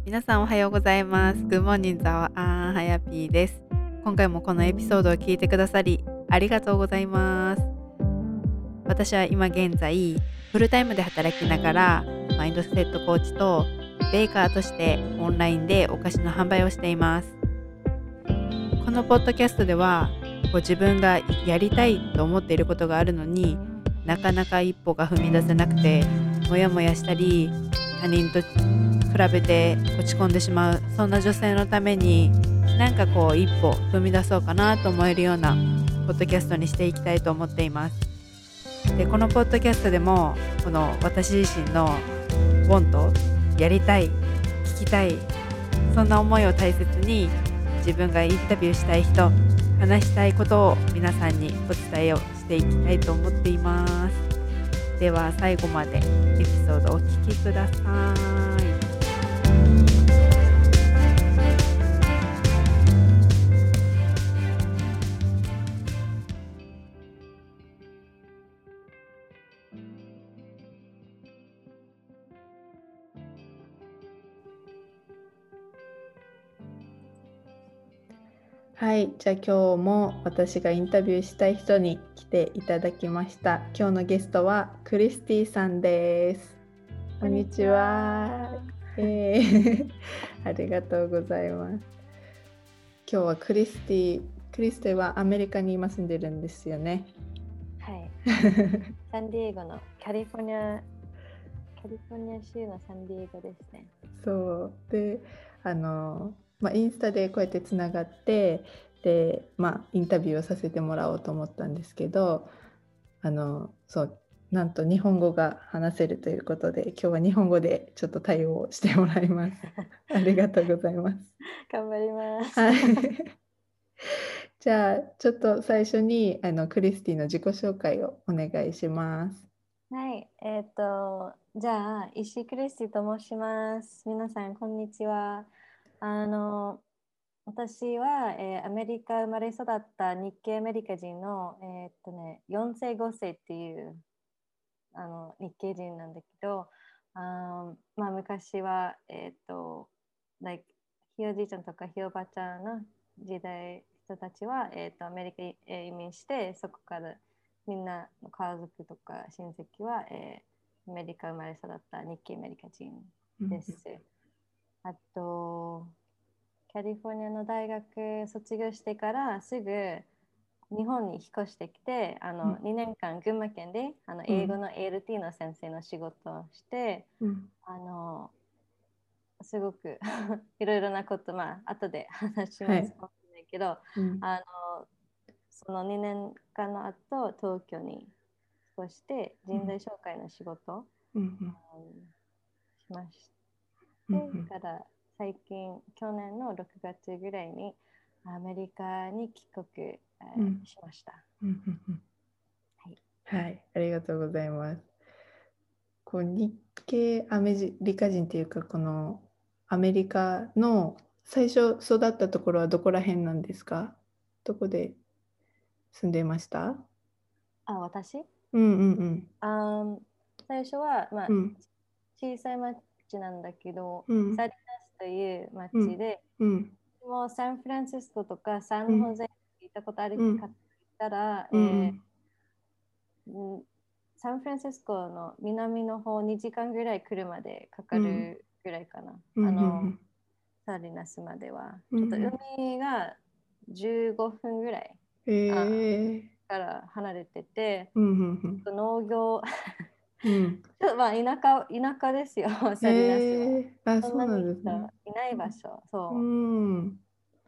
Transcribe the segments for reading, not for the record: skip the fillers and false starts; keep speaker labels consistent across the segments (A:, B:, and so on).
A: 皆さんおはようございます。Good morning, ザワアンはやぴーです。今回もこのエピソードを聞いてくださりありがとうございます。私は今現在フルタイムで働きながらマインドセットコーチとベーカーとしてオンラインでお菓子の販売をしています。このポッドキャストでは自分がやりたいと思っていることがあるのになかなか一歩が踏み出せなくてモヤモヤしたり他人と比べて落ち込んでしまう、そんな女性のためになんか一歩踏み出そうかなと思えるようなポッドキャストにしていきたいと思っています。でこのポッドキャストでもこの私自身のwant、やりたい、聞きたい、そんな思いを大切に自分がインタビューしたい人、話したいことを皆さんにお伝えをしていきたいと思っています。では最後までエピソードをお聞きください。はい、じゃあ今日も私がインタビューしたい人に来ていただきました。今日のゲストはクリスティさんです。こんにちは。ありがとうございます。今日はクリスティはアメリカに今住んでるんですよね。
B: はい。サンディエゴのカリフォルニア州のサンディエゴですね。
A: そうでインスタでこうやってつながってで、インタビューをさせてもらおうと思ったんですけどそうなんと日本語が話せるということで今日は日本語でちょっと対応してもらいます。ありがとうございます。
B: 頑張ります。
A: はい。じゃあちょっと最初にクリスティの自己紹介をお願いします。
B: はい。じゃあ、石井クリスティと申します。皆さん、こんにちは。私は、アメリカ生まれ育った日系アメリカ人の、4世5世っていう日系人なんだけど、昔は、like ひいおじいちゃんとかひいおばあちゃんの時代人たちは、アメリカに移民してそこからみんなの家族とか親戚は、アメリカ生まれ育った日系アメリカ人です。あとカリフォルニアの大学卒業してからすぐ日本に引っ越してきて2年間群馬県で英語の ALT の先生の仕事をして、すごくいろいろなこと後で話しますかもしれないけど、その2年間の後東京に引っ越して人材紹介の仕事を、しましてから最近去年の6月ぐらいにアメリカに帰国、しました。
A: はい、ありがとうございます。日系アメリカ人っていうかこのアメリカの最初育ったところはどこら辺なんですか？どこで住んでました？
B: 私最初は、小さい町なんだけど、サリナスという町で、もうサンフランシスコとかサンホゼに行ったことある方いたら、サンフランシスコの南の方2時間ぐらい車でかかるぐらいかな。サリナスまでは。ちょっと海が15分ぐらいから離れてて、農業田舎ですよ、サリナスは。そんなに人いない場所。そう。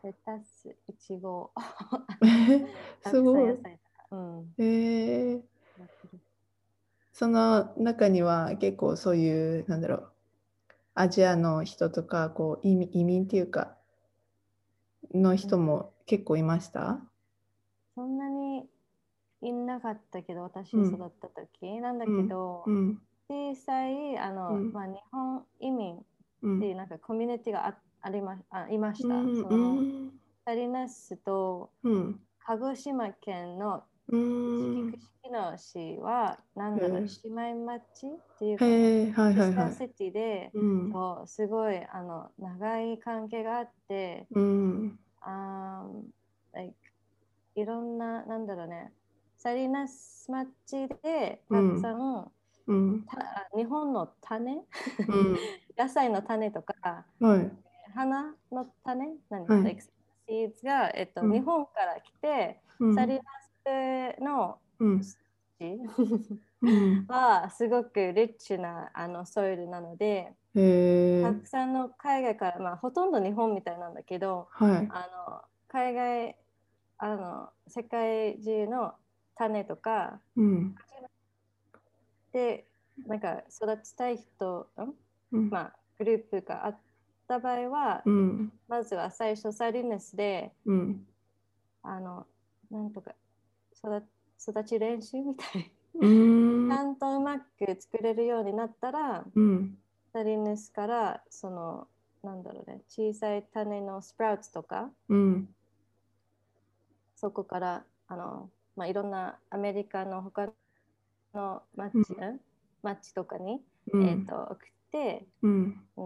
B: レタス、イチゴ、たくさん野菜とか。
A: その中には結構そういうアジアの人とか移民っていうかの人も結構いました？
B: そんなにいなかったけど、私育った時なんだけど、小さい日本移民っていうなんかコミュニティがいました。そのサリナスと鹿児島県の
A: うーん。
B: 串の市は、なんだろう、
A: へ
B: 姉妹町っていう
A: え、
B: かな。
A: へえ、はい
B: シ
A: はいはい。
B: スターシティで、
A: うん。
B: そう、すごい長い関係があって、
A: うん。
B: あー、like いろんな、なんだろうね、サリナス町でたくさ
A: うん。
B: ん
A: うん。
B: 日本の種
A: うん。
B: 野菜の種とか、
A: はい。
B: 花の種
A: はい。
B: like seeds が、日
A: うん。
B: 本から来て、
A: うん。
B: サリナスの
A: うん。
B: 土
A: うん。
B: はすごくリッチなソイルなので、
A: へえ、
B: たくさんの海外から、まあ、ほとんど日本みたいなんだけど、
A: はい。
B: 海外、世界中の種とか
A: うん。
B: で、なんか育ちたい人、
A: うん。
B: まあ、グループがあった場合は、
A: うん。
B: まずは最初サリネスで、
A: うん。
B: あの、なんとか育育ち練習みたい。
A: うー
B: ち
A: ん。
B: ゃんとうまく作れるようになったら、
A: うん。
B: サリネスからなんだろうね、小さい種のスプラウツとか、
A: うん。
B: そこからまあ、いろんなアメリカの他の
A: うん。
B: 町とかに、
A: うん。
B: 送って、
A: うん。
B: うん、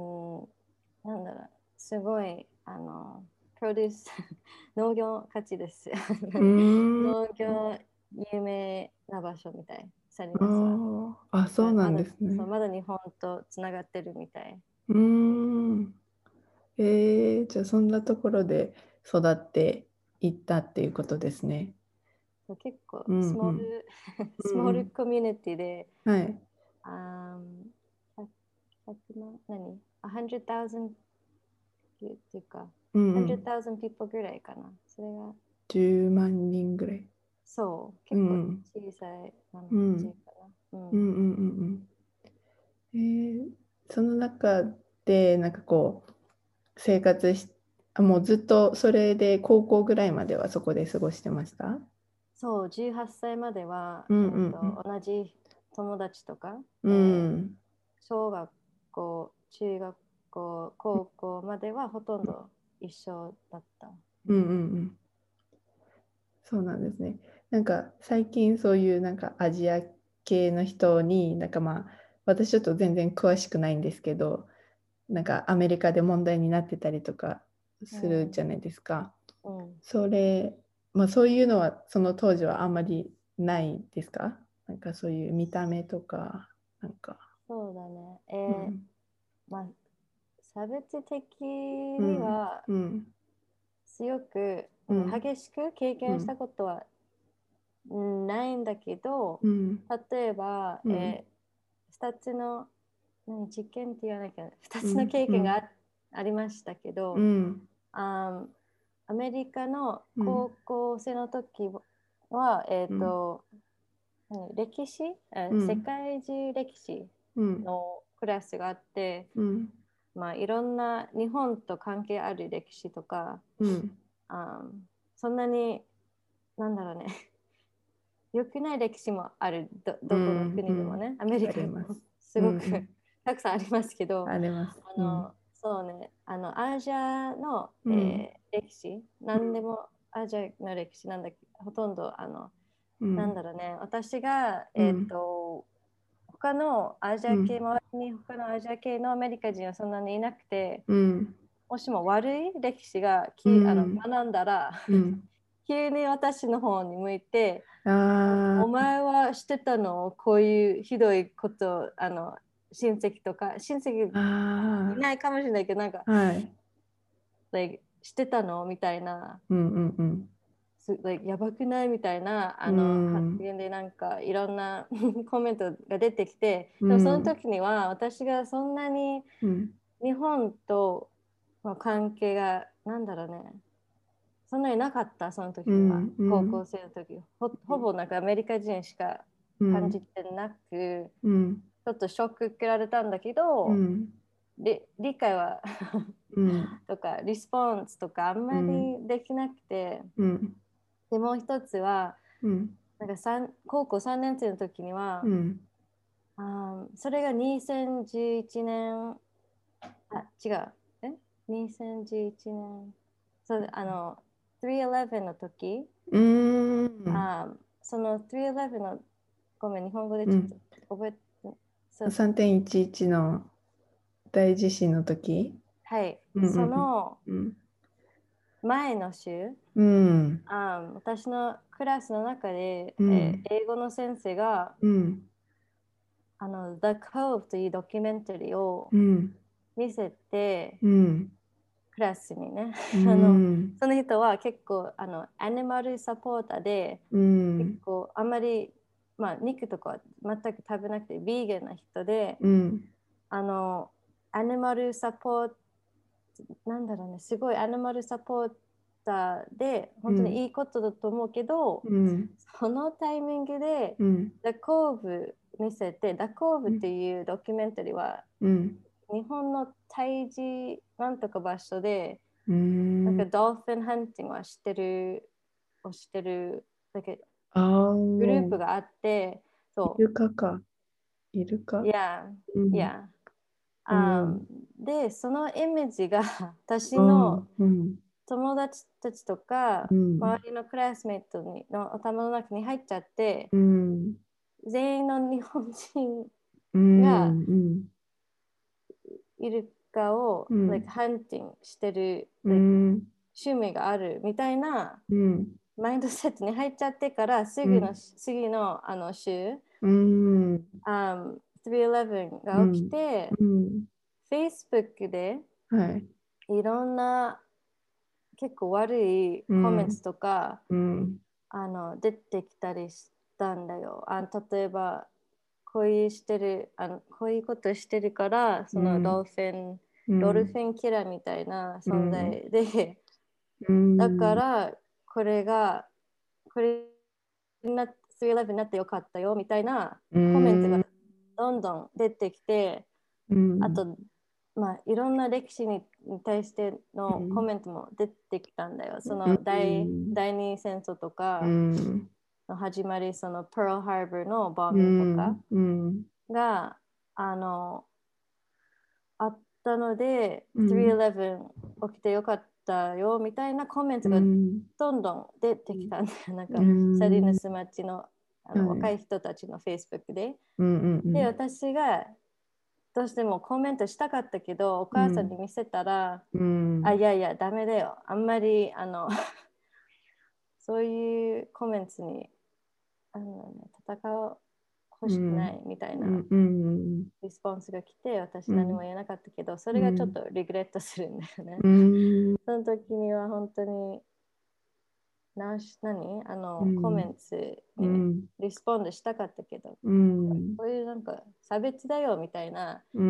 B: なんだろう、すごいプロデュース農業価値です。
A: うーん。
B: 農業有名な場所みたい、サリ
A: あ
B: ナスは。
A: あ、あ、そうなん
B: まだ、そう、
A: ですね。
B: まだ日本とつながってるみたい。
A: うーん。じゃあそんなところで育っていったっていうことですね。
B: そう、結構
A: うん。うん。
B: スモール
A: うん。
B: コミュニティで、
A: はい。
B: あー、100万、100,000っていうか、
A: うんうん。
B: 100,000 people ぐらいかな。それが、
A: 10万人ぐらい。
B: そう、
A: う
B: 結構
A: ん。
B: 小さい
A: うん。
B: 町かな。うん。
A: うんうんうんうん。その中で、なんかこう、生活し、もうずっとそれで高校ぐらいまではそこで過ごしてました？
B: そう、18歳までは、
A: うんうん
B: 同じ友達とか、
A: うん。うん。
B: 小学校、中学校、高校まではほとんど一緒だった。う
A: うんうんう
B: ん。
A: ん。そうなんですね。なんか最近そういうなんかアジア系の人に、なんかまあ、私ちょっと全然詳しくないんですけど、なんかアメリカで問題になってたりとか
B: う
A: するじゃ
B: ん。
A: ないですか。
B: うん。
A: それ、まあそういうのはその当時はあんまりないですか？なんかそういう見た目とか、なんか。
B: そうだね。
A: うん。
B: まあ、差別的
A: うん。
B: には
A: うん。
B: 強く、
A: うん。
B: 激しく経験した
A: うん。
B: ことはないんだけど、
A: うん。
B: 例えば、
A: うん。
B: 2つの実験って言わなきゃ2
A: うん。
B: つの経
A: うん。
B: 験がありましたけど、
A: うん。
B: あアメリカの
A: うん。
B: 高校生の時は、
A: うん。
B: 歴史、世
A: うん。
B: 界中歴史
A: うん。
B: のクラスがあって、
A: うん。
B: まあ、いろんな日本と関係ある歴史とか、
A: うん。
B: あそんなに、なんだろうね、良くない歴史もある、
A: う
B: どこの
A: ん。う
B: 国でも
A: ん。
B: ね、アメリ
A: あり
B: カも
A: ます。
B: すごく
A: うん。うん。
B: たくさんありますけど、
A: あります。うん。
B: そうね、アジアの、
A: うん。
B: 歴史、何でもアジアの歴史なんだけど、ほとんど、なん
A: うん。
B: だろうね、私が、
A: うん。
B: 他のアジア系、
A: うん。
B: 周りに他のアジア系のアメリカ人はそんなにいなくて、
A: うん。
B: もしも悪い歴史が
A: うん。
B: 学んだら、
A: うん。
B: 急に私の方に向いて、お
A: あ
B: 前は知ってたのこういうひどいこと親戚とか親戚
A: あ。あ
B: いないかもしれないけど
A: あ。はい。
B: 知ってたのみたいな
A: うんうんうん。
B: やばくないみたいな
A: う
B: 発
A: ん。
B: 言でなんかいろんなコメントが出てきて、
A: う
B: でもその
A: ん。
B: 時には私がそんなに
A: うん。
B: 日本との関係がなんだろうね、そんなになかった、その時には。
A: うん。うん。
B: 高校生の時。ほぼなんかアメリカ人しか感じ
A: うん。
B: てなく、
A: うん。
B: ちょっとショック受けられたんだけど、
A: うん。
B: 理解は
A: うん。
B: とか、リスポンスとかあんま
A: うん。
B: りできなくて、
A: うん。
B: でもう一つは、
A: うん。
B: なんか高校3年生の時には、
A: うん。
B: それが2011年、違う、2011年、そう、311の時、
A: うん。
B: あその311の、ごめん、日本語でちょっと覚えて、そうそう。
A: 3.11の大地震の時。
B: はい。
A: うんうん
B: その
A: うん。
B: 前の週、
A: うん。
B: 私のクラスの中で、
A: うん。
B: 英語の先生が、
A: うん。
B: The Cove というドキュメンタリーを
A: うん。
B: 見せて、
A: うん。
B: クラスにね、
A: うん。
B: その人は結構アニマルサポーターで、
A: う
B: 結
A: ん。
B: 構あんまり、まあ、肉とかは全く食べなくて、ビーガンな人で、
A: うん。
B: あの、アニマルサポート、なんだろうね、すごいアニマルサポーターで、本当にいいことだと思うけど、
A: うん。
B: そのタイミングで、
A: うん。
B: The Cove 見せて、The Cove っていうドキュメンタリーは、
A: うん。
B: 日本の胎児なんとか場所で、
A: うん。
B: なんかドルフィンハンティングはしてる、だけ
A: あ
B: グループ
A: あ、
B: があって、
A: イ
B: そ
A: ルカか。イル
B: う、
A: カ。
B: いや、
A: うん。
B: いや、
A: うん。
B: で、そのイメージが私
A: う
B: の
A: ん。うん。
B: 友達たちとか、
A: うん。
B: 周りのクラスメイトの頭の中に入っちゃって、
A: うん。
B: 全員の日本人
A: う
B: が
A: ん。
B: イルカを、
A: うん。
B: ハンティングしてる、
A: うん。
B: 趣味があるみたいな
A: うん。
B: マインドセットに入っちゃってからすぐの
A: うん。
B: 次の週、
A: うん。
B: 311が起き
A: うん。
B: て、
A: うん。
B: Facebook で
A: はい。
B: いろんな結構悪い
A: うん。
B: コメントとか
A: うん。
B: 出てきたりしたんだよ。例えばこういうことしてるからその
A: うん。う
B: ドル
A: ん。
B: フィンキラーみたいな存
A: うん。
B: 在で、
A: う
B: だか
A: ん。
B: らこれ311になってよかったよみたいな
A: う
B: コメントが
A: ん。
B: どんどん出てきて、
A: うん。
B: あと、まあ、いろんな歴史に対して
A: うん。
B: のコメントも出てきたんだよ。そ
A: う
B: の
A: ん。
B: 第二戦争と
A: う
B: か
A: ん。
B: の始まり、そのペールハーバーのボ
A: う
B: ミングとか
A: ん。うん。
B: があったので、
A: うん。
B: 311起きてよかったよみたいなコメン
A: う
B: トが
A: ん。
B: どんどん出てきたんだよ。なん
A: う
B: かサリヌ
A: ん。
B: ス町の、
A: はい。
B: 若い人たちの Facebook で。
A: うん。う
B: で、
A: ん。
B: 私がどうしてもコメントしたかったけど、お母さん
A: うん。
B: に見せたら、
A: うん。
B: いやいや、ダメだよ。あんまり、そういうコメントに、戦う欲
A: う
B: しくな
A: ん。
B: いみたいな
A: うん。うん。
B: リスポンスが来て、私
A: うん。
B: 何も言えなかったけど、そ
A: うん。
B: れがちょっとリグレットするんだよね。
A: うん。
B: その時には本当に、コメントに
A: うん。
B: リスポンドしたかったけど、
A: うん。
B: こういうなんか差別だよみたいな、
A: うん。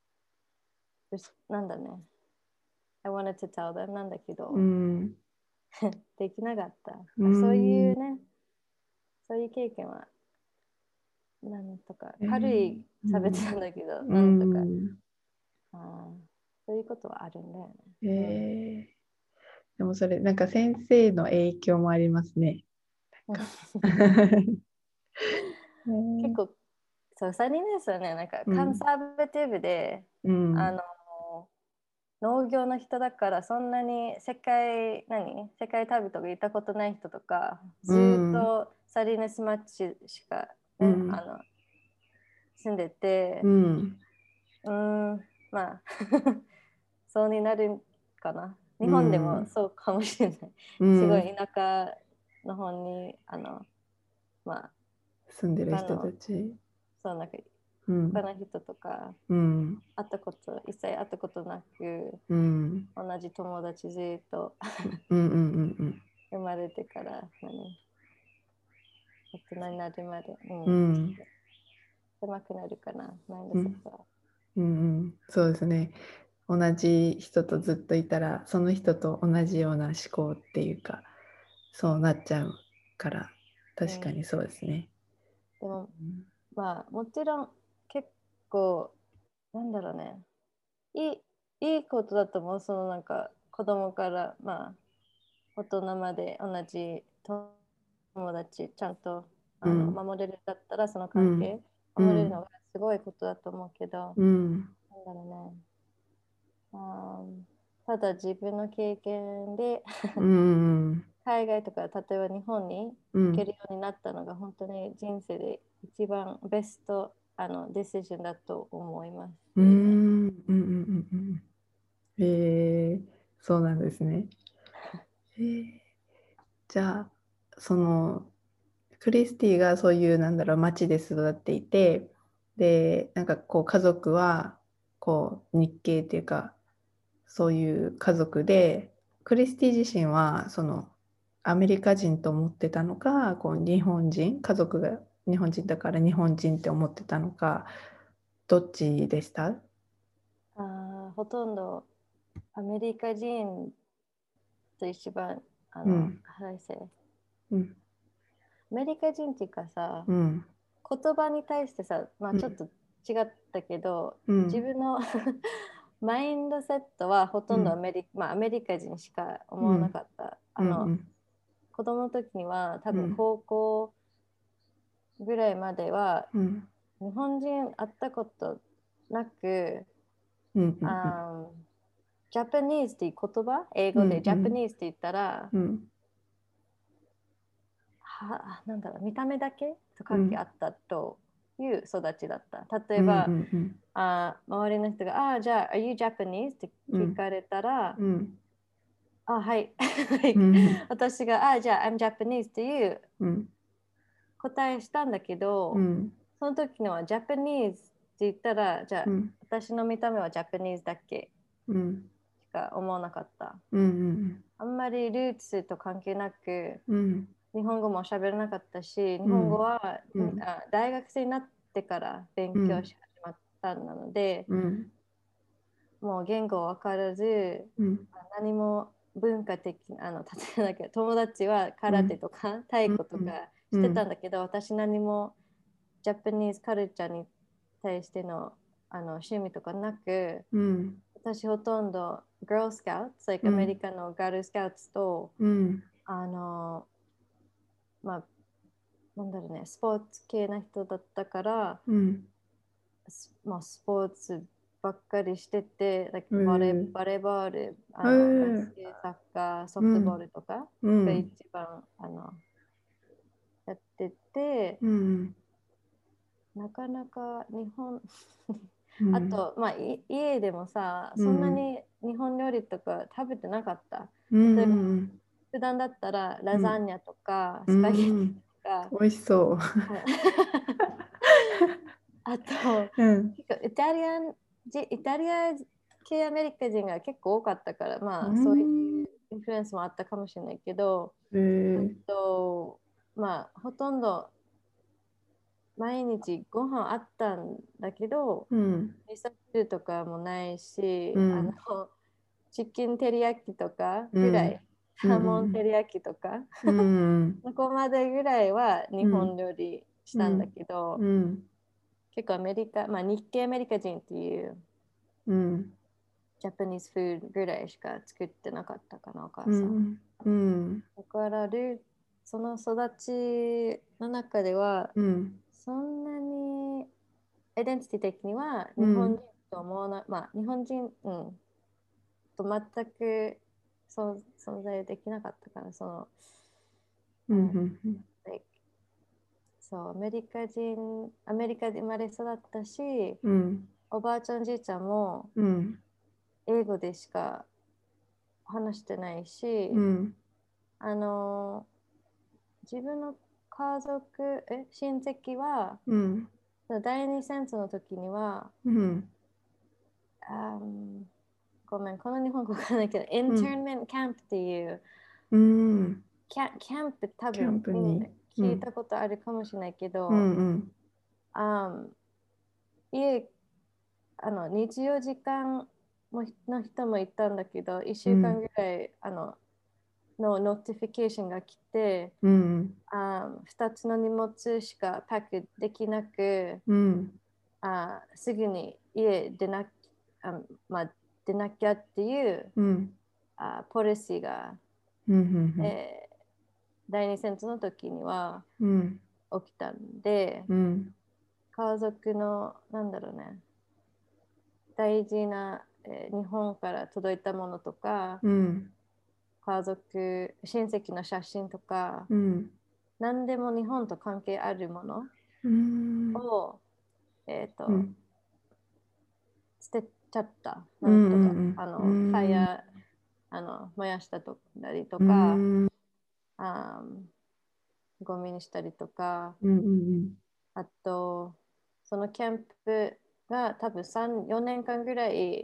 B: なんだね、I wanted to tell them なんだけ
A: う
B: ど、
A: ん。
B: できなかった。
A: う
B: そうい
A: ん。
B: うね、そういう経験は、なんとか、
A: え
B: 軽
A: ー
B: い差別
A: うん。
B: なんだけど、
A: う
B: なんとか、
A: ん。
B: あそういうことはあるんだよ
A: え
B: ね。
A: ーでもそれ、なんか先生の影響もありますね。
B: うん、
A: なんかえー
B: 結構、そう、3人ですよね、なんか、カン
A: うん。
B: サバティブで、
A: うん。
B: あの、農業の人だからそんなに世界旅とか行ったことない人とか、
A: う
B: ずっ
A: ん。
B: とサリネスマッチしかね、
A: うん。
B: 住んでて、
A: うん。
B: うーん、まあそうになるかな。日
A: う
B: 本でも
A: ん。
B: そうかもしれない。
A: う
B: すご
A: ん。
B: い田舎の方に、まあ、
A: 住んでる人た
B: 他の、
A: ち。
B: そうなんか、
A: うん。
B: 他の人とか、
A: うん。
B: 一切会ったことなく、
A: うん。
B: 同じ友達ずっと
A: うん。うん。うん。
B: 生まれてから大人になるまで、
A: うん。
B: 狭くなるかな、マインド
A: うん。
B: セットは。
A: うん。そうですね。同じ人とずっといたら、その人と同じような思考っていうか、そうなっちゃうから、
B: うん、
A: 確かにそうですね。
B: でも、
A: うん。
B: まあ、もちろん結構、なんだろうね、いいいことだと思う。そのなんか子供から、まあ、大人まで同じ友達ちゃんと
A: うん。
B: 守れるだったらその
A: うん。
B: 関係
A: うん。
B: 守れるのがすごいことだと思うけど、
A: うん。
B: なんだろうね。ただ自分の経験で
A: うん。
B: 海外とか例えば日本に行けるようになったのが本当に人生で一番ベストディシジョンだと思います
A: うん、う
B: ね。
A: ん、うん、うん。そうなんですね。じゃあ、クリスティがそういう、町で育っていて、で、なんかこう、家族は、こう、日系っていうか、そういう家族で、クリスティ自身は、アメリカ人と思ってたのか、こう、日本人、家族が日本人だから日本人って思ってたのか、どっちでした？
B: ほとんどアメリカ人と一番、
A: うん、
B: how do I say？
A: うん、
B: アメリカ人っていうかさ、
A: うん、
B: 言葉に対してさ、まあ、
A: うん、
B: ちょっと違ったけど、
A: うん、
B: 自分のマインドセットはほとんど
A: うん、
B: アメリカ人しか思わな
A: うん、
B: かった。
A: うん、
B: 子供の時には多
A: うん、
B: 分高校ぐらいまでは
A: うん、
B: 日本人会ったことなく、
A: うん、うん、うん、
B: あジャパニーズっていう言葉、英
A: うん、
B: 語でジャパ
A: うん、
B: ニーズって言ったら、
A: うん、
B: なんだろう、見た目だけと
A: うん、
B: 書きあったという育ちだった。例
A: うん、う
B: えば、
A: ん、
B: 周りの人が、じゃあ、Are you Japanese? って
A: うん、
B: 聞かれたら、
A: うん、
B: はい。
A: う
B: like
A: ん、
B: 私が、じゃあ、I'm Japanese っていう
A: うん、
B: 答えしたんだけど、
A: うん、
B: その時のは Japanese って言ったら、じゃあ、
A: うん、
B: 私の見た目は Japanese だけ
A: うん、
B: しか思わなかった。
A: うん、
B: あんまりルーツと関係なく、
A: うん、
B: 日本語も喋れなかったし、日本語
A: うん、
B: は
A: うん、
B: 大学生になってから勉強し始まったので、
A: うん、
B: もう言語わからず、
A: うん、
B: 何も文化的な、例えば友達は空手とか太鼓とかしてたんだけど、私何もジャパニーズカルチャーに対しての、趣味とかなく、
A: うん、
B: 私ほとんど Girl Scouts、like アメリ
A: うん、
B: カのガールスカウトと、
A: うん、
B: あの、まあ、なんだろうね、スポーツ系な人だったから、
A: うん、
B: まあ、スポーツばっかりしてて、
A: えー、
B: バレーボール、
A: え
B: バス
A: ー、
B: ケ、サッカー、ソフトボー
A: うん、
B: ルとかが一
A: うん、
B: 番やってて、
A: うん、
B: なかなか日本
A: うん、
B: あと、まあ、家でもさ、そんな
A: うん、
B: に日本料理とか食べてなかった。
A: うん、
B: 例えば、
A: うん、
B: 普段だったらラザ
A: うん、
B: ニアとか
A: う
B: スパゲティ
A: ん、
B: とか、
A: 美味しそう。
B: ああと、
A: うん、
B: 結構イタリア系アメリカ人が結構多かったから、
A: う
B: まあ、そう
A: ん、
B: いうインフルエンスもあったかもしれないけど、
A: え
B: あ
A: ー、
B: と、まあ、ほとんど毎日ご飯あったんだけど、
A: うん、
B: 味噌汁とかもないし、
A: うん、
B: チキン照り焼きとか
A: うん、
B: ぐらい、
A: うん、
B: サーモン
A: うん、
B: 照り焼きとか、
A: うん、
B: そこまでぐらいは日
A: うん、
B: 本料理したんだ
A: うん、
B: けど、
A: うん、
B: 結構アメリカ、まあ日系アメリカ人っていう
A: うん、
B: ジャパニーズフードぐらいしか作ってなかったかな、お母さん。
A: うん、うん、
B: だからその育ちの中では、
A: うん、
B: そんなにアイデンティティ的には
A: うん、
B: 日本人と思わない、まあ日本人、と全く存在できなかったから、
A: うん、
B: あの、
A: うん、
B: like そう、アメリカで生まれ育ったし、
A: うん、
B: おばあちゃん、じいちゃんも
A: うん、
B: 英語でしか話してないし、
A: うん、
B: あの、自分の家族、親戚は、
A: うん、
B: 第二戦争の時には、
A: うん、
B: あーごめん、この日本語わからないけど、インターンメントキャンプっていう
A: うん、
B: キャンプ多
A: キャン
B: 分みんな
A: プに、うん、
B: 聞いたことあるかもしれないけど、
A: うん、うん、
B: あ家24時間の人もいたんだけど、1週間
A: うん、
B: ぐらいのノティフィケーションが来て、
A: うん、
B: 2つの荷物しかパックできなく、
A: うん、
B: すぐに家あ、まあ、出なきゃっていう
A: うん、
B: ポリシーが、
A: うん、
B: えー第二戦争の時には
A: うん、
B: 起きたんで、
A: うん、
B: 家族の、なんだろうね、大事な、日本から届いたものとか、
A: うん、
B: 家族、親戚の写真とか、何でも日本と関係あるものを、捨てちゃった。なんとか、ファイヤー、燃やしたりとか、ゴミにしたりとか、あと、そのキャンプが多分3、4年間ぐらい、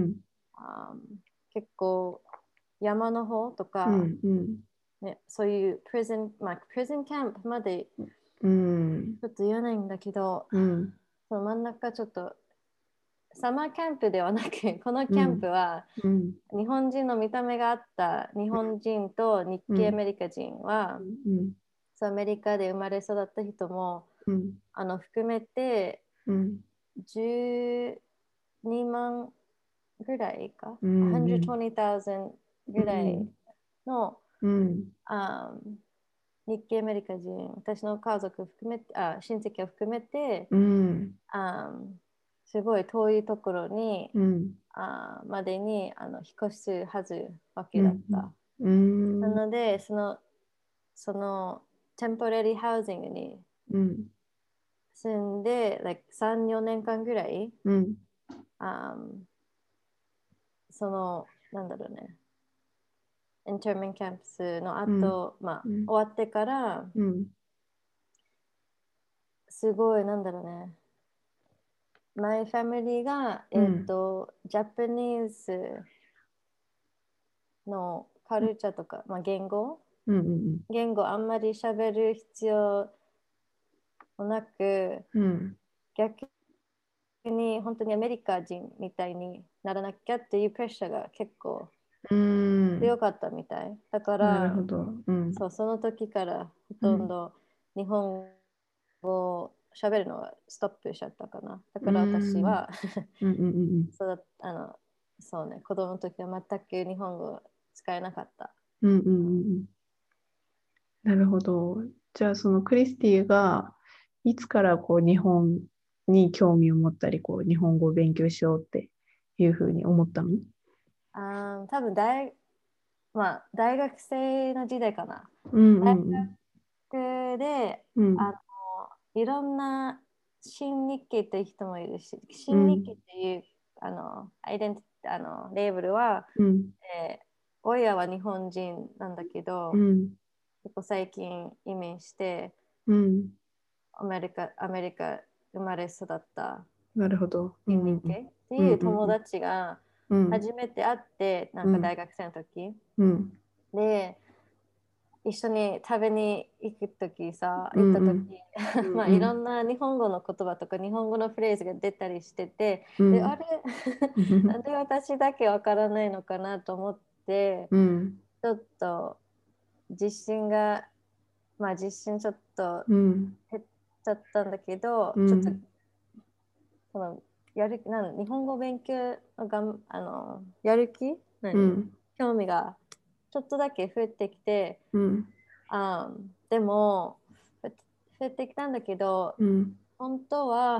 B: 結構山の方とか、ね、そういうプリズンキャンプまでちょっと言わないんだけど、その真ん中ちょっとサマーキャンプではなく、このキャンプは日本人の見た目があった日本人と日系アメリカ人は、アメリカで生まれ育った人も、含めて12万ぐらいか、120,000ぐらいの、日系アメリカ人、私の家族含めて、親戚を含めて、すごい遠いところに、までに引っ越すはずわけだった。なので、そのテンポラリーハウジングに住んで、3、4年間ぐらい、なんだろうね、インターメンキャンプスの後、終わってから、すごい、なんだろうね、マイファミリーが、ジャパニーズのカルチャーとか、言語あんまり喋る必要もなく、逆に本当にアメリカ人みたいにならなきゃっていうプレッシャーが結構強かったみたい。だから、その時からほとんど日本語を喋るのがストップしちゃったかな。だから私はそうね、子供の時は全く日本語使えなかった。
A: なるほど。じゃあそのクリスティがいつからこう日本に興味を持ったり日本語を勉強しようっていうふうに思ったの？
B: 多分大学生の時代かな。大学で、いろんな新日系っていう人もいるし、新日系っていうレーブルは、親は日本人なんだけど、結構最近移民して、アメリカ生まれ育った新日系っていう友達が初めて会って、なんか大学生の時、で一緒に食べに行った時、いろんな日本語の言葉とか日本語のフレーズが出たりしてて、であれなんで私だけわからないのかなと思って、ちょっと自信ちょっと減っちゃったんだけど、ちょっとその日本語勉強のやる気、興味がちょっとだけ増えてきて、でも増えてきたんだけど、本当は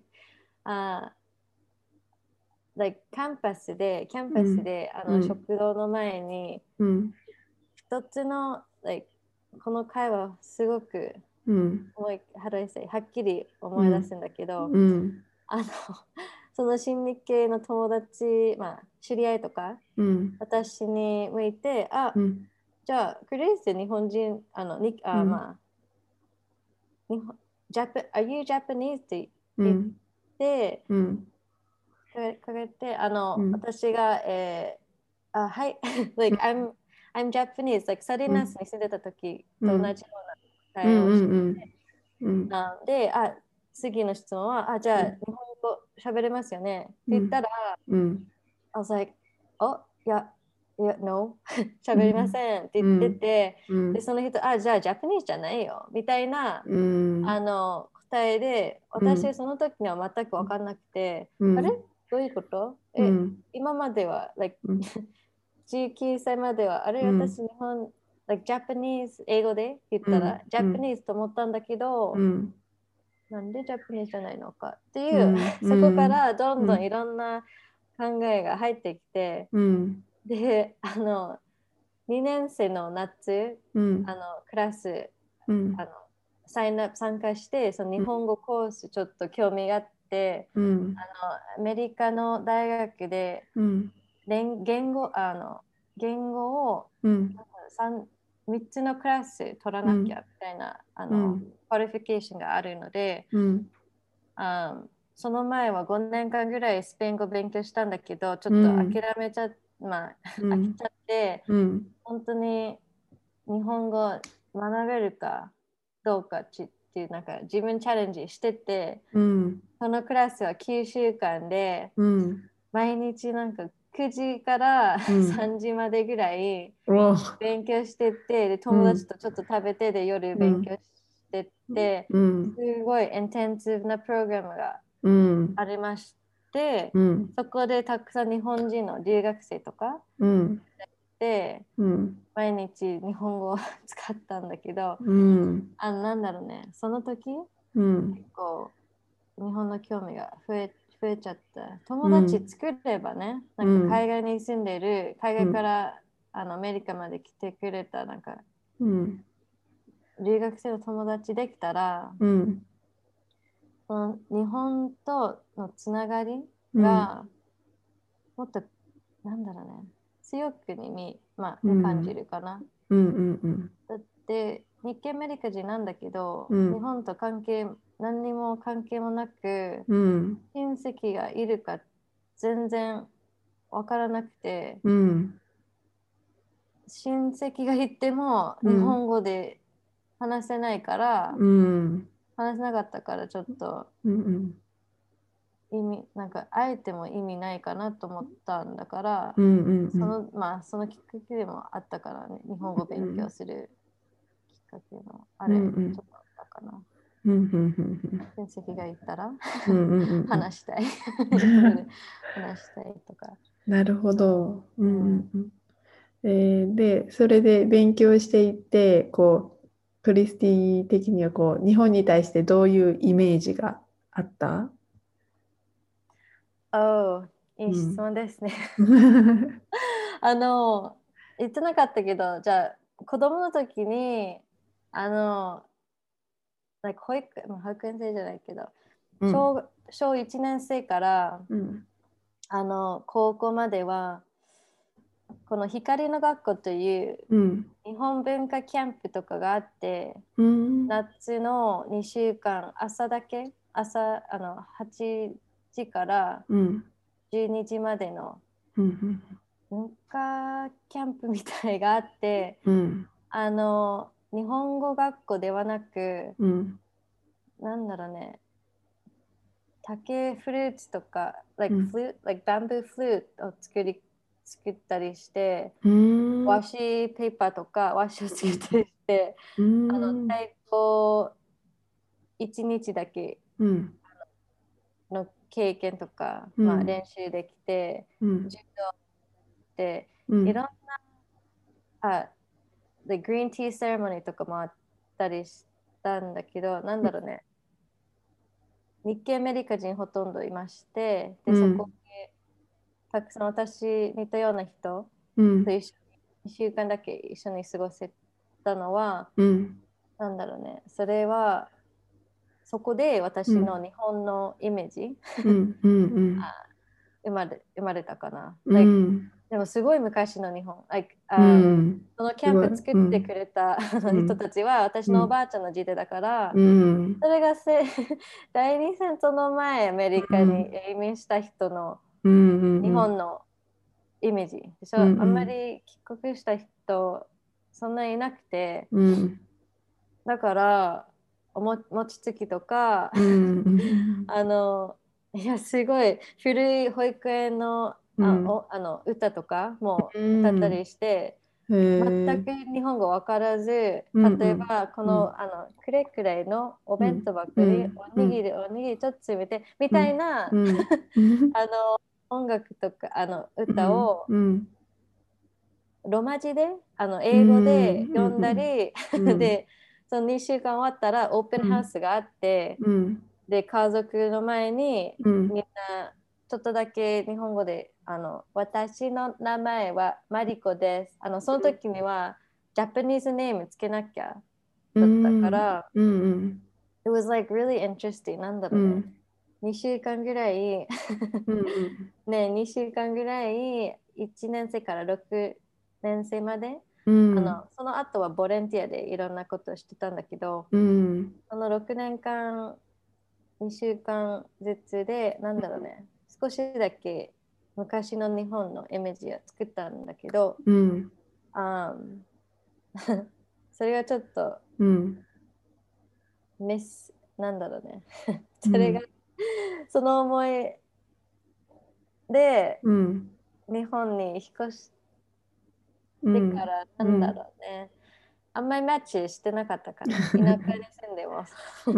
B: キャンパスで、食堂の前に一つの、この会話すごくはっきり思い出すんだけど、その新日系の友達、知り合いとか、私に向いて、じゃあクリスって日本人Are you Japanese? って言って、かけて私が、はい、I'm Japanese、サリナスに住んでた時と同じような会話をして、で、次の質問は、じゃあ日本語喋れますよねって言ったら、I was like, いや、no 喋りませんって言ってて、で、その人、じゃあジャパニーズじゃないよみたいな答えで、私その時には全く分かんなくて、あれどういうこと？今までは、19歳までは、私日本、ジャパニーズ、英語で言ったら、ジャパニーズと思ったんだけど、なんでジャパニーズじゃないのかっていう、そこからどんどんいろんな考えが入ってきて、で、 2年生の夏、
A: うん
B: クラス
A: うん
B: あの参加して、その日本語コースちょっと興味があって、
A: うん
B: アメリカの大学で
A: うん
B: 言語言語を
A: うん
B: 3つのクラス取らなきゃみたいな
A: うん
B: クオリフィケーションがあるので、
A: うん
B: あその前は5年間ぐらいスペイン語勉強したんだけど、ちょっと
A: うん
B: 諦めちゃ、まあ、
A: うん
B: 飽きちゃって、
A: うん
B: 本当に日本語学べるかどうかっていう、なんか自分チャレンジしてて、
A: うん
B: そのクラスは9週間で、
A: うん
B: 毎日なんか9時から3時までぐらい
A: お
B: 勉強してて、で友達
A: うん
B: とちょっと食べて、で夜
A: うん
B: 勉強してて、
A: うん
B: すごいインテンシブなプログラムが
A: うん
B: ありまして、
A: うん
B: そこでたくさん日本人の留学生とか
A: うん
B: で
A: うん
B: 毎日日本語を使ったんだけど、
A: うん
B: なんだろうね、その時
A: うん
B: 結構日本の興味が増えちゃった。友
A: うん
B: 達作ればね、なんか
A: うん
B: 海外に住んでる、海外か
A: うん
B: らアメリカまで来てくれた、なんか
A: うん
B: 留学生の友達できたら、
A: うん
B: その日本とのつながり
A: うん
B: がもっと、なんだろうね、強く感じ
A: うん
B: るかな。
A: うんうん
B: だって日系アメリカ人なんだけど、日
A: うん
B: 本と何にも関係もなく、
A: うん
B: 親戚がいるか全然わからなくて、
A: うん
B: 親戚がいても日
A: うん
B: 本語で話せないから、
A: うん
B: 話せなかったからちょっと
A: うん
B: なんかあえても意味ないかなと思ったんだから、
A: うんうん
B: そのきっかけでもあったからね、日本語勉強するきっかけの
A: うんうん
B: ちょっとあったかな。
A: うんうん
B: 親戚がいたら
A: うんうんうん
B: 話したい日本語で話したいとか。
A: なるほど。う
B: う
A: んうん
B: ん。
A: うん。で、それで勉強していって、クリスティ的には日本に対してどういうイメージがあった？
B: いい質
A: うん。
B: 問ですね。
A: う
B: あの、言ってなかったけど、じゃあ、子供の時に、あの、保育園生じゃないけど、
A: ん。
B: 小1年生から、
A: うん。
B: 高校までは、この光の学校という
A: うん。
B: 日本文化キャンプとかがあって、
A: うん。
B: 夏の2週間、朝だけ、8時から
A: うん。
B: 12時までの
A: うん。
B: 文化キャンプみたいがあって、
A: うん。
B: 日本語学校ではなく、
A: うん。
B: なんだろうね、竹フルーツとか、
A: うん。
B: バンブーフルートを作ったりして、
A: うん。
B: 和紙ペーパーとか和紙を作ったりして、
A: うん。
B: 太鼓1日だけ
A: うん。
B: の経験とか、
A: うん。
B: 練習できて、
A: うん。
B: 柔道で
A: うん。
B: いろんな、で、グリーンティーセレモニーとかもあったりしたんだけど、なんだろうね、日系アメリカ人ほとんどいまして、で、そこ
A: うん。
B: にたくさん私似たような人
A: うん。
B: と一緒に、2週間だけ一緒に過ごせたのは、
A: うん。
B: なんだろうね、それは、そこで
A: うん。
B: 私の日本のイメージ
A: うん。うん。
B: 生まれたかな。
A: うん。
B: でもすごい昔の日本。
A: うん。
B: そのキャン
A: すごい。
B: プ作って
A: うん。
B: くれた人
A: うん。
B: たちは私
A: うん。
B: のおばあちゃんの時代だか
A: う
B: ら、
A: ん。
B: それが第二戦争の前アメリカに
A: うん。
B: 移民した人の
A: うん。
B: 日
A: うん。
B: 本のイメージでし
A: うん。
B: ょ。あんま
A: うん。
B: り帰国した人そんなにいなくて、
A: うん。
B: だから餅つきとか
A: うん。
B: あのいやすごい古い保育園の
A: うん。
B: 歌とかも
A: う
B: 歌った
A: ん。
B: りして、
A: へえ。
B: 全く日本語わからず、例
A: うん。う
B: え
A: ん。
B: ばこ
A: うん。
B: のくれくれのお
A: うん。
B: 弁当箱
A: う
B: に
A: ん。うん。
B: おにぎりちょっと詰めてみたい
A: うん。
B: な
A: うん。うん。
B: あの音楽とか
A: うん。
B: 歌を
A: うん。
B: ロマ字で
A: う
B: 英語で
A: ん。
B: 読んだり
A: うん。
B: でその2週間終わったらオープンハウスがあって、
A: うん。
B: で家族の前に
A: うん。
B: みんなちょっとだけ日本語で私の名前はマリコです。その時にはジャパニーズネームつけなきゃ
A: う
B: だったか
A: ん。
B: ら、
A: うん。
B: it was like really interesting. なんだろうね。
A: うん。
B: 2週間ぐらい
A: うん。
B: ね、2週間ぐらい1年生から6年生まで
A: うん。
B: その後はボランティアでいろんなことをしてたんだけど、
A: うん。
B: その6年間2週間ずつでなんだろうね、少しだけ昔の日本のイメージを作ったんだけど、
A: うん。
B: あそれがちょっと
A: うん。
B: なんだろうねそれが
A: うん。
B: その思いで
A: うん。
B: 日本に引っ越し
A: うん。
B: てからなんだ
A: うん。
B: ろうね、あんまりマッチしてなかったかな。田舎に住んでも
A: うん。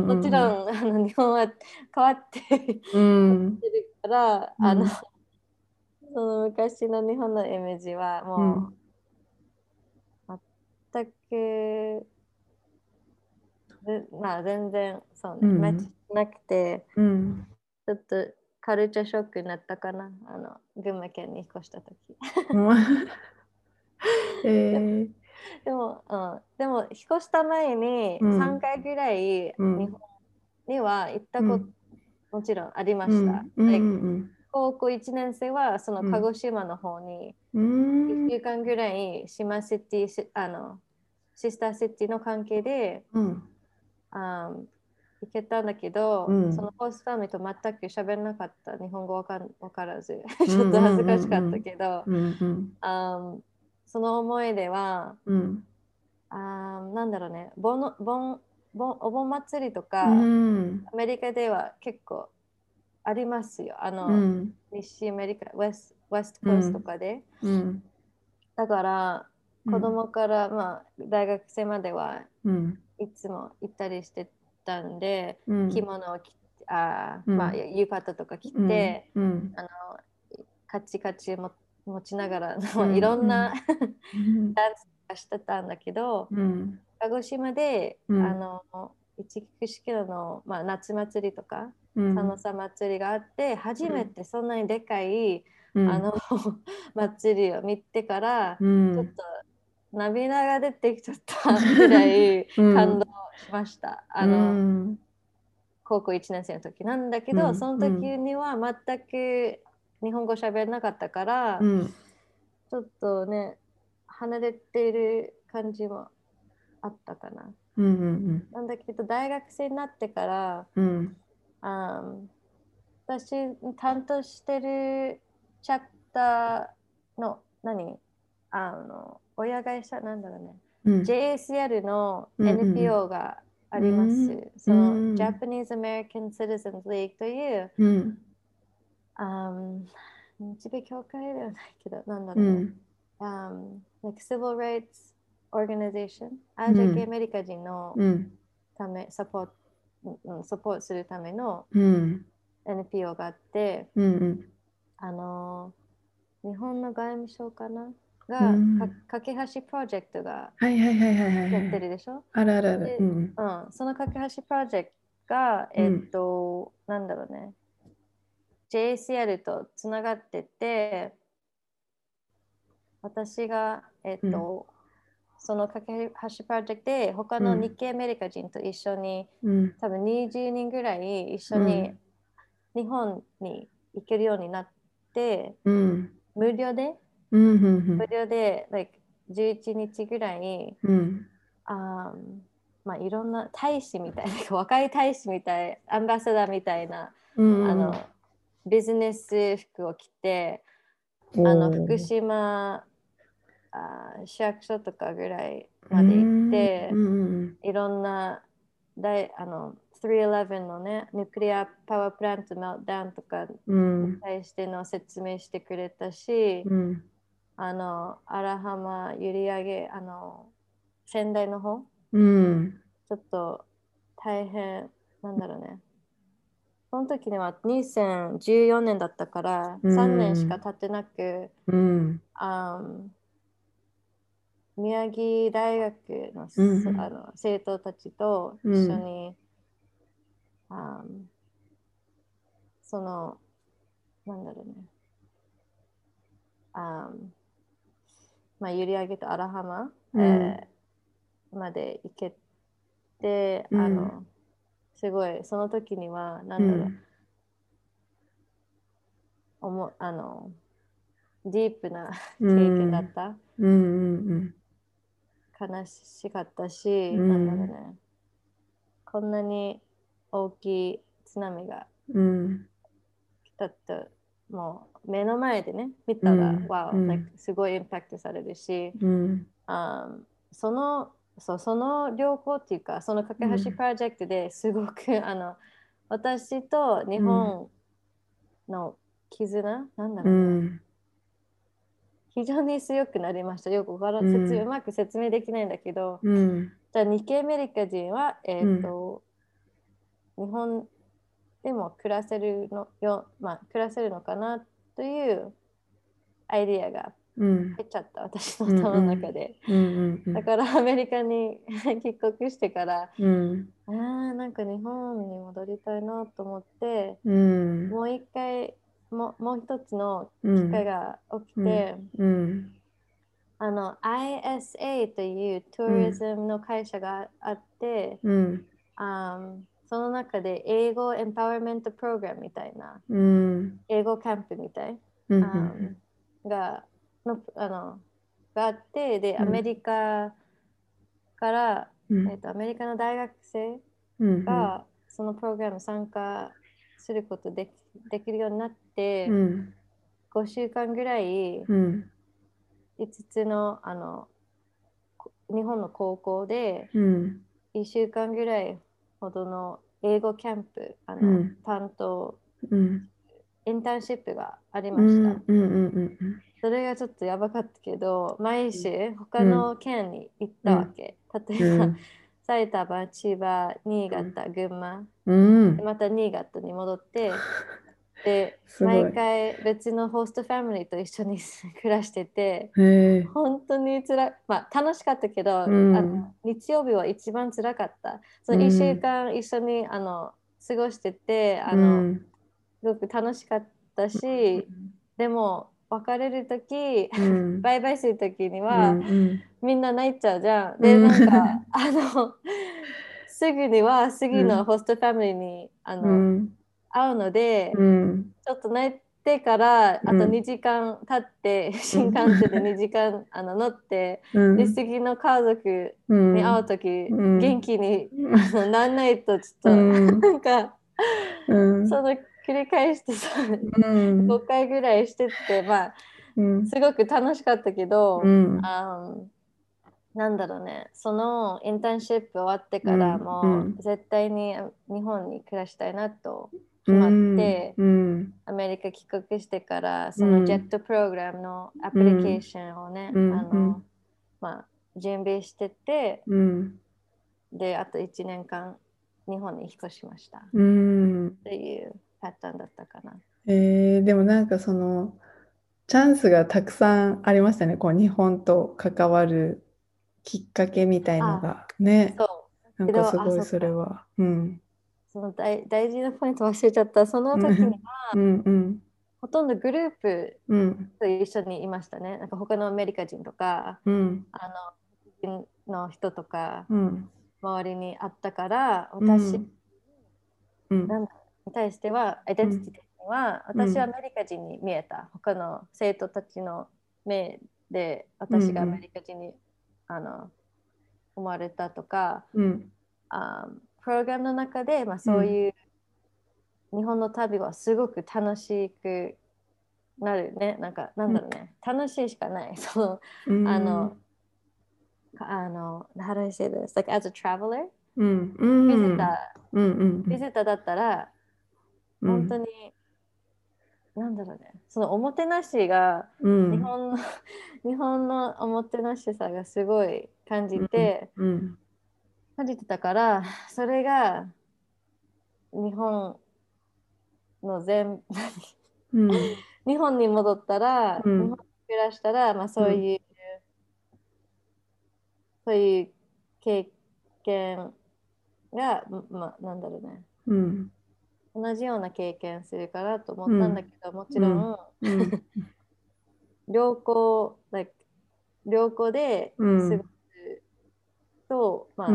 B: もち
A: うん。
B: ろん日本は変わって
A: うん。
B: るから
A: うん。
B: その昔の日本のイメージはも
A: うん。
B: う全くまあ全然そうねマッチし
A: うん。
B: なくて
A: うん。
B: ちょっとカルチャーショックになったかな群馬県に引っ越した時
A: えー、
B: でも引っ越した前に3
A: うん。
B: 回ぐらい日本
A: うん。
B: には行ったこと
A: うん。
B: もちろんありました。
A: うん。うん。う
B: Like
A: ん。
B: 高校1年生はその鹿
A: うん。
B: 児島の方に
A: うん。
B: 1週間ぐらい島シティシスターシティの関係で
A: うん。
B: あ行けたんだけど、その
A: うん。
B: ホストファミと全く喋らなかった。日本語わからず
A: う
B: ちょっと恥ず
A: ん。
B: かしかった
A: うん。
B: けど、
A: うん。うん。
B: その思い出は
A: うん。
B: なんだろうね、お盆祭りと
A: う
B: か
A: ん。
B: アメリカでは結構ありますよ。
A: うん。
B: 西アメリカ、ウェストコーストと
A: うん。
B: かで。
A: うん。
B: だから子
A: うん。
B: 供からまあ大学生までは
A: うん。
B: いつも行ったりしてたんで、着
A: うん。
B: 物を着て、まあ、
A: うん。
B: 浴衣とか着
A: うん。
B: て、
A: うん。
B: あの、カチカチも持ちながら、
A: う
B: いろんな
A: ん。うん。
B: ダンスがしてたんだけど、
A: うん。
B: 鹿児島で、
A: うん。
B: 一木式の、まあ、夏祭りとか、
A: うん。
B: 佐野さ祭りがあって、初め
A: うん。
B: てそんなにでかい、
A: うん。
B: 祭りを見てから、
A: うん。
B: ちょっと涙が出てきちゃったぐらい
A: うん。
B: 感動しました。
A: うん。
B: 高校1年生の時なんだけど、そ
A: うん。
B: の
A: うん。
B: 時には全く日本語喋れなかったから、
A: うん。
B: ちょっとね、離れている感じもあったかな。
A: うん。
B: なんだけど、大学生になってから、
A: うん。
B: あー私担当してるチャプターの親会社なんだろうね。
A: うん。
B: JACR の
A: うん。
B: NPO があ
A: う
B: りま
A: ん。
B: す。
A: う
B: その
A: ん。
B: Japanese American Citizens League という、
A: うん。
B: 日米協会ではないけど、なんだろうね。
A: うん。
B: like Civil Rights Organization、アジア系ア
A: うん。
B: メリカ人の
A: うん。
B: ため、サポートするための
A: うん。
B: NPO があって、
A: うん。
B: あの日本の外務省かな
A: う
B: が
A: ん。
B: 架け橋プロジェクトが
A: はいはいはいはいはい
B: やっ
A: はい。
B: てるでしょ。
A: あるあるある。う
B: で、
A: ん。
B: その架け橋プロジェクトが、
A: うん。
B: なんだろうね、JCR とつながってて、私が、
A: うん。
B: その架け橋プロジェクトで他
A: うん。
B: の日系アメリカ人と一緒に
A: うん。
B: 多分20人ぐらい一緒に
A: うん。
B: 日本に行けるようになって
A: うん。
B: 無料で
A: うん。うん。
B: like、11日ぐらい
A: うん。
B: あーまあいろんな大使みたいな若い大使みたいアンバサダーみたいな
A: うん。
B: あのビジネス服を着て
A: お
B: 福
A: ー。
B: 島市役所とかぐらい
A: う
B: まで行っ
A: ん。う
B: て
A: ん。
B: いろんな311のねニュークリアパワープラントメルトダウンとかに
A: うん。
B: 対しての説明してくれたし、
A: うん。
B: 荒浜閖上仙台の方
A: うん。
B: ちょっと大変なんだろうね。その時には2014年だったから
A: う
B: 3年しか
A: ん。
B: 経ってなく、
A: うん。
B: あ宮城大学の、
A: うん。
B: 生徒たちと一緒
A: うん。
B: にあそのなんだろうね。あまあ、閖上と荒浜、
A: うん。
B: まで行けて、
A: うん。
B: すごい、その時には、なんだろう、
A: うん。
B: おも、ディープな
A: う
B: 経験だ
A: ん。
B: った。
A: うん。
B: 悲しかったし、
A: う
B: なんだろう
A: ん。
B: ね。こんなに大きい津波が
A: うん。
B: 来たって、もう目の前でね、見たら、
A: うん。う
B: わお、like、
A: ん。
B: すごいインパクトされるし、
A: うん。
B: あその、その良好っていうか、その架け橋
A: うん。
B: プロジェクトですごく、私と日
A: うん。
B: 本の絆、なんだ
A: う
B: ろうね、
A: ん。
B: 非常に強くなりました。よく
A: うん。
B: うまく説明できないんだけど、
A: うん。
B: じゃあ日系アメリカ人は、
A: うん。
B: 日本でも暮らせるのよ、まあ、暮らせるのかなというアイディアが
A: うん。
B: 入っちゃった、私の
A: うん。
B: 頭の中で。
A: うん。うん。
B: だからアメリカに帰国してから、
A: うん。
B: なんか日本に戻りたいなと思って、
A: うん。
B: もう一回、もう一つの機会
A: うん。
B: が起き
A: うん。
B: て、
A: うん。
B: ISA というト
A: うん。
B: ゥーリズムの会社があって、
A: うん。
B: その中で英語エンパワーメントプログラムみたいな、
A: うん。
B: 英語キャンプみたい、
A: うん。う
B: あ
A: ん。
B: がの、があって、で、
A: うん。
B: アメリカから、
A: うん。
B: アメリカの大学生
A: うん。
B: がそのプログラム参加することできるようになって、
A: うん。
B: 5週間ぐらい
A: うん。
B: 5つの、日本の高校で
A: うん。
B: 1週間ぐらいほどの英語キャンプ
A: うん。
B: 担当
A: うん。
B: インターンシップがあり
A: うん。
B: ました。
A: うん。
B: それがちょっとやばかったけど、毎週他
A: うん。
B: の県に行っ
A: うん。
B: たわけ。例えば、
A: うん。
B: 埼玉、千葉、新潟、群馬、
A: うん。
B: また新潟に戻って、で、毎
A: すごい。
B: 回別のホストファミリーと一緒に暮らしてて、
A: へえ。
B: 本当にまあ楽しかったけど、
A: うん。
B: 日曜日は一番辛かった。そ
A: う
B: の1週
A: ん。
B: 間一緒に過ごしてて、
A: うん。
B: すごく楽しかったし、でも別れる時
A: うん。
B: バイバイする時に
A: う
B: は
A: ん。
B: みんな泣いちゃうじゃん。
A: う
B: で、なんか、
A: ん。
B: すぐには次の
A: うん。
B: ホストファミリーに
A: うん。
B: 会うので、
A: うん。
B: ちょっと泣いてからあと
A: うん。
B: 2時間経って新
A: うん。
B: 幹線で2時間乗って、で、
A: うん。
B: 次の家族
A: う
B: に会う
A: ん。
B: 時
A: うん。
B: 元気になんないとち
A: う
B: ょっと
A: ん。
B: なんか
A: うん。
B: その繰り返してさ
A: うん。
B: 5回ぐらいしてって、まあ
A: うん。
B: すごく楽しかったけど、
A: うん。
B: なんだろうね、そのインターンシップ終わってから
A: うん。う
B: も
A: ん。
B: う絶対に日本に暮らしたいなと
A: う
B: 決まっ
A: ん。
B: て、
A: うん。
B: アメリカ帰国してから
A: う
B: そのジェッ
A: ん。
B: トプログラムのア
A: う
B: プリケー
A: ん。
B: ションをね、
A: うん。
B: まあ、準備してて、
A: うん。
B: で、あと1年間日本に引っ越しましたっ
A: うん。
B: ていうパターンだったかな。
A: でもなんかその、チャンスがたくさんありましたね。こう、日本と関わるきっかけみたいの
B: あ、
A: がね。
B: そう。
A: なん
B: けど、あ、
A: かすごい
B: そっか。
A: それは。うん。
B: その大事なポイント忘れちゃった。その時に
A: うん。うん。うん。
B: ほとんどグループ
A: うん。
B: と一緒にいましたね。なんか他のアメリカ人とか、
A: うん。
B: 白人の人とか、
A: うん。
B: 周りにあったから、私
A: うん。うん。
B: なんだに対しては、アイデ
A: うん。
B: ンティティ的には、
A: うん。
B: 私はアメリカ人に見えた。他の生徒たちの目で、
A: うん。
B: 私がアメ
A: うん。
B: リカ人にあの思われたとか、
A: うん。
B: あプログラムの中で、まあ、
A: うん。
B: そういう日本の旅はすごく楽しくなるね。なんか、なんだろうね。楽しいしかない。その、
A: う
B: あの、
A: ん。
B: how do I say this? Like as a traveler?
A: うん。
B: ビジタ
A: うん。
B: ー、
A: うん。
B: ビジターだったら、
A: うん。
B: 本当に、なんだろうね。そのおもてなしが、
A: うん。
B: 日本の日本のおもてなしさがすごい
A: うん。うん。
B: 感じてたから、それが日本の
A: うん。
B: 日本に戻ったら、日本に
A: うん。
B: 暮らしたら、まあ
A: うん。
B: そういう経験が、まあ、なんだろうね。
A: うん。
B: 同じような経験するかなと思
A: う
B: ったんだ
A: ん。
B: けど、もち
A: うん。
B: ろん
A: うん。
B: 良好、良好で過ご
A: うん。
B: すと、
A: うん。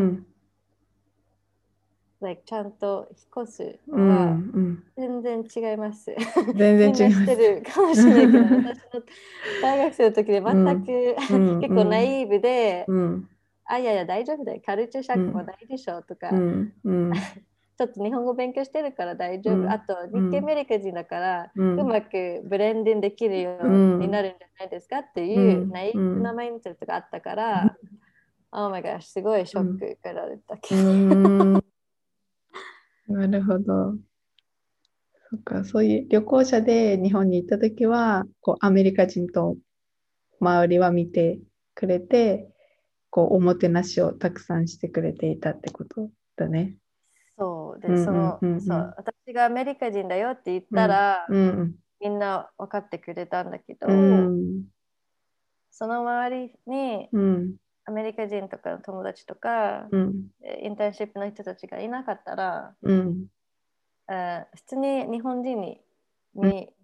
B: ちゃんと引っ越す
A: う
B: のは
A: ん。
B: 全然違います。
A: 全然
B: みんな知って
A: 違います。
B: るかもしれないけど、私の大学生の時で全
A: うん。
B: く
A: うん。
B: 結構ナ
A: うん。
B: イーブで、
A: うん。
B: あ、いやいや、大丈夫だよ。カルチャーショックも
A: うん。
B: ないでしょとか、
A: うん。うん。
B: ちょっと日本語勉強してるから大丈夫。あ
A: うん。
B: と、日系ア
A: うん。
B: メリカ人だから、
A: うん。
B: うまくブレンディンできる
A: う
B: ようにな
A: ん。
B: るんじゃないですかって
A: う
B: いうナ
A: ん。う
B: イーブな
A: ん。
B: マインドセットがあったから、Oh my gosh、すごいショック受けられたけ
A: う
B: ど。
A: ん。なるほど。そっか、そういう旅行者で日本に行ったときは、こう、アメリカ人と周りは見てくれて、こう、おもてなしをたくさんしてくれていたってことだね。
B: そうで、
A: うんうんうん
B: そう、私がアメリカ人だよって言っ
A: うん。
B: たら、
A: うん
B: みんな分かってくれたんだけ
A: う
B: ど、
A: ん
B: その周りに
A: うん
B: アメリカ人とかの友達とか、
A: うん
B: インターンシップの人たちがいなかったら、
A: うん
B: 普通に日本人
A: うん
B: に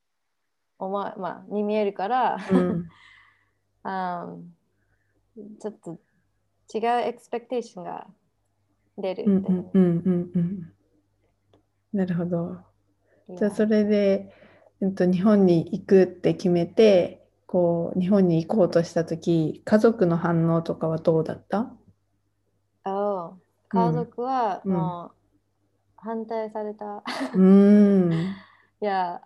B: に見えるから
A: うん
B: あちょっと違うエクスペクテーションが出る
A: うん
B: って。
A: うんうんうんうん。なるほど。
B: いや、
A: じゃあそれで、日本に行くって決めて、こう日本に行こうとしたとき、家族の反応とかはどうだった？う
B: 家
A: ん
B: 族は
A: うん
B: もう反対された。
A: うーん
B: いや、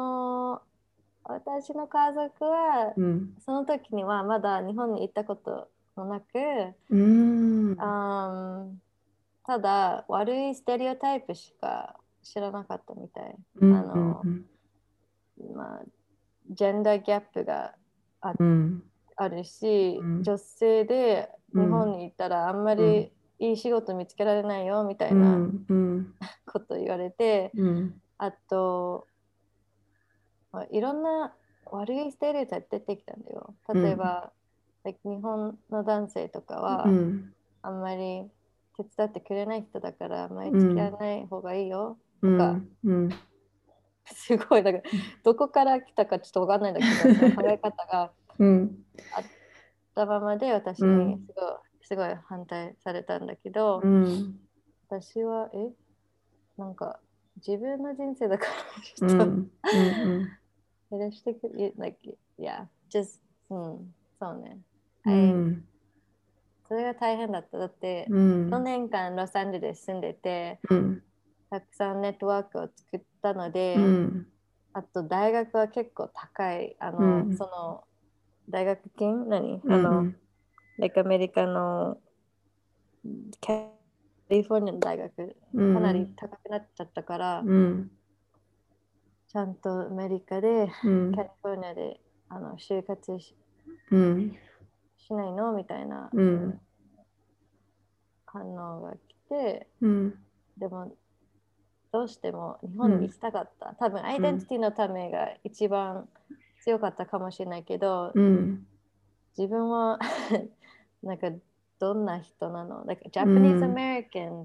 B: 私の家族は
A: うん
B: その時にはまだ日本に行ったこともなく、
A: うーん
B: あーただ悪いステレオタイプしか知らなかったみたい。
A: うんうん
B: まあ、ジェンダーギャップがあ、
A: うん
B: あるし、
A: うん
B: 女性で日本
A: うん
B: に行ったらあんま
A: うん
B: りいい仕事見つけられないよみた
A: う
B: いな
A: んうん
B: こと言われて、
A: うん
B: あと、いろんな悪いステレオタイプ出てきたんだよ。
A: うん
B: 例えば、日本の男性とかは
A: うん
B: あんまり手伝ってくれない人だからあんまり付き合
A: うん
B: わない方がいいよ
A: う
B: とか、
A: んうん
B: すごい、だからどこから来たかちょっとわかんないんだけど、その考え方が
A: うん
B: あったままで私に
A: うん
B: すごい反対されたんだけど、
A: うん
B: 私は、なんか自分の人生だからちょっと
A: うんうん
B: 許してくれ、yeah, just、そうね。
A: う
B: I
A: ん
B: それが大変だった。だって
A: うん。
B: 4年間ロサンゼルス住んでて、
A: うん。
B: たくさんネットワークを作ったので、
A: うん。
B: あと大学は結構高い。
A: うん。
B: その大学金何
A: うん。
B: アメリカのカリフォルニアの大学、
A: う
B: かなり
A: ん。
B: 高くなっちゃったから、
A: うん。
B: ちゃんとアメリカで、
A: うん。
B: カリフォルニアで就活
A: うん。
B: しないのみたいな
A: うん。
B: 反応が来て、
A: うん。
B: でもどうしても日
A: うん。
B: 本に行きたかった。多分アイデンティティのためが一番強かったかもしれないけど、
A: うん。
B: 自分はなんかどんな人なの？ジャ
A: う
B: パニーズ・ア
A: ん。
B: メリカンって、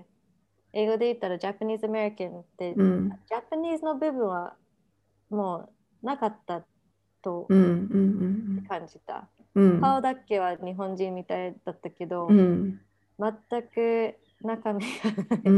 B: 英語で言ったらジャパニーズ・アメリカンって、
A: うん。
B: ジャパニーズの部分はもうなかったと
A: うん。うん。
B: 感じた。
A: うん。
B: 顔だけは日本人みたいだったけど、
A: うん。
B: 全く中身がない。
A: うん。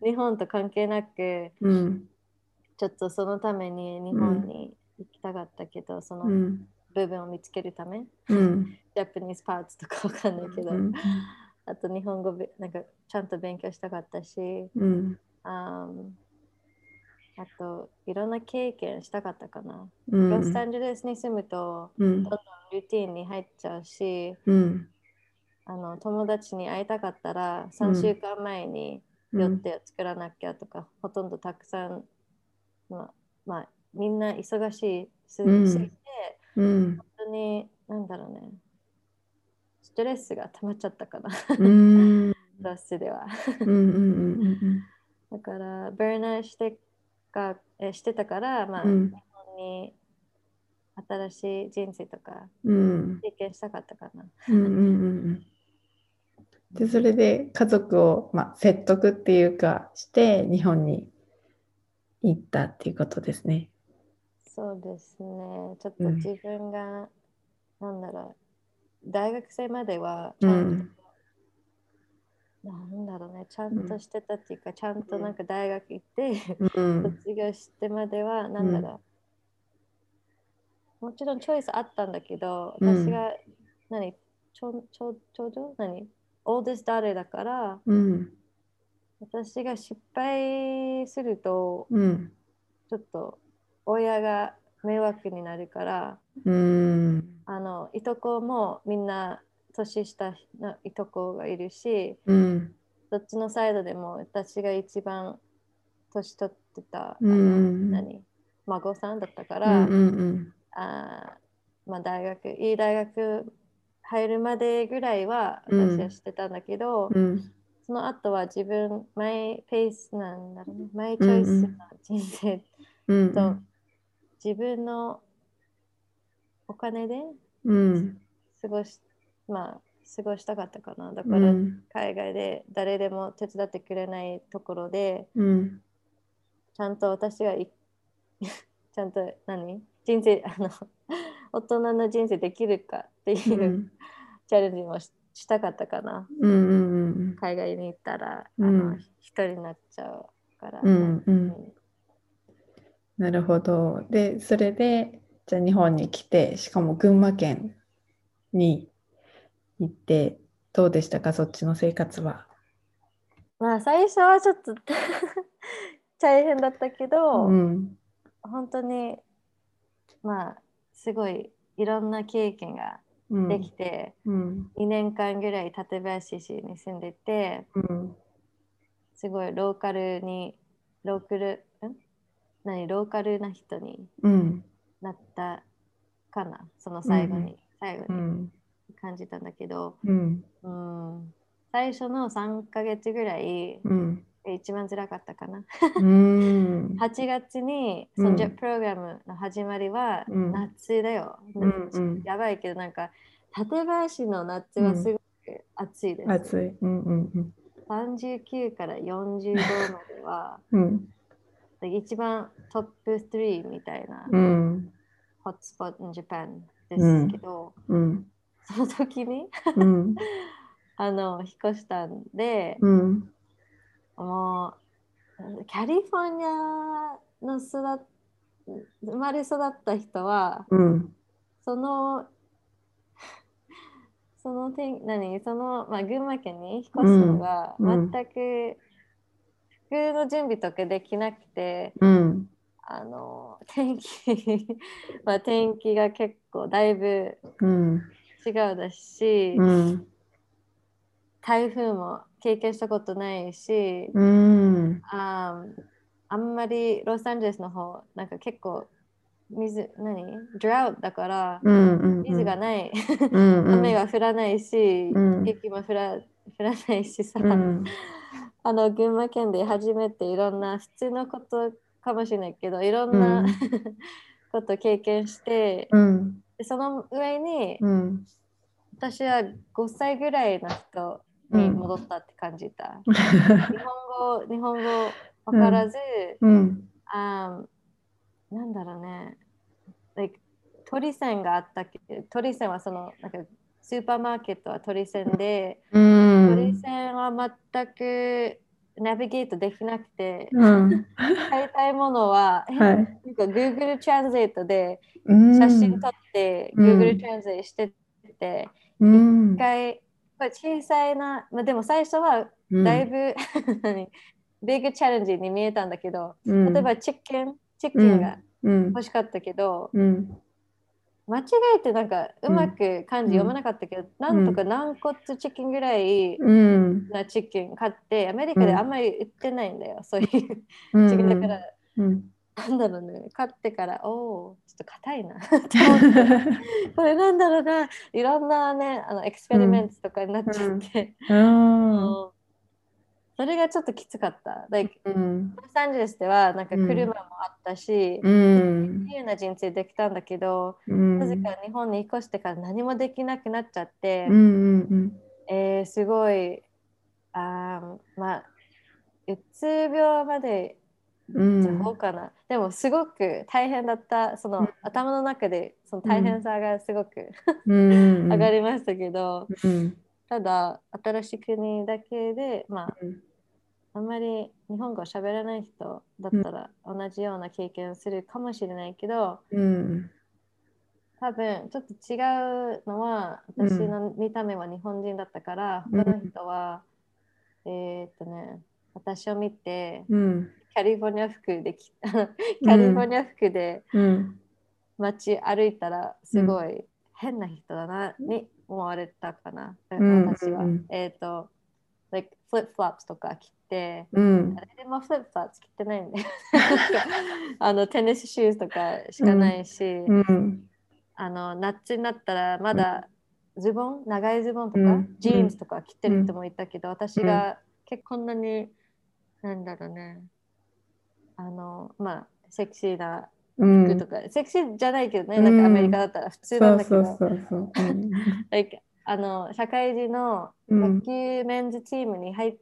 B: 日本と関係なく、
A: うん。
B: ちょっとそのために日
A: うん。
B: 本に行きたかったけど、その
A: うん。
B: 部分を見つけるため、
A: うん。
B: ジャパニーズパーツとかわかんないけど、
A: うん。
B: あと日本語なんかちゃんと勉強したかったし、
A: うん。
B: ああといろんな経験したかったかな。
A: う
B: ロサン
A: ん。
B: ゼルスに住むと
A: うん。
B: どんどんルーティンに入っちゃうし、
A: うん。
B: 友達に会いたかったら3週
A: うん。
B: 間前に
A: うん。
B: 予定を作らなきゃとか、ほとんどたくさん、まあ、みんな忙しいすぎて、
A: うん。
B: 本当に、なんだろうね、ストレスが溜まっちゃったかな、
A: うん。
B: ロスでは。
A: うん。うん。
B: だから、バーナーしてたから、日
A: うん。
B: 本に新しい人生とか
A: うん。
B: 経験したかったかな。
A: うん。うん。で、それで家族を、まあ、説得っていうかして日本に行ったっていうことですね。
B: そうですね。ちょっ
A: うん。
B: と自分が、なんだろう、大学生までは
A: う
B: ちゃんと、
A: ん。
B: なんだろうね、ちゃんと
A: うん。
B: してたっていうか、ちゃんとなんか大学行って
A: うん。
B: 卒業してまでは、な
A: うん。
B: んだろう、もちろんチョイスあったんだけど、
A: うん。
B: 私が、何、ちょうど、オーディス誰だから、
A: うん。
B: 私が失敗すると、
A: うん。
B: ちょっと親が迷惑になるから、
A: うん。
B: いとこもみんな年下のいとこがいるし、
A: うん。
B: どっちのサイドでも私が一番年取ってた、
A: うん。
B: 孫さんだったか
A: うん。
B: ら、
A: うん。
B: あまあ、いい大学入るまでぐらいは
A: うん。
B: 私はしてたんだけど、
A: うん。
B: その後はマイペースなんだろうね、マイ
A: う
B: チョイス
A: ん。
B: な人生
A: う
B: と
A: ん。
B: 自分のお金で
A: うん。
B: 過ごし、まあ、過ごしたかったかな。だ
A: う
B: から
A: ん。
B: 海外で誰でも手伝ってくれないところで、
A: うん。
B: ちゃんと私がちゃんと人生、大人の人生できるかっていう
A: うん。
B: チャレンジもしたかったかな。
A: うん。
B: 海外に行ったら、
A: うん。
B: 一人になっちゃうから
A: う
B: ね。
A: ん。うん。
B: うん、
A: なるほど。で、それで、じゃあ日本に来て、しかも群馬県に行って、どうでしたか、そっちの生活は。
B: まあ、最初はちょっと大変だったけ
A: う
B: ど、
A: ん。
B: 本当に、まあ、すごいいろんな経験ができ
A: うん。
B: て、
A: うん。
B: 2年間ぐらい館林市に住んでて、
A: うん。
B: すごいローカル、んローカルな人に
A: うん。
B: なったかな、その
A: うん。
B: 最後に
A: うん。
B: 感じたんだけど、
A: うん。
B: うん、最初の3ヶ月ぐらい、
A: うん。
B: 一番辛かったかな。
A: うん。
B: 8月にそのジェット
A: うん。
B: プログラムの始まりは
A: うん。
B: 夏だよ。
A: うん。
B: やばいけど、館林の夏
A: うん。
B: はすごく暑いです。
A: 暑い。うん。うん。
B: 39から45までは、
A: うん。
B: 一番トップ3みたいな
A: うん。
B: ホットスポット in Japan ですけ
A: うん。
B: ど、
A: うん。
B: その時に
A: うん。
B: 引っ越したんで、
A: うん。
B: もキャリフォルニアの生まれ育った人は、
A: うん。
B: その、その点、その、まあ、群馬県に引っ越すの
A: うん。
B: が、
A: うん。
B: 全く服の準備とかできなくて、
A: うん。
B: 天気が結構だいぶ
A: うん。
B: 違うだし、
A: うん。
B: 台風も経験したことないし、
A: うん。
B: ああんまりロサンゼルスの方、結構ドラウトだから、
A: うん。うん。
B: 水がない。
A: うん。うん。
B: 雨が降らないし、
A: うん。
B: 雪も降らないしさ、
A: うん。
B: 群馬県で初めていろんな普通のことかもしれないけど、いろ
A: う
B: んな
A: ん。
B: ことを経験して、
A: うん。
B: でその上に、
A: うん。
B: 私は5歳ぐらいの人に
A: うん。
B: 戻ったって感じた。日本語わ
A: うん。
B: からず、
A: うん。
B: あなんだろうね、like 鳥線があったけど、鳥線はスーパーマーケットは鳥線で、
A: う
B: 鳥
A: ん。
B: 線は全くナビゲートできなくて、
A: うん。
B: 買いたいものは、
A: はい。
B: Google Translate で
A: う
B: 写真撮
A: ん。
B: って
A: う
B: Google
A: ん。
B: Translate してて、
A: う
B: 一
A: ん。
B: 回、これ小さいな、まあ、でも最初は
A: うん。
B: だいぶビッグチャレンジに見えたんだけど、
A: うん。
B: 例えばチ
A: うん。
B: キンが
A: うん。
B: 欲しかったけど、
A: うん。
B: 間違えてうま
A: うん。
B: く漢字読まなかったけど、なんとか
A: うん。
B: 軟骨チキンぐらい
A: うん。
B: なチキン買って、アメリカであん
A: うん。
B: まり売ってないんだよ、そういう
A: う
B: チキンだから、
A: ん。うん。
B: なんだろうね、買ってから、おお、ちょっと硬いなって思って、これなんだろうな、いろんなね、エクスペリメン
A: うん。
B: トとかになっちゃっ
A: うん。
B: て、
A: ああ。
B: もうそれがちょっときつかった。
A: うん。
B: ロサンゼルスでは
A: うん。
B: 車もあったし、
A: う
B: すごい
A: ん。
B: 自由な人生できたんだけど、
A: う
B: なぜか
A: ん。
B: 日本に引っ越してから何もできなくなっちゃっ
A: う
B: て、
A: ん。
B: すごい、まあ、うつ病までどうかな。でもすごく大変だった。その頭の中でその大変さがすごく上がりましたけど、ただ新しい国だけで、まあ、あんまり日本語を喋らない人だったら同じような経験をするかもしれないけど、多分ちょっと違うのは、私の見た目は日本人だったから、他の人は、私を見て、カリフォルニア服でカリフォルニア服で街歩いたらすごい変な人だなに思われたかな、私は。like flip-flops とか着て、誰でも flip-flops 着てないんでテニスシューズとかしかないし、夏になったらまだ長いズボンとか、ジーンズとか着てる人もいたけど、私が結構こんなに、なんだろうね、まあ、セクシーな服とか、セクシーじゃないけどね、なんかアメリカだったら普通なんだけど、like 社会人の野球メンズチームに入って、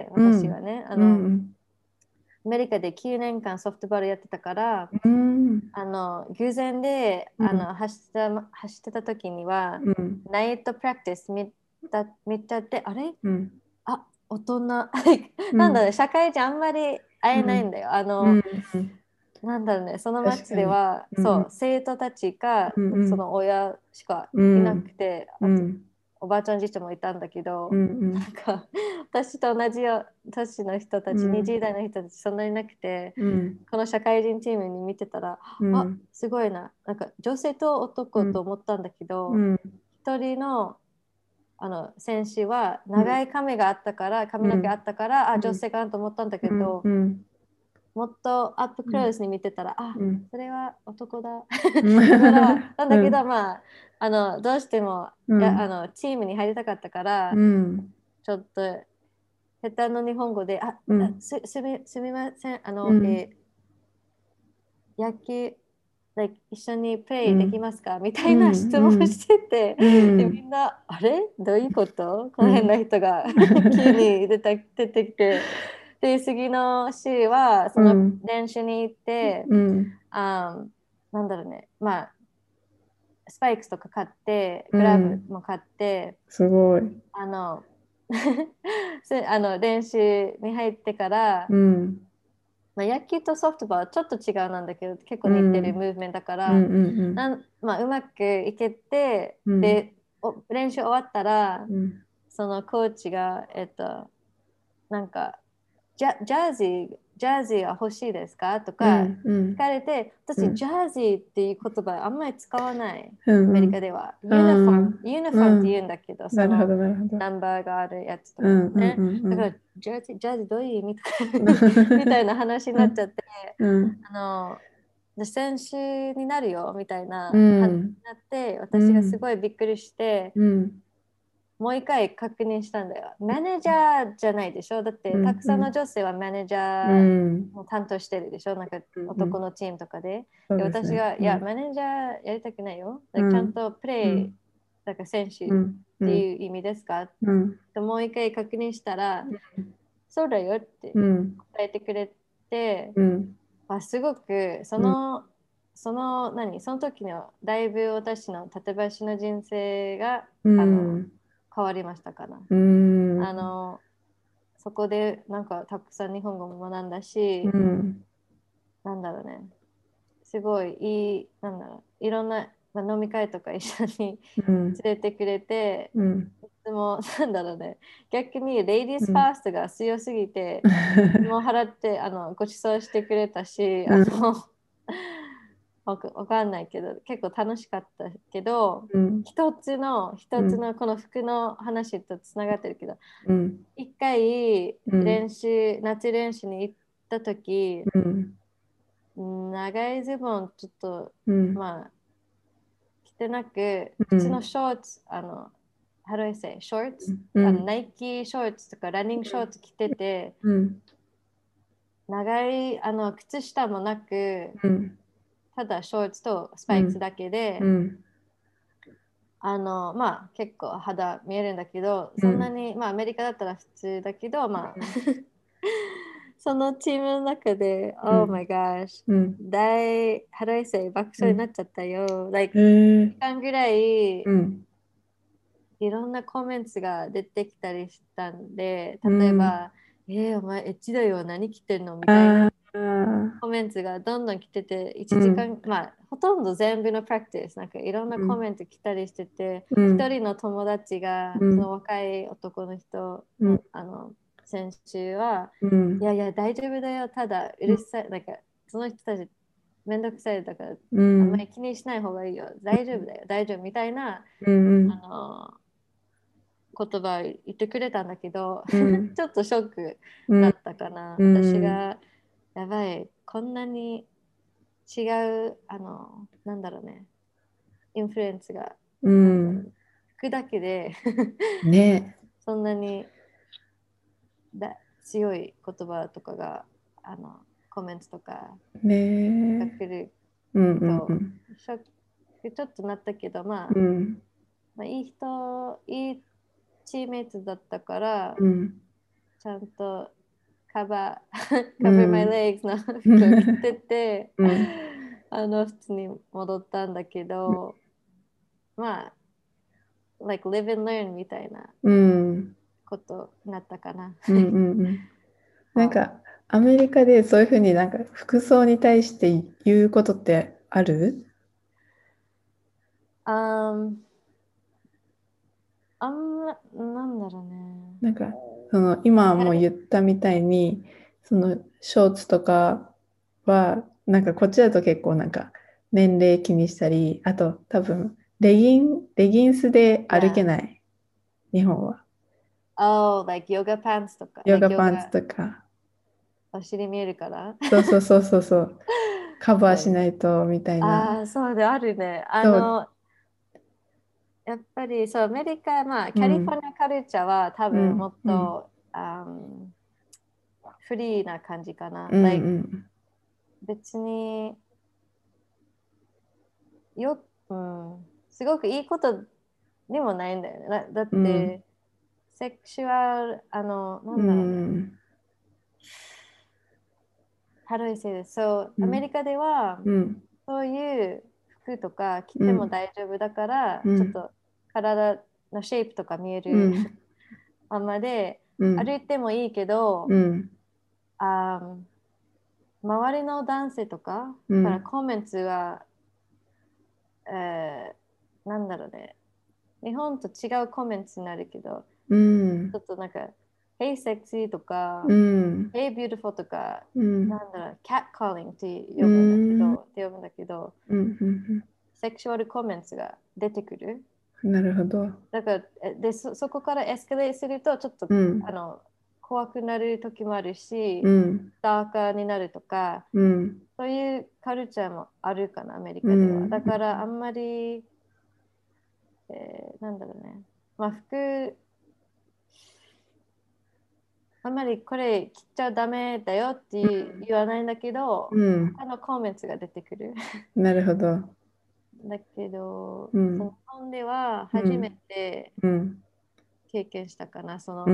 B: 私はね、アメリカで9年間ソフトボールやってたから、偶然で走ってた時には、ナイトプラクティス見ちゃって、あれ、大人なんだろう、社会人あんまり会えないんだよ。なんだろうね、その町では、そう、生徒たちか、その親しかいなくて、あとおばあちゃんじいちゃんもいたんだけど、なんか私と同じ年の人たち、20代の人たちそんなにいなくて、この社会人チームに見てたら、すごいな、なんか女性と男と思ったんだけど、一人の選手は長い髪があったから、髪の毛あったから、女性かなと思ったんだけど、もっとアップクロースに見てたら、それは男だ。だから、なんだけど、まあ、どうしても、チームに入りたかったから、ちょっと、下手の日本語で、すみません、野球、一緒にプレイできますか、みたいな質問してて、でみんな、あれどういうこと、この変な人が急に出てきて。で次の週はその練習に行って、なんだろうね、まあスパイクスとか買って、グラブも買って、
A: すごい。
B: 練習に入ってから、まあ、野球とソフトボールはちょっと違うなんだけど、結構似てるムーブメントだから、まあ、うまくいけて、で練習終わったら、そのコーチが、なんかジャージーは欲しいですかとか聞かれて、私、ジャージーっていう言葉あんまり使わない、アメリカでは。ユニフォームって言うんだけど、そのナンバーがあるやつとかね。だから、ジャージーどういう意味とかみたいな話になっちゃって、選手になるよみたいな話になって、私がすごいびっくりして、もう一回確認したんだよ。マネージャーじゃないでしょ。だってたくさんの女性はマネージャーも担当してるでしょ。なんか男のチームとかで。で私が、いや、マネージャーやりたくないよ。ちゃんとプレイ、なんか選手っていう意味ですか、ともう一回確認したら、そうだよって答えてくれて、すごくその時のだいぶ私の例えば私の人生が変わりましたかな。そこでなんかたくさん日本語も学んだし、なんだろうね、すごいいい、なんだろう、いろんな、飲み会とか一緒に連れてくれて、いつもなんだろうね、逆にレイディースファーストが強すぎて、もう払ってご馳走してくれたし、わかんないけど結構楽しかったけど、一つのこの服の話とつながってるけど、一回夏練習に行った時、長いズボンちょっと、まあ着てなく、普通のショーツ、how do I say? ショーツ、ナイキショーツとかランニングショーツ着てて、長い靴下もなく、ただショーツとスパイクスだけで、まあ結構肌見えるんだけど、そんなに、まあアメリカだったら普通だけど、まあそのチームの中で、
A: う
B: Oh
A: ん
B: my gosh、
A: うん。
B: how do I say 爆笑になっちゃったよ。
A: へ
B: Like、
A: え。
B: 時間ぐらい
A: うん。
B: いろんなコメントが出てきたりしたんで、
A: うん。
B: 例えば、お前エッチだよ、何着てんのみたいな
A: ああ。
B: コメントがどんどん来てて、1
A: うん。
B: 時間、まあ、ほとんど全部のプラクティス、なんかいろんな
A: うん。
B: コメント来たりしてて、
A: うん。
B: 一人の友達が、
A: うん。
B: その若い男の人の、
A: うん。
B: 先週は、
A: うん。
B: いやいや、大丈夫だよ、ただう
A: うん。
B: るさい、なんか、その人たち、めんどくさいだから、
A: うん。
B: あんまり気にしない方がいいよ、大丈夫だよ、大丈夫みたいな、
A: うん。
B: あの、言葉を言ってくれたんだけど、
A: うん。
B: ちょっとショック
A: うん。
B: だったかな。
A: うん。
B: 私が、やばい、こんなに違う、なんだろうね、インフルエンスが、
A: う
B: なんだろう
A: ん。
B: ね、服だけで
A: ね。
B: そんなに強い言葉とかが、コメントとかが
A: ね。
B: 来る
A: うんうんう
B: と、
A: ん。
B: ショックちょっとなったけど、
A: うん。
B: いい人、いいチームメイトだったから、
A: うん。
B: ちゃんと
A: う
B: cover my
A: ん。
B: legs の服を着てて、
A: うん。
B: 普通に戻ったんだけど、まあ、like live and learn みたいな
A: うん。
B: ことになったかな。
A: うんうんうん。なん
B: は
A: か、アメリカでそういうふうになんか服装に対して言うことってある？
B: い。あんま、なんだろうね。
A: なんか、今も
B: やる、
A: 言ったみたいに、ショーツとかは、なんかこっちだと結構なんか、年齢気にしたり、あと多分、レギンスで歩け
B: いや、
A: ない、日本は。
B: oh, like yoga pants とか、
A: ヨ
B: like
A: ガパンツ
B: yoga
A: とか。
B: お尻見えるから。
A: そうそうそうそうそう。カバーしな
B: そうね。
A: いと、みたいな。
B: ああ、そうであるね。
A: そう。
B: やっぱりそう、アメリカ、まあ、
A: うん。
B: カリフォルニアカルチャーは多
A: うん。
B: 分もっ
A: うん。
B: と、フリーな感じかな。
A: うん。う
B: Like、
A: ん。
B: 別にうん、すごくいいことでもないんだよね。だっ
A: うん。
B: て、セクシュアル、な
A: う
B: んだろうね。
A: ん。
B: How do I say this? そう、
A: うん。
B: アメリカでは、
A: うん。
B: そういう服とか着ても
A: うん。
B: 大丈夫だから、
A: うん。
B: ちょっと体のシェイプとか見える
A: うん。
B: ままで
A: うん。
B: 歩いてもいいけど、
A: うん。
B: あー、周りの男性とかから
A: うん。
B: コメントが、なんだろうね。日本と違うコメントになるけど、
A: うん。
B: ちょっとなんか、Hey sexy とか、
A: うん。
B: Hey beautiful とか、
A: うん。
B: なんだろう、catcalling って
A: う
B: 呼ぶんだけ
A: ん。
B: ど、
A: うん。
B: セクシュアルコメントが出てくる。
A: なるほど。
B: だから、そこからエスカレートすると、ちょっと、
A: うん。
B: 怖くなる時もあるし、
A: うん。
B: ダーカーになるとか、
A: うん。
B: そういうカルチャーもあるかな、アメリ
A: う
B: カでは。だ
A: ん。
B: からあんまり、なんだろうね。まああんまりこれ着ちゃダメだよって言わないんだけど、
A: うん。
B: 他のコメントが出てくる。
A: なるほど。
B: だけど、その日
A: うん。
B: 本では初め
A: うん。
B: て
A: うん。
B: 経験したかな。
A: うん。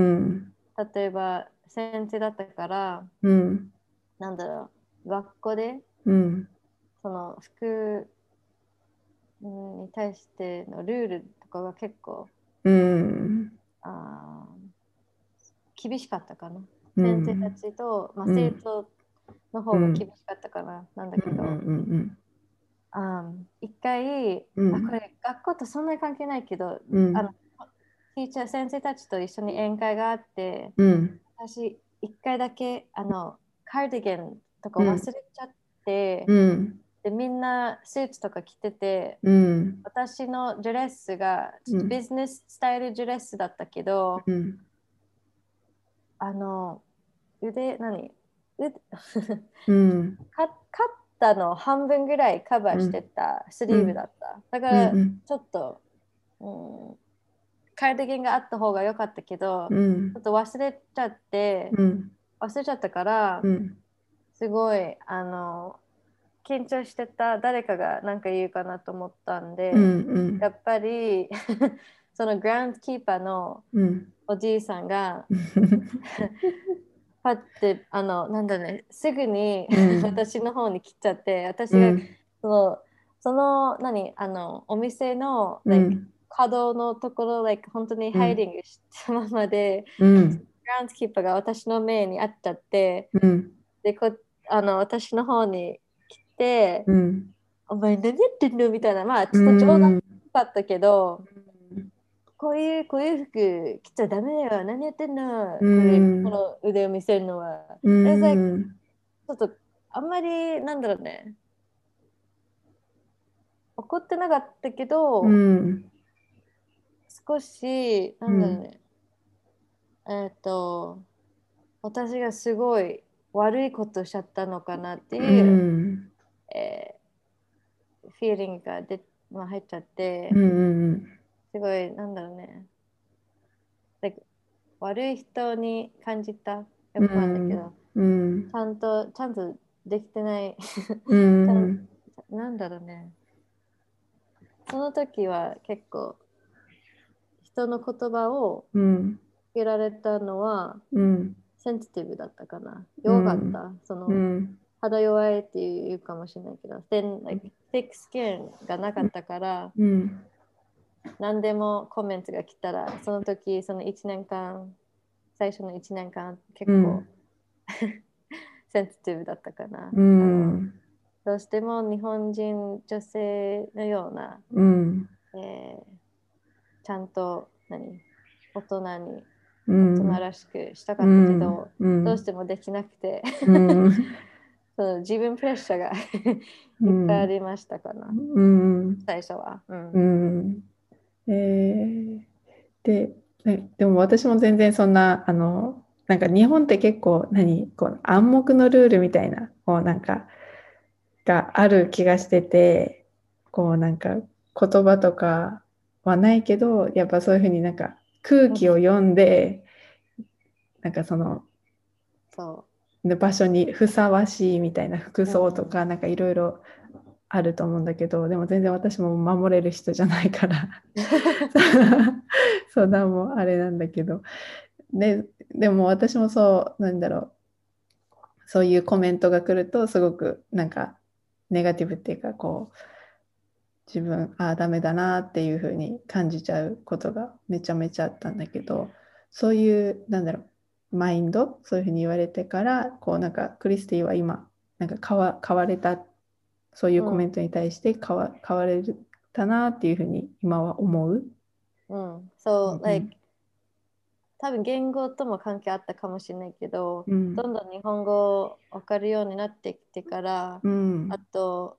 B: 例えば先生だったから、
A: うん。
B: なんだろ学校で
A: うん。
B: その服に対してのルールとかが結構
A: うん。
B: あ厳しかったかな。
A: う
B: 先生た
A: ん。
B: ちと、まあ、
A: うん。
B: 生徒の方が厳
A: うん。
B: しかったかな。なんだ
A: うん。
B: けど、
A: うん。
B: 一回、こ
A: うん。
B: れ学校とそんなに関係ないけど、あの、
A: うん。
B: 先生たちと一緒に宴会があって、
A: うん。
B: 私、一回だけ、カーディガンとか
A: うん。
B: 忘れちゃって、
A: うん。
B: で、みんなスーツとか着てて、
A: うん。
B: 私のドレスが、ちょっとビジネススタイルドレスだったけど、
A: うん。
B: あの、腕、何腕
A: うん。
B: カッタの半分ぐらいカバーして
A: うん。
B: たスリーブ
A: うん。
B: だった。だか
A: うん。
B: ら、
A: うん。
B: ちょっと、うん、カーディガンがあった方が良かったけど、
A: うん。
B: ちょっと
A: うん。
B: 忘れちゃったから、
A: うん。
B: すごい、緊張してた誰かが何か言うかなと思ったん
A: うん。
B: で、
A: うん。
B: やっぱりそのグラウンドキーパーの
A: うん。
B: おじいさんがパッてなんだね、すぐに私の方に来ちゃって、私がそのお店の稼働のところ、本当にハイディングしたままで、グラウンドキーパーが私の目にあっちゃって、で私の方に来て、お前何やってんのみたいな、まあちょっと冗談だったけど、こういう服着ちゃダメだよ。何やってんのこの腕を見せるのは。ちょっとあんまりなんだろうね。怒ってなかったけど、少しなんだろうね。私がすごい悪いことしちゃったのかなっていう、フィーリングが入っちゃって、すごいなんだろうね。悪い人に感じたよくなんだけど、ちゃんとできてないなんだろうね。その時は結構人の言葉を受けられたのはセンシティブだったかな。弱かった。肌弱いっていうかもしれないけど、thick skin がなかったから、何でもコメントが来たら、その時、その1年間、最初の1年間、結構センシティブだったかな。どうしても日本人女性のような、ちゃんと大人らしくしたかったけど、どうしてもできなくてそう自分プレッシャーがいっぱいありましたかな、最初は。
A: で、でも私も全然そんな、なんか日本って結構こう暗黙のルールみたいな、こうなんか、がある気がしてて、こうなんか言葉とかはないけど、やっぱそういうふうになんか空気を読んで、なんかその場所にふさわしいみたいな服装とか、なんかいろいろあると思うんだけど、でも全然私も守れる人じゃないから相談もあれなんだけど、でも私もそうなんだろう、そういうコメントが来るとすごくなんかネガティブっていうか、こう自分ダメだなっていうふうに感じちゃうことがめちゃめちゃあったんだけど、そういうなんだろうマインド、そういうふうに言われてから、こうなんかクリスティは今なんか変われた、そういうコメントに対して変われたなっていうふうに今は思う。
B: そう、多分言語とも関係あったかもしれないけど、どんどん日本語分かるようになってきてから、あと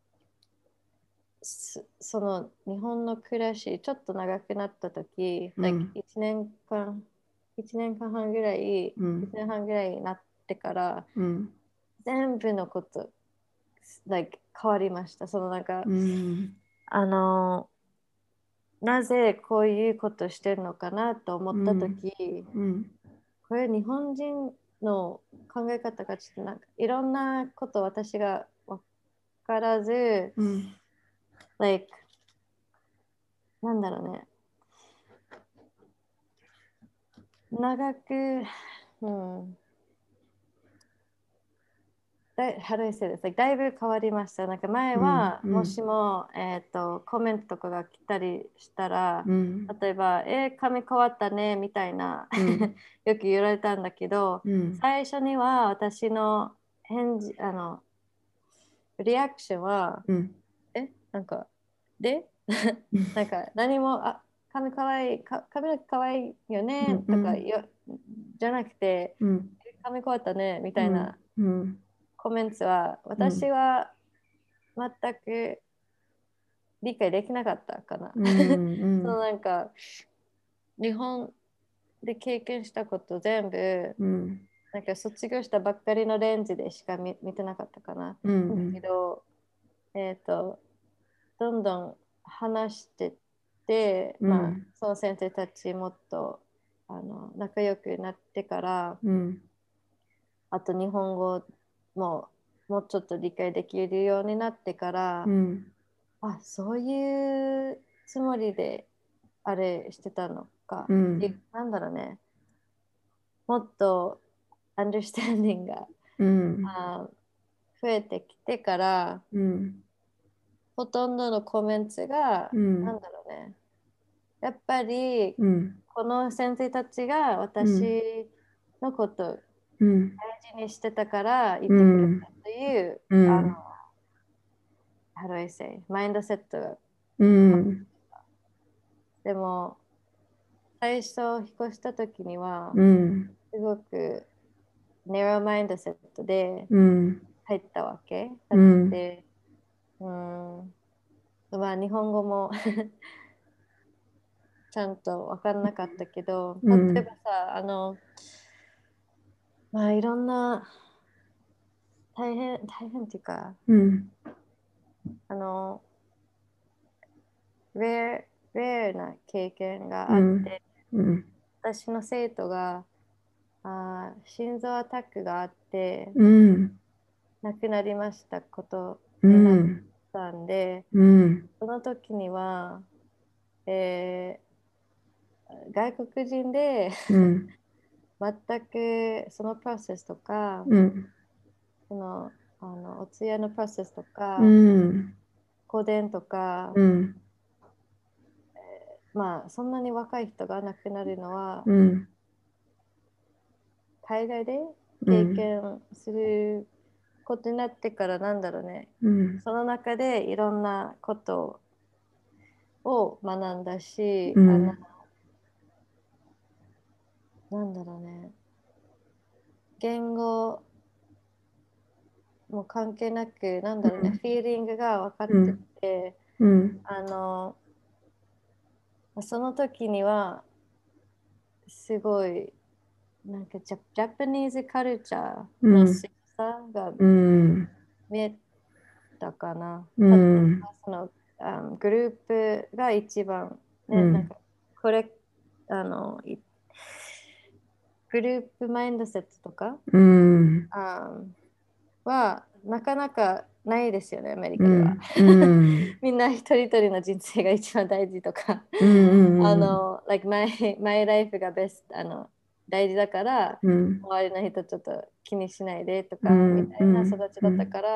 B: その日本の暮らしちょっと長くなった時、1年間1年間半ぐらい、1年半ぐらいになってから、全部のこと、変わりました。なぜこういうことしてるのかなと思った時、これ日本人の考え方がちょっといろんなこと私が分からず、なんだろうね、長く、how do I say this? だいぶ変わりました。前は、もしも、コメントとかが来たりしたら、例えば、髪変わったねみたいなよく言われたんだけど、最初には私の返事、リアクションは、で何も、髪かわいい、髪の毛かわいいよねとかじゃなくて、髪変わったねみたいなコメントは、私は全く理解できなかったかな。日本で経験したこと全部、卒業したばっかりのレンズでしか見てなかったかな。だけど、どんどん話してって、その先生たちもっと仲良くなってから、あと日本語もうちょっと理解できるようになってから、そういうつもりであれしてたのか、なんだろうね、もっとアンダースタンディングが、増えてきてから、ほとんどのコメントが、なんだろうね。やっぱり、この先生たちが私のことを大事にしてたから言ってくれたという、how do I say? マインドセットが。でも、最初引っ越した時には、すごくネローマインドセットで入ったわけ。だって、まあ日本語もちゃんと分からなかったけど、例えばさ、まあいろんな大変っていうか、レアな経験があって、私の生徒が心臓アタックがあって、亡くなりましたことになったんで、その時には、外国人で全くそのプロセスとか、そのお通夜のプロセスとか、香典とか、まあそんなに若い人が亡くなるのは、海外で経験することになってからなんだろうね、その中でいろんなことを学んだし、なんだろうね、言語もう関係なく、なんだろうね、フィーリングが分かってて、その時には、すごい、なんかジャパニーズカルチャーの強さが見えたかな。例えばそのグループが一番、ね、なんかこれ、グループマインドセットとか、はなかなかないですよね、アメリカでは。みんな一人一人の人生が一番大事とか、like my life が大事だから、周りの人ちょっと気にしないでとか、みたいな育ちだったから、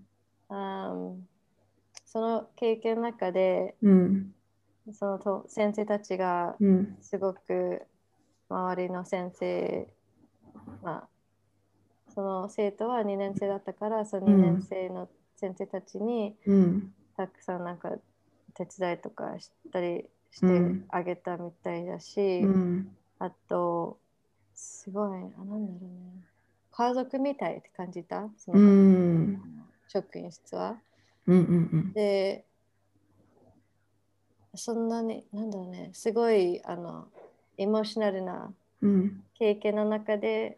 B: その経験の中で、その先生たちがすごく周りの先生、まあ、その生徒は2年生だったから、その2年生の先生たちにたくさんなんか手伝いとかしたりしてあげたみたいだし、あと、すごい、なんだろうね、家族みたいって感じた、その職員室は。で、そんなに、なんだろうね、すごい、エモーショナルな経験の中で、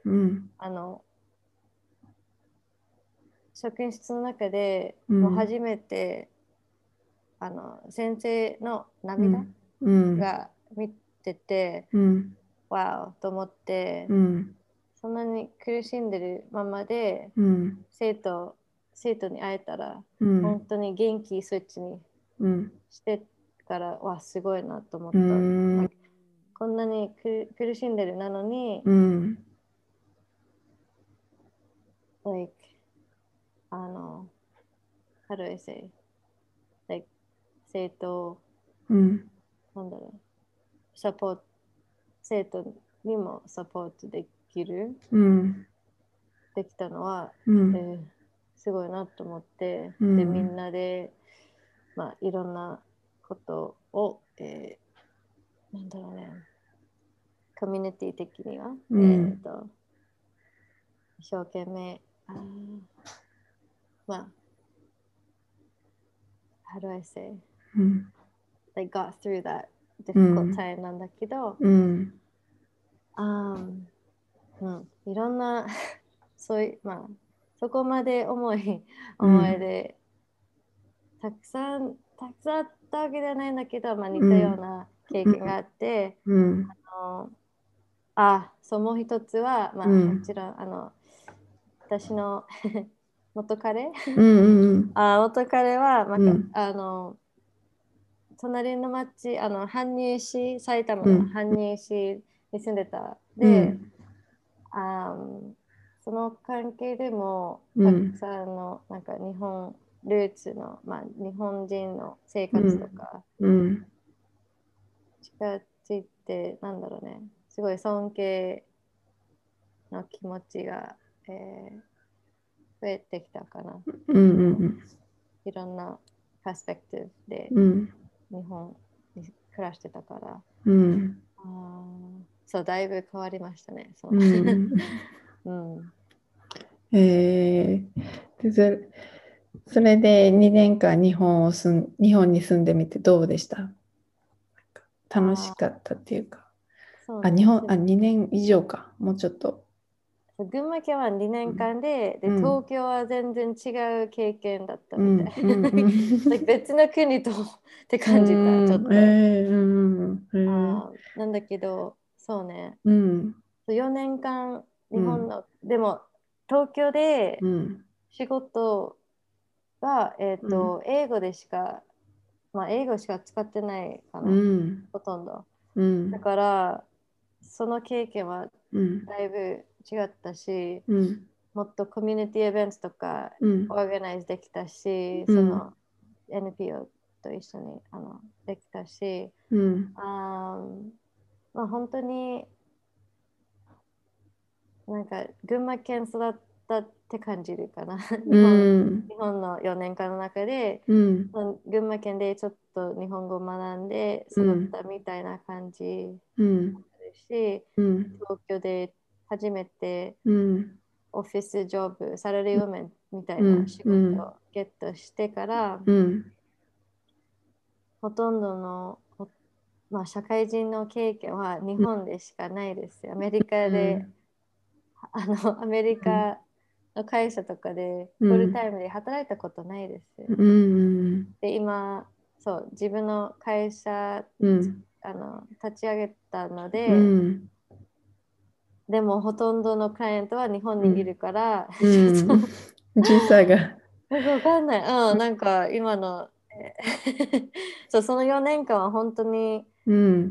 B: 職員室の中でもう初めて、先生の涙が見てて、わーと思って、そんなに苦しんでるままで、生徒に会えたら、本当に元気スイッチにしてから、わ、すごいなと思った。こんなに苦しんでるなのに、like, how do I say? Like, 生徒、なんだろう、生徒にもサポートできたのは、すごいなと思って、で、みんなで、まあ、いろんなことを、なんだろうね、コミュニティ的には、一生懸命、まあ、how do I say? They got through that difficult time なんだけど、いろんなそういう、まあ、そこまで思い出、たくさんあったわけではないんだけど、まあ、似たような経験があって、そう、もう一つは、まあ、もちろん、私の元彼元彼は、隣の町、埼玉の搬入市に住んでた。で、 その関係でもたく
A: うん。
B: さんのなんか日本ルーツの、まあ、日本人の生
A: うん。
B: 活とか
A: うん。
B: 近づいて、なんだろうね、すごい尊敬の気持ちが、増えてきたかな。
A: うん。うん。
B: いろんなパースペクティブで
A: うん。
B: 日本に暮らしてたから、
A: うん。
B: そう、だいぶ変わりましたね。そう。
A: うん。
B: うん。
A: で、それで2年間日本に住んでみてどうでした？楽し
B: あ
A: かったっていうか。
B: そうね。
A: 2年以上か。もうちょっと。
B: 群馬県は2年間で、
A: うん。
B: 東京は全然違う経験だったみたい。
A: うん。うん。うん。
B: like 別の国とって
A: う
B: 感じた、ちょっ
A: ん。
B: と。
A: うん。
B: なんだけど、そうね。
A: うん。
B: 4年間、
A: うん。
B: 日本の、でも、東京で
A: うん。
B: 仕事は、
A: うん。
B: 英語でしか、まあ、英語しか使ってないか
A: う
B: な、
A: ん。
B: ほとんど。
A: う
B: だ
A: ん。
B: から、その経験は
A: うん。
B: だいぶ違ったし、
A: うん。
B: もっとコミュニティイベントとか
A: うん。
B: オーガナイズできたし、
A: うん。
B: その NPO と一緒にできたし、
A: うん。
B: まあ、本当になんか群馬県育ったって感じるかな。
A: うん。
B: 日本の4年間の中で、
A: うん。
B: その群馬県でちょっと日本語を学んで育っ
A: うん。
B: たみたいな感じ
A: うん。
B: ですし、
A: うん。
B: 東京で初めて
A: うん。
B: オフィスジョブ、サラリーウーメンみたい
A: うん。
B: な仕
A: うん。
B: 事をゲットしてから、
A: うん。
B: ほとんどの、まあ、社会人の経験は日本でしかないです。アメリカで、アメリカの会社とかでフルタイムで働いたことないです。
A: うん。
B: で、今、そう、自分の会社、
A: うん。
B: 立ち上げたの
A: う
B: で、
A: ん。
B: でもほとんどのクライアントは日本
A: うん。
B: にいるから、
A: う
B: ちょっ
A: ん。時差が。
B: とよくわかんない。なんか今の、そう、その4年間は本当に、
A: うん。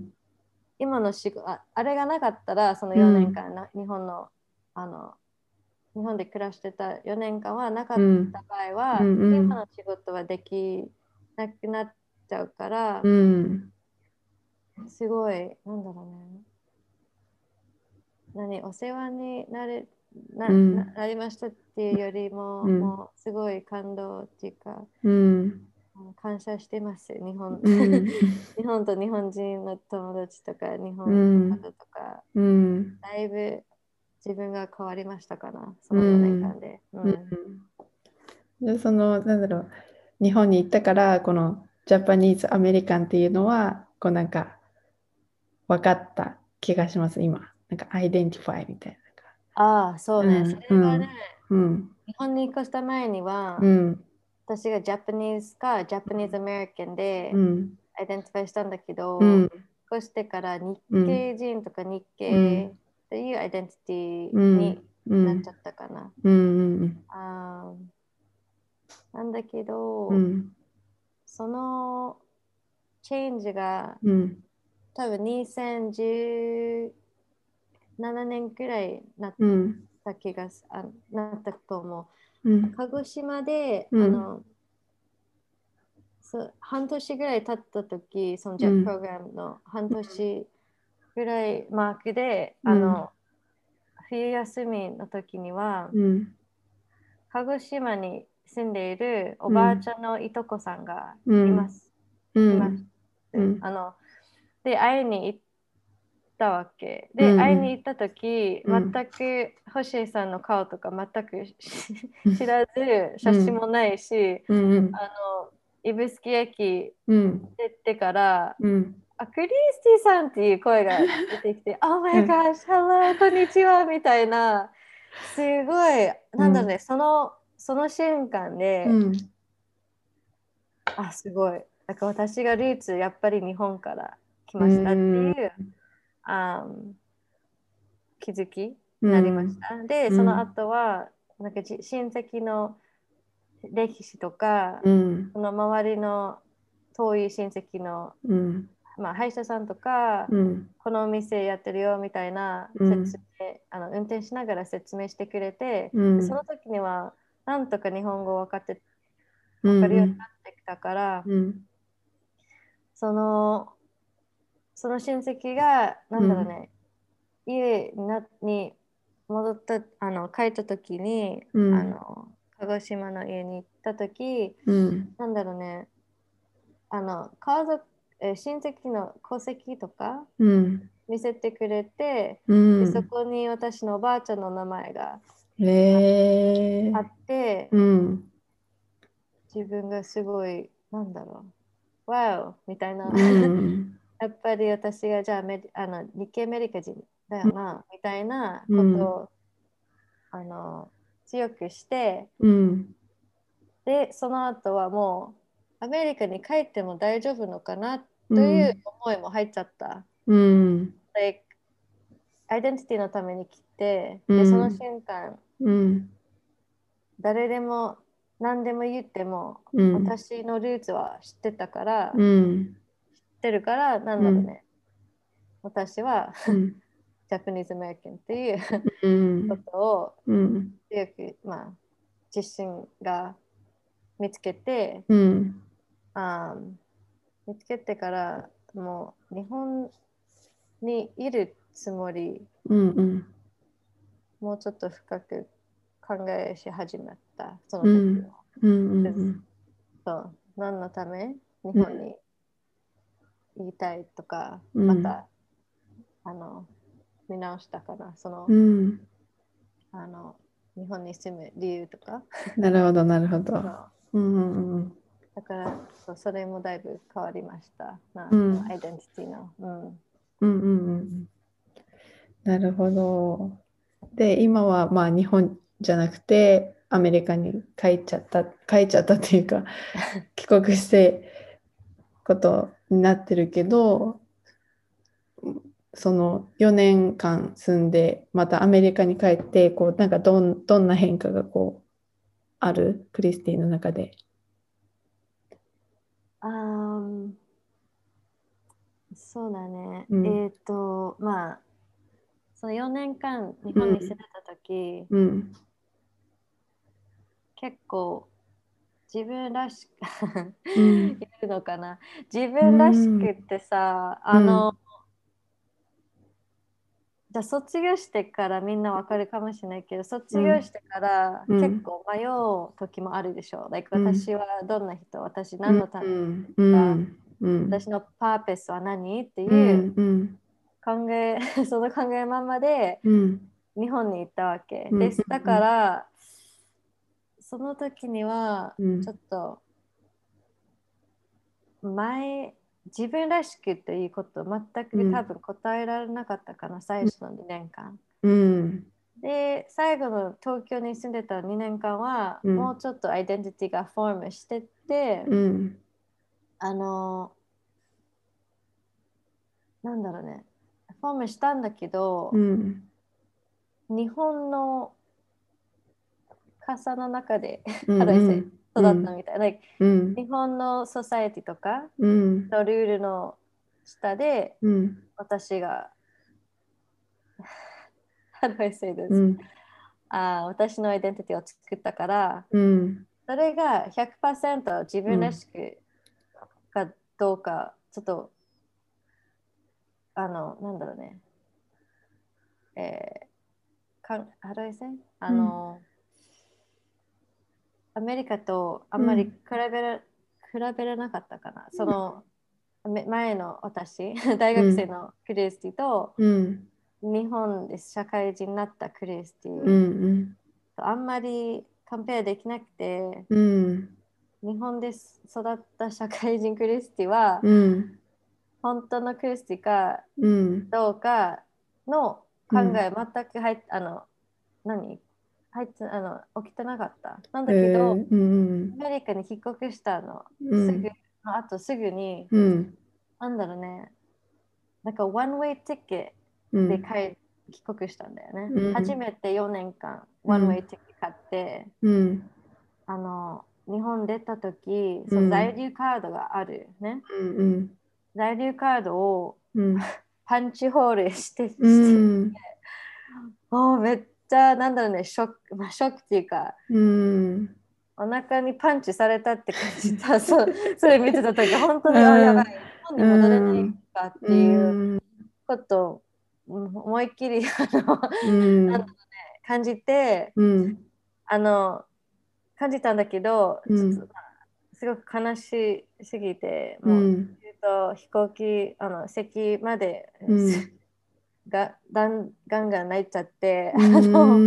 B: 今のあれがなかったら、その
A: う
B: 4
A: ん。
B: 年間あの、日本で暮らしてた4年間はなかっ
A: うん。
B: た場合
A: う
B: は、今の
A: ん。
B: 仕事はできなくなっちゃうか
A: う
B: ら、
A: ん。
B: すごい、なんだろうね。お世話に
A: うん。
B: なりましたっていうよりも、
A: うん。
B: もうすごい感動っていうか、
A: うん。
B: 感謝してます、日本。
A: うん。
B: 日本と日本人の友達とか、日
A: う
B: 本の
A: ん。
B: 方とか、
A: うん。
B: だいぶ自分が変わりましたかな、そ
A: う
B: の4年間
A: ん。
B: で。
A: うん。で、日本に行ったから、このジャパニーズ・アメリカンっていうのは、分かった気がします、今。アイデンティファイみたい
B: そうね、そ
A: な。
B: れはね、
A: うん。
B: 日本に引っ越した前には、
A: うん。
B: 私がジャパニーズかジャパニーズアメリカンで
A: うん。
B: アイデンティファイしたんだけ
A: うん。
B: ど、引っ越してから日
A: うん。
B: 系人とか日
A: うん。
B: 系っていうアイデンティティ
A: うん。
B: に
A: うん。
B: なっちゃったかな。
A: うん。
B: あなんだけど、
A: うん。
B: そのチェンジが
A: うん。
B: 多分2017年くらいなっ
A: うん。
B: た気がなったと思う。
A: うん。
B: 鹿児島で、
A: うん。
B: 半年ぐらい経った時、その
A: う
B: JET プロ
A: ん。
B: グラムの半年ぐらいマークで、
A: うん。
B: 冬休みの時には、
A: うん。
B: 鹿児島に住んでいるお
A: うん。
B: ばあちゃんのいとこさんが
A: うん。
B: います。います。
A: うん。
B: で、会いに行ったわけ。
A: う
B: で、会いに
A: ん。
B: 行った時、
A: うん。
B: 全く星さんの顔とか全く
A: うん。
B: 知らず、写真も
A: うん。
B: ないし、
A: うん。
B: あ指宿駅
A: うん。
B: 出てから、
A: うん。
B: クリスティさんっていう声が出てきて、Oh
A: う
B: my
A: ん。
B: gosh, hello, こんにちはみたいな、すごい、なんだろうね、その瞬間で、
A: うん。
B: すごい。なんか私がルーツ、やっぱり日本から来
A: う
B: ましたって
A: ん。
B: いう、あー気づきに
A: う
B: なりまし
A: ん。
B: た。で、その
A: うん。
B: 後は、なんか親戚の歴史とか、
A: うん。
B: その周りの遠い親戚の
A: うん。
B: まあ、歯医者さんとか、
A: うん。
B: このお店やってるよみたいな
A: うん。
B: 説明、運転しながら説明してくれて、でその
A: うん。
B: 時には、なんとか日本語
A: う
B: 分かるように
A: ん。
B: なってきたから、
A: うん。
B: その、その親戚が、な
A: うん。
B: んだろうね、家に戻った、帰った時に、
A: うん。
B: 鹿児島の家に行った時、
A: うん。
B: なんだろうね、家族、親戚の戸籍とか
A: うん。
B: 見せてくれて、
A: う
B: で、そ
A: ん。
B: こに私のおばあちゃんの名前が
A: へ
B: あ
A: え。
B: って、
A: うん。
B: 自分がすごい、なんだろう、ワオみたいな。
A: うん。
B: やっぱり私がじゃあ日系アメリカ人だよな、みたいな
A: うん。
B: ことをあの強くして、
A: うん。
B: で、その後はもうアメリカに帰っても大丈夫のかな
A: う
B: という
A: ん。
B: 思いも入っちゃった。
A: うん。
B: Like アイデンティティのために来て、
A: う
B: で、その
A: ん。
B: 瞬間、
A: うん。
B: 誰でも何でも言っても、
A: うん。
B: 私のルーツは知ってたから、
A: うん。
B: 知ってるから、なん
A: うん。
B: だろうね、私は
A: うん。
B: ジャパニーズ・アメリカンっていう
A: う
B: こ
A: ん。
B: とを
A: うん。
B: 強く、まあ、自信が見つけて、
A: うん。
B: あ見つけてからもう日本にいるつもり、
A: うん。うん。
B: もうちょっと深く考えし始めた、その
A: う
B: 時は。
A: ん。うん。
B: で
A: うん。
B: そう、何のため日
A: うん。
B: 本に言いたいとか、
A: うん。
B: またあの見直したかな、
A: うん。
B: あの日本に住む理由とか。
A: なるほど、なるほど。
B: そう
A: うん。うん。
B: だからそれもだいぶ変わりました。
A: うん。
B: そのアイデンティティの。うん。
A: うん。うん。なるほど。で、今はまあ日本じゃなくてアメリカに帰っちゃったっていうか帰国してことになってるけど、その4年間住んでまたアメリカに帰ってこうなんかどんな変化がこうあるクリスティの中で。
B: あーそうだね。
A: うん。
B: まあ、その4年間日本に住ん
A: うん。
B: でた時、
A: うん。
B: 結構自分らしく
A: うん。
B: 言うのかな。自
A: う
B: 分らしく
A: ん。
B: ってさ、
A: うん。
B: じゃあ卒業してからみんなわかるかもしれないけど、卒
A: うん。
B: 業してから
A: うん。
B: 結構迷う時もあるでしょ。Like
A: うん。
B: 私はどんな人、私
A: うん。
B: 何のため
A: う
B: に
A: ん。う
B: か、
A: ん。うん。
B: 私のパーペスは何って
A: う
B: いう
A: ん。
B: 考え、その考えままで
A: うん。
B: 日本に行ったわけ
A: うん。
B: です。だから、その時には
A: うん。
B: ちょっと自分らしくということを全く多
A: うん。
B: 分答えられなかったかな、最初の2年間。
A: うん。
B: で、最後の東京に住んでた2年間は、
A: うん。
B: もうちょっとアイデンティティがフォームしてって、
A: うん。
B: あの、なんだろうね、フォームしたんだけど、
A: うん。
B: 日本の傘の中で、
A: う
B: how do I say
A: ん。う
B: 育った
A: ん。
B: みたいな。Like
A: うん。
B: 日本のソサエティとか
A: うん。
B: のルールの下で、
A: うん。
B: 私が、how do I say
A: う
B: this?
A: ん。
B: 私のアイデンティティを作ったから、
A: うん。
B: それが100%自分ら
A: うん。
B: しくかどうか、ちょっと、なんだろうね、えhow do I say?
A: うん。
B: アメリカとあんまり
A: うん。
B: 比べれなかったかな。その前の私、大
A: うん。
B: 学生のクリスティと
A: うん。
B: 日本で社会人になったクリステ
A: う
B: ィ
A: ん。
B: とあんまりカンペアできなくて、
A: うん。
B: 日本で育った社会人クリスティは
A: うん。
B: 本当のクリスティか
A: うん。
B: どうかの考
A: うん。
B: え全く何入って起きてなかった。なんだけど、
A: うん。
B: アメリカに帰国したの
A: うん。
B: あとすぐに、
A: うん。
B: なんだろうね、なんかワンウェイティケ
A: うん。
B: で帰国したんだよね。
A: うん。
B: 初めて4年間ワンウェイ
A: うん。
B: ティケ買って、
A: うん。
B: 日本出た時、
A: うん。
B: 在留カードがあるね。
A: うん。
B: 在留カードを
A: うん。
B: パンチホールして
A: うん。
B: めっちゃなんだろうね、ショック、まあ、ショックっていうか、
A: うん。
B: お腹にパンチされたって感じた。それ見てた時、本当に、やば
A: うん。
B: い、日本
A: う
B: に戻れない
A: ん。
B: かっ
A: う
B: ていう
A: ん。
B: ことを思いっきり
A: うん。
B: 感じて、
A: うん。
B: あの、感じたんだけど、ちょっと
A: うん。
B: すごく悲しすぎて、
A: う
B: もう、
A: ん。
B: 飛行機、席まで、
A: うん。
B: ガンガン泣いちゃって、
A: うん。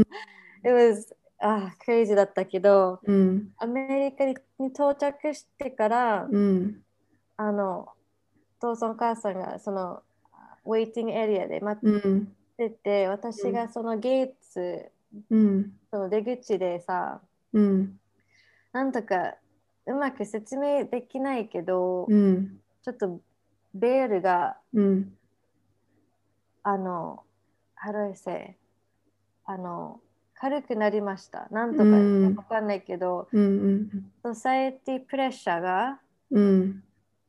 B: it was crazy だったけど、
A: うん。
B: アメリカに到着してから、
A: うん。
B: あの、父さんお母さんがそのウェイティングエリアで待
A: うん。
B: ってて、私がそのゲーツ、
A: うん。
B: その出口でさ、
A: うん。
B: なんとかうまく説明できないけど、
A: うん。
B: ちょっとベールが、
A: うん。
B: あの、how do I say? あの、軽くなりました。なん
A: う
B: とか、わ
A: ん。
B: かんないけど、
A: うん。
B: ソサエティプレッシャーが、
A: うん。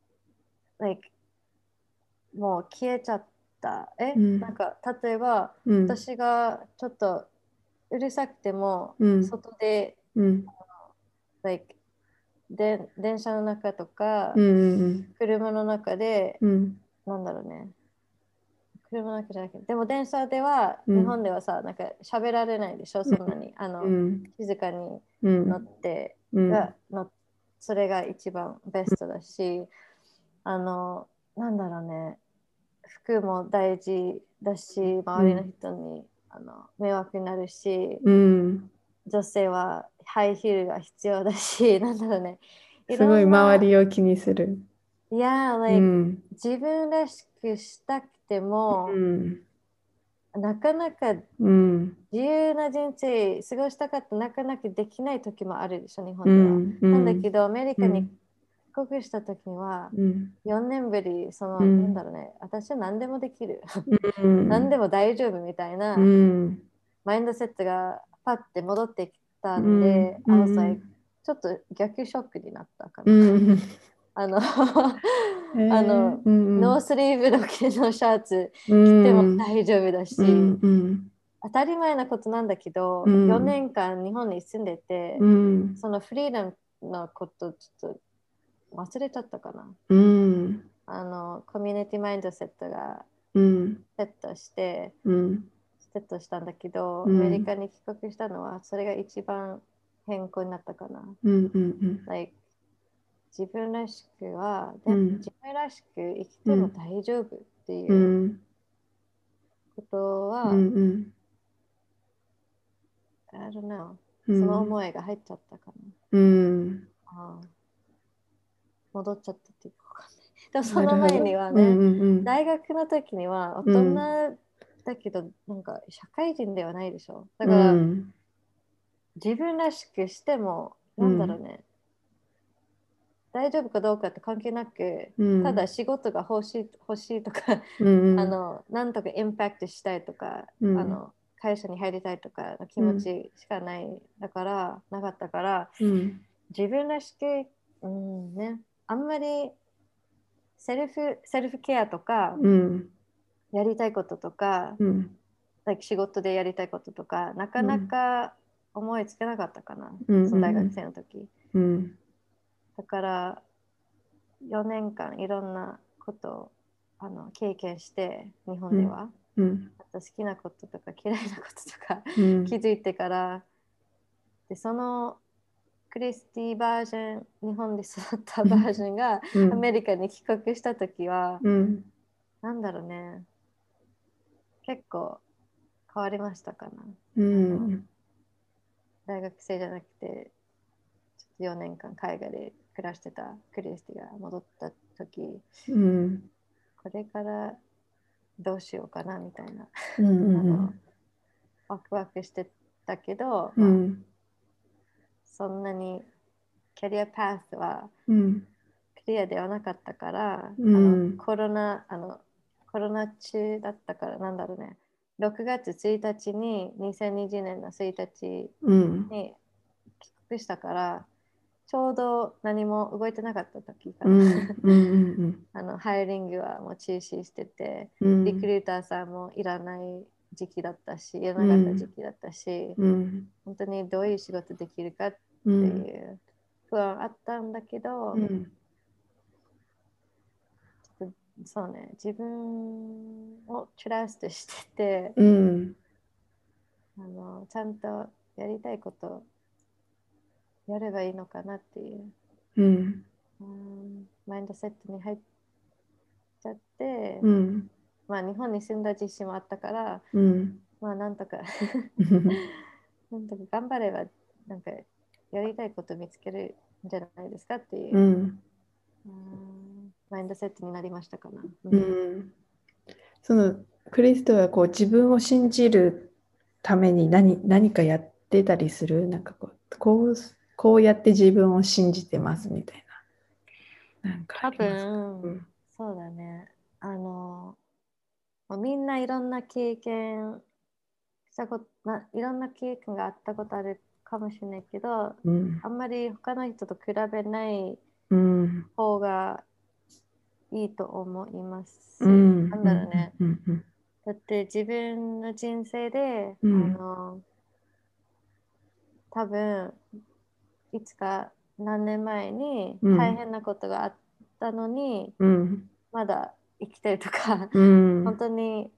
B: like もう消えちゃった。
A: うん。
B: なんか例えば
A: うん。
B: 私がちょっとうるさくても
A: うん。
B: 外で、
A: うん。
B: like、電車の中と
A: う
B: か
A: ん。
B: 車の中で
A: うん。
B: なんだろうね、車の中じゃなくてでも電車では日本
A: うん。
B: ではさなんか喋られないでしょ、そんなに
A: うん。
B: 静かに乗っ
A: うん。
B: て
A: うん。
B: それが一番ベストだし、あのなんだろうね、服も大事だし、周りの人に迷惑になるし、
A: うん。
B: 女性はハイヒールが必要だし、なんだろうね。い
A: すごい
B: ろんな、
A: 周りを気にする。
B: いや、
A: う
B: like、
A: ん。
B: 自分らしくしたくて
A: う
B: も、
A: ん。
B: なかなか自
A: うん。
B: 由な人生過ごしたかったなかなかできない時もあるでしょ、日
A: う
B: 本では。
A: ん。う
B: なんだけ
A: ん。
B: ど、アメリカに
A: うん。
B: 帰国した時には、
A: うん。
B: 4年ぶり、なんだ
A: うん。
B: ろうね、私は何でもできる。
A: うん。
B: 何でも大丈夫みたい
A: う
B: な
A: ん。
B: マインドセットがパッて戻ってきた
A: うん。
B: んで、
A: う
B: I was like、
A: ん。
B: ちょっと逆ショックになったかな。
A: うん。
B: あのあの、
A: うん。
B: ノースリーブの系のシャツ
A: う
B: 着ても
A: ん。
B: 大丈夫だ
A: うん。
B: し、
A: うん。
B: 当たり前なことなんだけ
A: う
B: ど、4
A: ん。
B: 年間日本に住んでて、
A: うん。
B: そのフリーダムのことちょっと忘れちゃったかな。
A: うん。
B: コミュニティマインドセットが
A: うん。
B: セットして、
A: うん。
B: セットしたんだけど、アメリ
A: うん。
B: カに帰国したのはそれが一番変更になったかな。
A: うん。うん。
B: Like、自分らしくは、
A: うん。
B: 自分らしく生きても
A: うん。
B: 大丈夫って
A: う
B: いう
A: ん。
B: こと
A: うん。
B: は、
A: うん。
B: I don't know、その
A: うん。
B: 思いが入っちゃったか
A: うん。
B: な。戻っちゃったっていうかわかんない。でもそ
A: なるほど。
B: の前には
A: うん。
B: ね、
A: うん。
B: 大学の時には大
A: うん。
B: 人だけど、なんか社会人ではないでしょ。だ
A: う
B: から
A: ん。
B: 自分らしくしても、なんだろう
A: うん。
B: ね、大丈夫かどうかって関係なく、
A: うん。
B: ただ仕事が欲しいとか
A: うん。
B: なんとかインパクトしたいとか、
A: うん。
B: 会社に入りたいとかの気持
A: うん。
B: ちしかなかったから、
A: うん。
B: 自分らしく、ね、あんまりセルフケアとか、
A: うん。
B: やりたいこととか、
A: うん。
B: like 仕事でやりたいこととか、なかな
A: うん。
B: か思いつけなかったかな、
A: うん。
B: その大学
A: うん。
B: 生の時。
A: うん。
B: だから4年間いろんなことを経験して、日本では。
A: うん。
B: あと好きなこととか嫌いなこととか
A: う
B: 気
A: ん。
B: づいてから、で、そのクリスティバージョン、日本で育ったバージョンがアメリカに帰国した時は、
A: うん。
B: なんだろうね、結構変わりましたかな。
A: う
B: あの
A: ん。
B: 大学生じゃなくて、ちょっと4年間海外で暮らしてたクリスティが戻った時、
A: うん。
B: これからどうしようかなみたいな
A: うん。
B: あの
A: うん。
B: ワクワクしてたけど、まあ
A: うん。
B: そんなにキャリアパスは
A: うん。
B: クリアではなかったから、
A: うん。
B: コロナ中だったから、なんだろうね、6月1日に2020年の1日
A: うん。
B: に帰国したから、 ちょうど何も動いてなかった時か
A: う
B: な。
A: んうん
B: ハイリングはもう中止してて、リク
A: うん
B: ルーターさんもいらない時期だったし、いら
A: う
B: なかった時
A: ん
B: 期だったし、
A: うん
B: 本当にどういう仕事できるかっ
A: うん
B: ていう不安あったんだけど、
A: うん
B: ちょっとそうね、自分をトラストしてて、
A: うん
B: ちゃんとやりたいことやればいいのかなっていう、
A: うん
B: マインドセットに入っちゃって、
A: うん
B: まあ日本に住んだ自信もあったから、
A: うん
B: まあなんとかなんとか頑張ればなんかやりたいこと見つけるんじゃないですかっていう、
A: うん
B: マインドセットになりましたかな。う
A: う
B: ん、
A: んそのクリストはこう自分を信じるために何かやってたりするなんかこうやって自分を信じてますみたいな。なんかあ
B: 多
A: りますか？う
B: 分
A: ん。
B: そうだね。まあみんないろんな経験したこといろんな経験があったことあるかもしれないけど、
A: うん
B: あんまり他の人と比べない
A: うん
B: 方がいいと思いま
A: う
B: す。なん
A: んうん
B: だろうね。
A: うんうん
B: だって自分の人生で、
A: うん
B: 多分いつか何年前に大
A: うん
B: 変なことがあったのに、
A: うん
B: まだ生きてるとか、
A: う
B: 本
A: ん
B: 当に、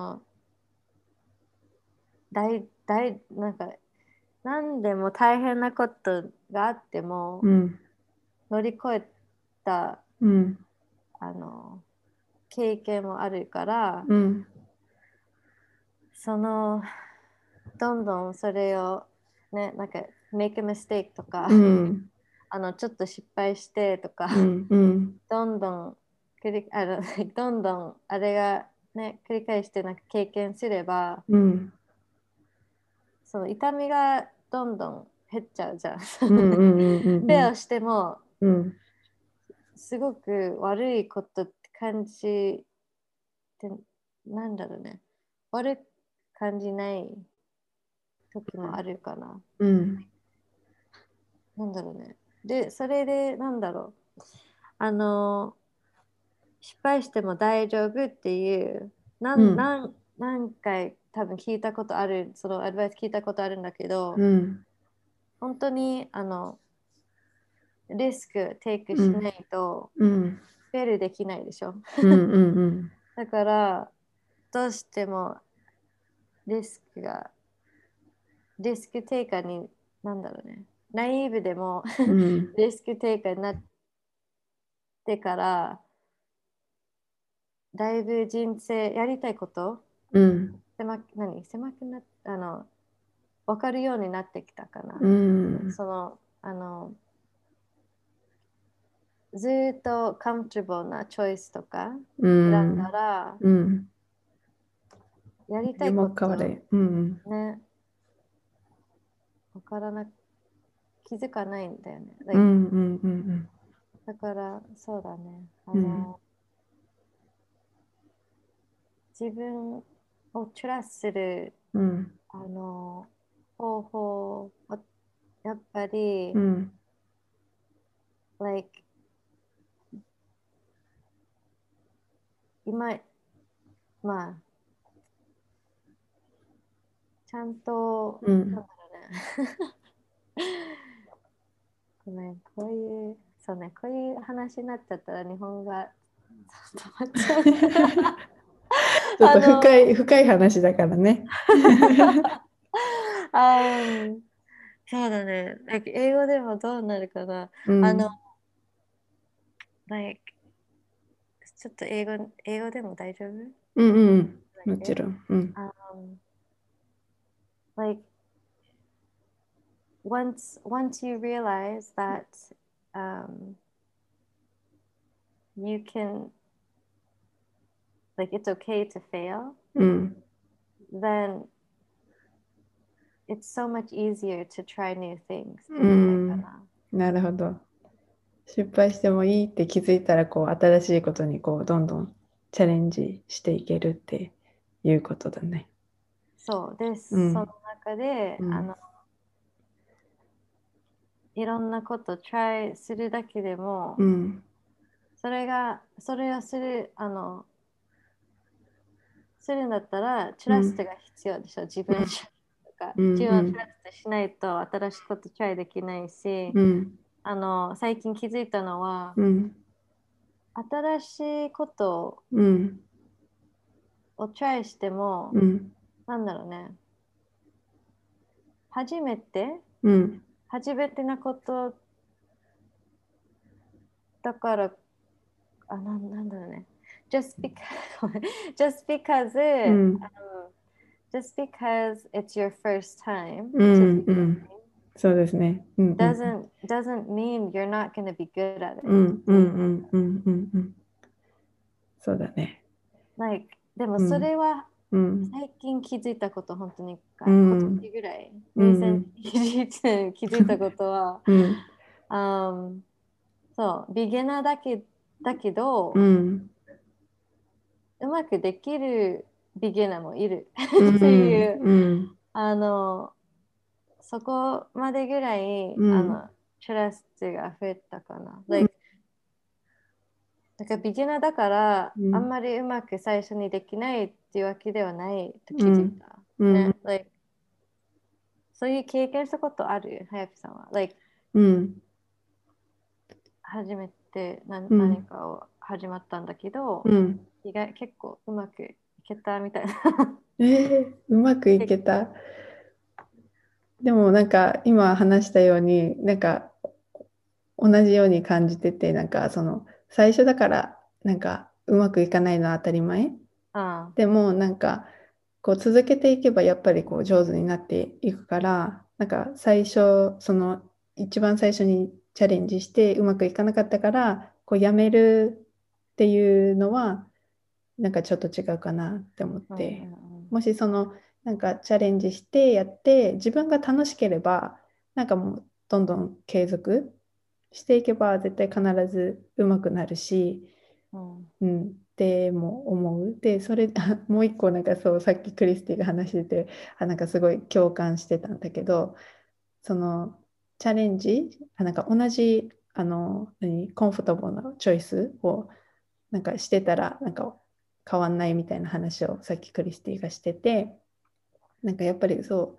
B: なんか、何でも大変なことがあっても、
A: うん
B: 乗り越えた、
A: うん
B: あの、経験もあるから、
A: うん
B: その、どんどんそれを、ね、なんか、make a mistake とか、
A: うん
B: ちょっと失敗してとか、
A: うんうん
B: どんどん繰り、どんどんあれがね、繰り返してなんか経験すれば、
A: うん
B: その痛みがどんどん減っちゃうじゃん。
A: うんうんうんうん
B: フェアしても、
A: うん
B: すごく悪いことって感じて、なんだろうね。悪く感じない時もあるかな。
A: うん
B: なんだろうね。で、それで、なんだろう。あの、失敗しても大丈夫っていう、
A: うん
B: 何回多分聞いたことある、そのアドバイス聞いたことあるんだけど、
A: うん
B: 本当に、リスクテイクしな
A: うん
B: いと、
A: うん
B: フェルできないでしょ。
A: うんうん
B: だから、どうしてもリスクが、リスクテイカーに、なんだろうね。ナイーブでも
A: うん
B: リスクテイカーになってから、だいぶ人生やりたいこと
A: うん
B: 狭くなっ分かるようになってきたか
A: う
B: な。
A: ん
B: ずーっとカムトゥボーなチョイスとか
A: う
B: 選んだ
A: ん
B: ら、
A: うん
B: やりたいこ
A: 何も変わ
B: と
A: れうん
B: ね、わからな、気づかないんだよね。
A: うんうんうん
B: だから、そうだね。
A: うん
B: 自分をトラスする、
A: うん
B: あの、方法を、やっぱり、
A: うん
B: like、今、まあ、ちゃんと、
A: うん
B: なんだろうね。ごめん、こういう、そうね、こういう話になっちゃったら日本が止まっちゃうから。
A: ちょっと
B: あの、
A: 深い話だからね。
B: そうだね。like 英語でもどうなるかな。あの、
A: うん
B: like ちょっと英語でも大丈夫？
A: うんうん。もち
B: Like
A: ろん。うん。
B: um, like once you realize that um, you can like it's okay to fail,
A: うん。
B: then it's so much easier to try new things って
A: う
B: 言いたいか
A: ん。
B: な。
A: なるほど。失敗してもいいって気づいたら、こう、新しいことに、こう、どんどんチャレンジしていけるっていうことだね。
B: そうです。その
A: うん。
B: 中で、
A: うん。
B: いろんなこと try するだけでも、
A: うん、
B: それをするんだったら、ト
A: うん、
B: ラストが必要でしょ。自分とか、
A: うん、
B: 自分をト
A: うん、
B: ラストしないと新しいこと try できないし、
A: うん、
B: 最近気づいたのは、
A: うん、
B: 新しいこと
A: うん、
B: を try しても、
A: うん、
B: なんだろうね、初めて、
A: うん、
B: 初めてなことだから、なんだろうね。just because, just because,
A: うん、
B: just because it's your first time
A: う
B: to
A: ん、
B: do
A: うん
B: something
A: そうですね。うん、うん、
B: doesn't mean you're not going to be good at
A: う
B: it っ
A: ん、うん、
B: ていう。
A: うん、うん、うん、うん、そうだね。
B: Like、でも
A: うん、
B: それは
A: うん、
B: 最近気づいたこと、本当に
A: う
B: 今
A: ん、
B: 年ぐらい、
A: うん、
B: 2021年気づいたことは、
A: うん、
B: そう、ビギナーだけ
A: う
B: ど、
A: ん、
B: うまくできるビギナーもいる
A: う
B: って
A: ん、
B: いう、
A: うん、
B: あの、そこまでぐらい、
A: うん、
B: トラストが増えたかな。
A: うん、
B: だからビギナーだから、
A: うん、
B: あんまりうまく最初にできないっていうわけではないと気づい
A: うん、
B: た。
A: うん、
B: ね。そういう経験したことあるはやぴさんは。
A: うん、
B: 初めて
A: うん、
B: 何かを始まったんだけど、
A: うん。
B: 結構うまくいけたみたいな。
A: うまくいけた。でもなんか今話したように、なんか同じように感じてて、なんかその最初だからなんかうまくいかないのは当たり前。
B: あ
A: でもなんかこう続けていけばやっぱりこう上手になっていくから、なんか最初、その一番最初にチャレンジしてうまくいかなかったから、こうやめるっていうのはなんかちょっと違うかなって思っ
B: うんう
A: て、
B: んうん
A: もしそのなんかチャレンジしてやって自分が楽しければ、なんかもうどんどん継続していけば絶対必ず上手くなるし、
B: うん
A: うん、っても思う。で、それ、もう一個なんかそう、さっきクリスティが話してて、なんかすごい共感してたんだけど、そのチャレンジ、なんか同じ、コンフォタブルなチョイスをなんかしてたら、なんか変わんないみたいな話をさっきクリスティがしてて、なんかやっぱりそう、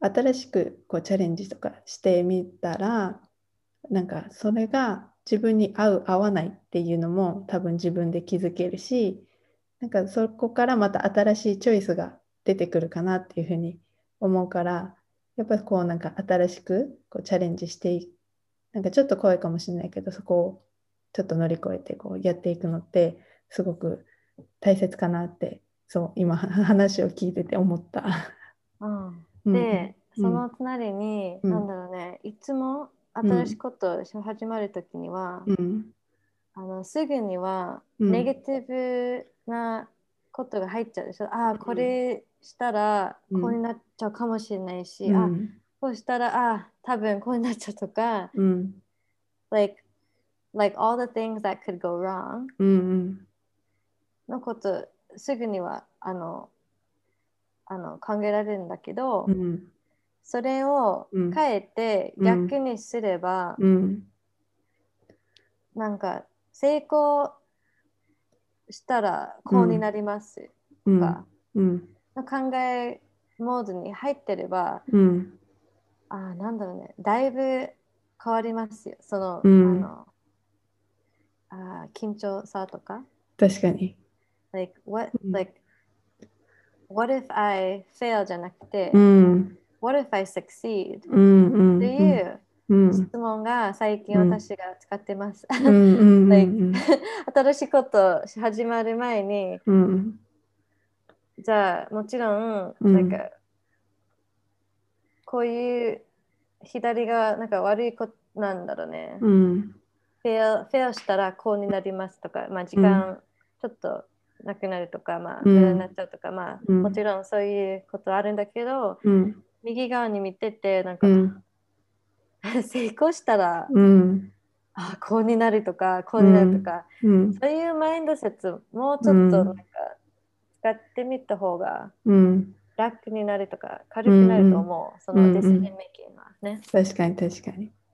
A: 新しくこうチャレンジとかしてみたら、なんかそれが自分に合う合わないっていうのも多分自分で気づけるし、なんかそこからまた新しいチョイスが出てくるかなっていうふうに思うから、やっぱりこうなんか新しくこうチャレンジしてなんかちょっと怖いかもしれないけど、そこをちょっと乗り越えてこうやっていくのってすごく大切かなって、そう今話を聞いてて思った。
B: うん
A: うん
B: で、
A: うん
B: その隣に、なん
A: うん
B: だろうね、いつも
A: うん
B: 新しいことを始まるときには、
A: うん
B: すぐには
A: うん
B: ネガティブなことが入っちゃうでしょ。ああ、これしたら
A: うん
B: こうになっちゃうかもしれないし、あ、
A: うん
B: こうしたら、あ、多分こうになっちゃうとか、
A: うん
B: like, like all the things that could go wrong
A: うん
B: のこと、すぐには考えられるんだけど、
A: うん
B: それを
A: うん
B: 変えて逆
A: うん
B: にすれば、
A: うん
B: なんか成功したらこうにな
A: うん
B: りますとか
A: うんうん
B: の考えモードに入ってれば、
A: うん
B: なんだろうね、だいぶ変わりますよ。
A: うん
B: 緊張さとか。
A: 確かに。
B: like
A: うん
B: what if I fail じゃなく
A: う
B: て、
A: ん
B: what if I succeed っ
A: うんうん
B: て
A: うん
B: いう
A: うん
B: 質問が最近
A: うん
B: 私が使ってます。
A: うんうん
B: like
A: うん。
B: 新しいこと始まる前に、
A: うん、
B: じゃあもちろん、
A: うん、
B: こういう左が悪いことなんだろうね。
A: うん、
B: フェアしたらこうになりますとか、まあ、時
A: うん、
B: 間ちょっとなくなるとか、まあ、無駄になっ
A: うん、
B: ちゃうとか、まあ、
A: うん、
B: もちろんそういうことあるんだけど、
A: うん、
B: 右側に見てて、
A: うん、
B: 成功したら、
A: うん、
B: こうになるとか、こうになると
A: うん、
B: か、
A: うん、
B: そういうマインドセット、もうち
A: う
B: ょっと
A: ん、
B: 使ってみた方が
A: うん、
B: 楽になるとか、
A: うん、
B: 軽くなる
A: うん、
B: と思う。そのディシジョン
A: うん、
B: メイキングはね。
A: 確かに確かに。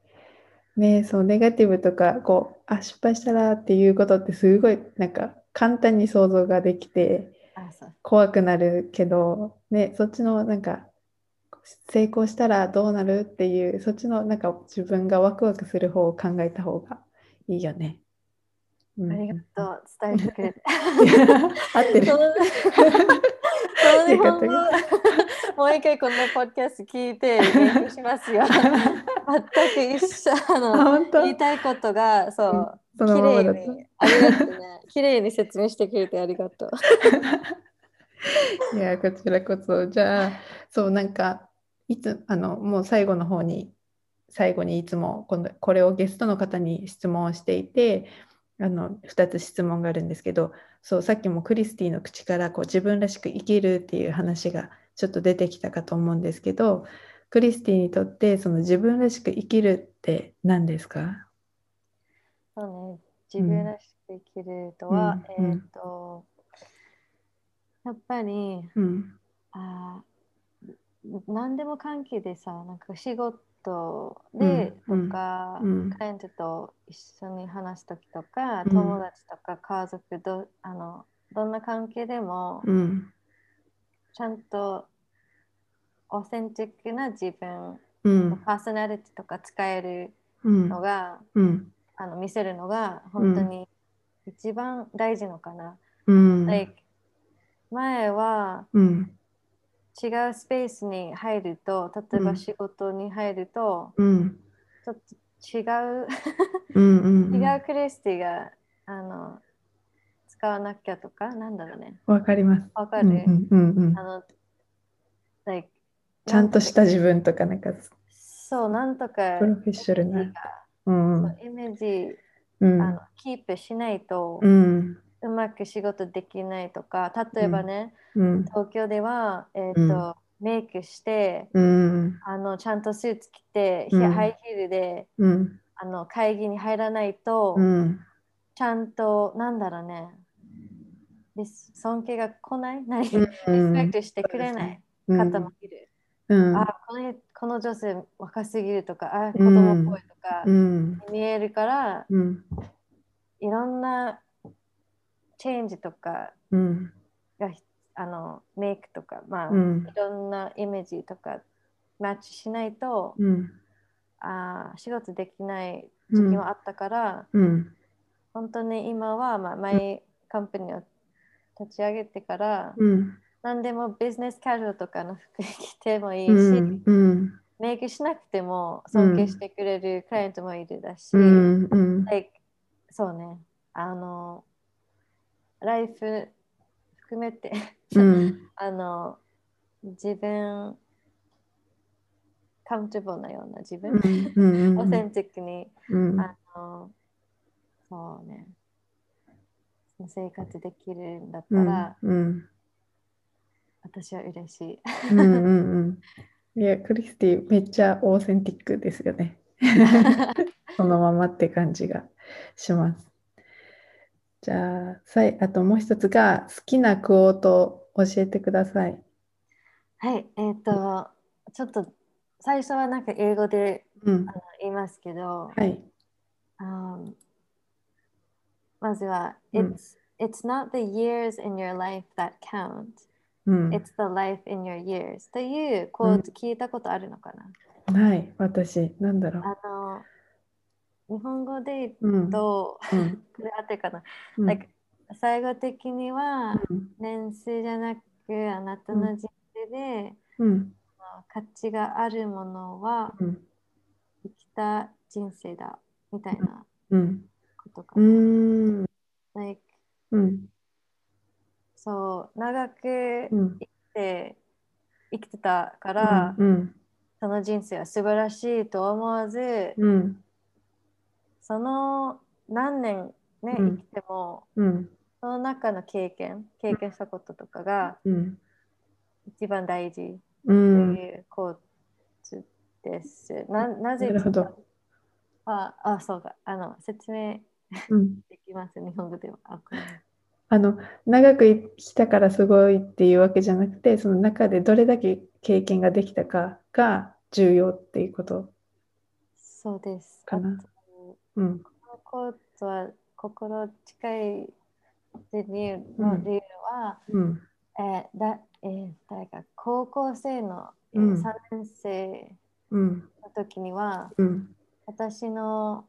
A: ね、そう、ネガティブとか、失敗したらっていうことってすごい、なんか、簡単に想像ができて、
B: あ、そう。
A: 怖くなるけど、ね、そっちの、なんか、成功したらどうなるっていう、そっちの、なんか、自分がワクワクする方を考えた方がいいよね。うん。
B: ありがとう。伝えてくれて。
A: いや、合ってる。
B: そのその日本語、
A: よかったよ。
B: もう一回このポッドキャスト聞いて勉強しますよ。全く一緒。
A: あ、本当？
B: 言いたいことが、
A: うん、
B: そう、
A: その
B: 綺
A: ままだと。
B: 麗に、ありがとうね。綺麗に説明してくれてありがとう。
A: いや、こちらこそ。じゃあ、そう、なんか、もう最後にいつもこれをゲストの方に質問をしていて、2つ質問があるんですけど、そう、さっきもクリスティの口から自分らしく生きるっていう話がちょっと出てきたかと思うんですけど、クリスティにとってその自分らしく生きるって何ですか？
B: そうね、
A: うん、
B: 自分らしく生きるとは、
A: うん、うん、
B: やっぱり、
A: うん、
B: あ何でも関係でさ、なんか仕事
A: うん、
B: でと
A: うん、う
B: か、ク
A: ん、
B: ライアントと一緒に話すときとか、
A: うん、
B: 友達とか家族どんな関係でも、
A: うん、
B: ちゃんとオーセンティックな自分の
A: うん、
B: パーソナリティとか使える
A: うん、
B: のが、
A: うん、
B: 見せるのが
A: うん、
B: 本当に一番大事のかな。
A: うん、
B: Like 前は
A: うん、
B: 違うスペースに入ると、例えば
A: うん、
B: 仕事に入ると、
A: うん、
B: ちょっと違う
A: うん、う
B: 違う
A: ん、
B: クリスティが使わなきゃとか、なんだろうね。
A: わかります。
B: わか
A: うん、う
B: る
A: ん、うん、うん。
B: あの、like
A: ちゃんと
B: なんとか、
A: した自分とか、なんか、
B: そう、なんとかイ
A: プロフェッショナ
B: メージが、
A: ルな。うん、うん、
B: そう、イメージ、
A: うん、
B: キープしないと、
A: うん、
B: うまく仕事できないとか、例えばね、
A: うん、
B: 東京では、
A: うん、
B: メイクして、
A: うん、
B: ちゃんとスーツ着て、
A: うん、
B: ハイヒールで、
A: うん、
B: 会議に入らないと、
A: うん、
B: ちゃんと、なんだろうね、尊敬が来ない何
A: う
B: リスペ
A: ん、
B: クトして
A: そう
B: くれない
A: ですね。う
B: 方も
A: ん、
B: いる。あ、
A: うん、
B: この女性若すぎるとか、
A: う
B: 子供っぽい
A: ん、
B: とか
A: うん、
B: 見えるから、
A: うん、
B: いろんなチェンジとか
A: うん、
B: が、メイクとか、まあ、い
A: うん、
B: ろんなイメージとかマッチしないと、
A: うん、
B: 仕事できない
A: うん、
B: 時期もあったから、
A: うん、
B: 本当に今は、まあ、マイカンパニーを立ち上げてから、
A: うん、
B: 何でもビジネスカジュアルとかの服着てもいいし、
A: うん、うん、
B: メイクしなくても
A: うん、
B: 尊敬してくれるクライアントもいるだし、
A: うん、うん、
B: like そうね、あの、ライフ含めて
A: うん、
B: あの、自分、カウンタブルなような自分、
A: うん、うん、
B: オーセンティックに、あ
A: うん、
B: の、そうね、生活できるんだっ
A: うん、
B: たら、
A: うん、
B: 私は嬉しい。
A: うん、うん。いや、クリスティめっちゃオーセンティックですよね。そのままって感じがします。じゃあ、あともう一つが好きなクオート教えてください。
B: はい、ちょっと最初はなんか英語で
A: うん。
B: 言いますけど、
A: はい。
B: あまずは、
A: うん。
B: It's not the years in your life that count.
A: うん。
B: It's the life in your years. という
A: うん。
B: コート聞いたことあるのかな？
A: ない。私、なんだろ
B: あの、日本語で言う
A: う。うん。
B: と、
A: うん。
B: これ合ってるかな？
A: う
B: Like
A: ん。
B: 最後的には、
A: うん。
B: 年数じゃなく、あなた
A: うん。
B: の人生で
A: うん。
B: 価値があるものは
A: うん。
B: 生きた人生だみたいな
A: うん。
B: ことか
A: う
B: な。
A: ん。
B: Like
A: うん。
B: そう、長く
A: うん。
B: て生きてたか
A: うん。
B: ら、
A: うん。
B: その人生は素晴らしいと思わず、
A: うん。
B: その何年ね、生き
A: うん。
B: ても、
A: うん。
B: その中の経験したこととかが
A: うん。
B: 一番大事
A: う
B: と
A: ん。
B: いうコーツです。なぜつか、
A: なるほど。
B: そうか、説明
A: うん。
B: できます、日本語では。ごめん。
A: あの、長く生きたからすごいっていうわけじゃなくて、その中でどれだけ経験ができたかが重要っていうこと。
B: そうです。
A: かな。
B: あと、
A: うん。
B: このコートは心近い理由
A: うん
B: は、
A: うん
B: 誰か高校生の、
A: うん
B: 3年生
A: うん
B: の時には、
A: うん
B: 私の、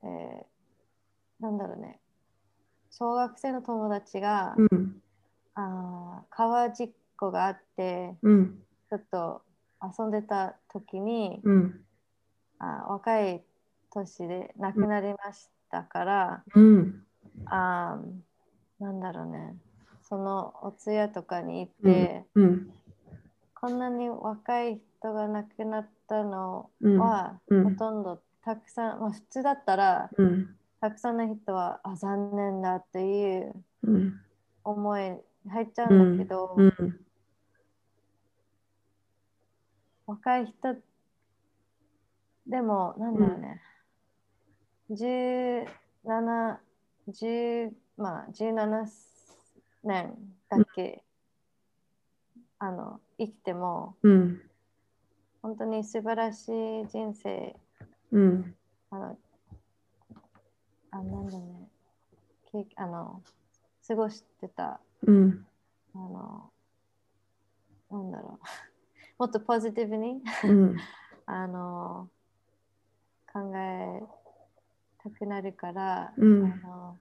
B: なんだろうね、小学生の友達が、
A: うん
B: 川事故があって、
A: うん
B: ちょっと遊んでた時に、
A: うん
B: 若い年で亡くなりましたから、
A: うん
B: あなんだろうね、そのお通夜とかに行っ
A: うん
B: て、
A: うん
B: こんなに若い人が亡くなったの
A: うん
B: は、
A: うん
B: ほとんどたくさん、普通だったら、
A: うん
B: たくさんの人は、残念だっていう
A: うん
B: 思い入っちゃうんだけ
A: うんう
B: ど、
A: ん
B: 若い人でも、なんだろうね、17、17年だけ、生きても、
A: うん
B: 本当に素晴らしい人生、
A: うん
B: あの、なんだね、けあの、過ごしてた、
A: うん
B: あの、なんだろう、もっとポジティブに
A: うん
B: あの、考えたくなるから、
A: うん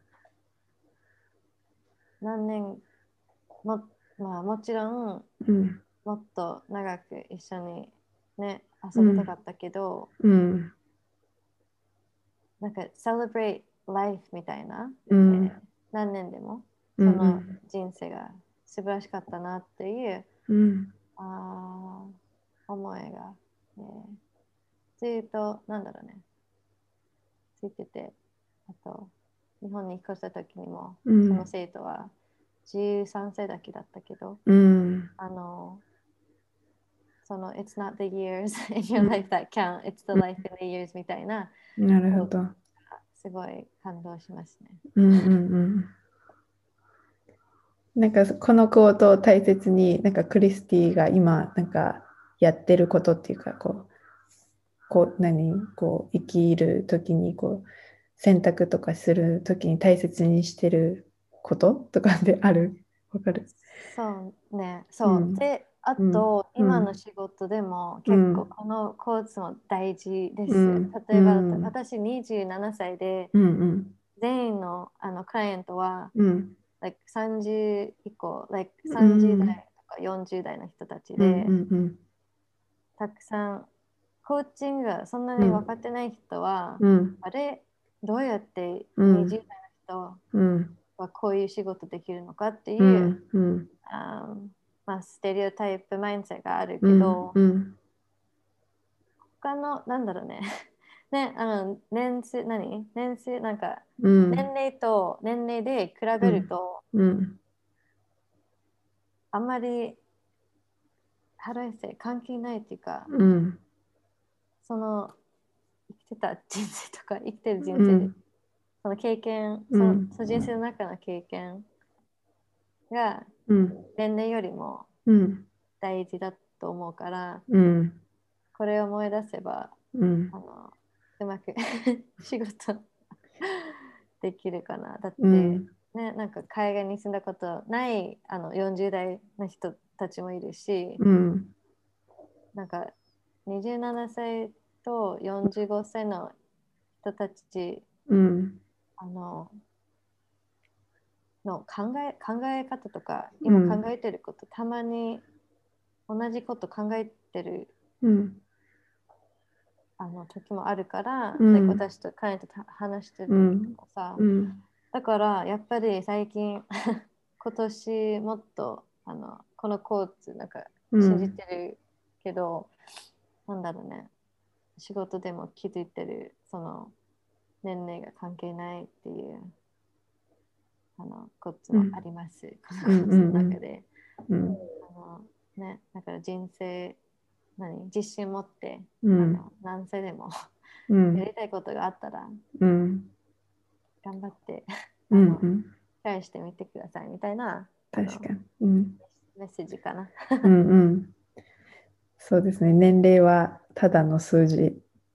B: 何年も、もちろん、
A: うん
B: もっと長く一緒にね、遊びた
A: うん
B: かったけど、
A: うん
B: なんか、celebrate life みたいな、
A: うん
B: 何年でも、
A: う
B: その
A: ん
B: 人生が素晴らしかったなっていう、
A: うん
B: 思いが、ずっと、なんだろうね、ついてて、あと、日本に引っ越した時にも、その生徒は13歳だけだったけど、
A: うん
B: その It's not the years in your life that count, it's the life in the years みたいな、
A: なるほど。
B: すごい感動しますね。
A: うんうんうん。なんかこのクオートを大切に、なんかクリスティが今なんかやってることっていうか、こう生きる時に選択とかする時に大切にしてることとかである？わかる？
B: そうね、
A: う
B: そう。
A: ん
B: で、あ
A: うん
B: と、
A: うん
B: 今の仕事でも結構
A: うん
B: このコーツも大事です。
A: うんう
B: 例えば、
A: ん
B: 私27歳で、
A: うん
B: 全員の、クライアントは、
A: うん
B: 30以降、
A: う
B: 30
A: ん
B: 代とか40代の人たち
A: うん
B: で、
A: うん
B: たくさん、コーチングがそんなに分
A: うん
B: かってない人は、
A: うん
B: あれ、どうやって
A: うん
B: 20代の人
A: うん
B: はこういう仕事できるのかって
A: う
B: いう、
A: んうん
B: ステレオタイプマインドセットがある
A: うん
B: けど、
A: うん
B: 他の、なんだろうね、ね、年数、年数、
A: うん
B: 年齢と年齢で比べると、
A: うん
B: あんまり、how do I say 関係ないっていうか、
A: うん
B: その、生きてた人生とか、生きてる人生で、
A: うん
B: その経験、
A: うん
B: その人生の中の経験が
A: うん
B: 年齢よりも
A: うん
B: 大事だと思うから、
A: うん
B: これを思い出せば、
A: うん
B: うまく仕事できるかな。だって、
A: うん
B: ね、海外に住んだことない40代の人たちもいるし、
A: うん
B: なんか27歳と45歳の人たち
A: うん
B: あのの考え方とか、今考
A: うん
B: えてること、たまに同じこと考えてる
A: うん
B: 時もあるから、
A: うん、
B: 私と彼と話してる時と
A: うん、
B: かさ、
A: うん、
B: だからやっぱり最近今年もっとこのコーツ信じ
A: うん、
B: てるけど、なんだろうね、仕事でも気づいてる、その年齢が関係ないっていうコツもあ
A: うん、
B: ります、こ
A: うん、
B: のコーツの
A: うん、
B: 中で。
A: うん、
B: だから人生自信持って
A: うん、
B: 何歳でも
A: うん、
B: やりたいことがあったら
A: うん、
B: 頑張って
A: うん、うん、
B: 返してみてくださいみたいな
A: 確かに。うん、
B: メッセージかな。
A: うん、うん。そうですね。年齢はただの数字。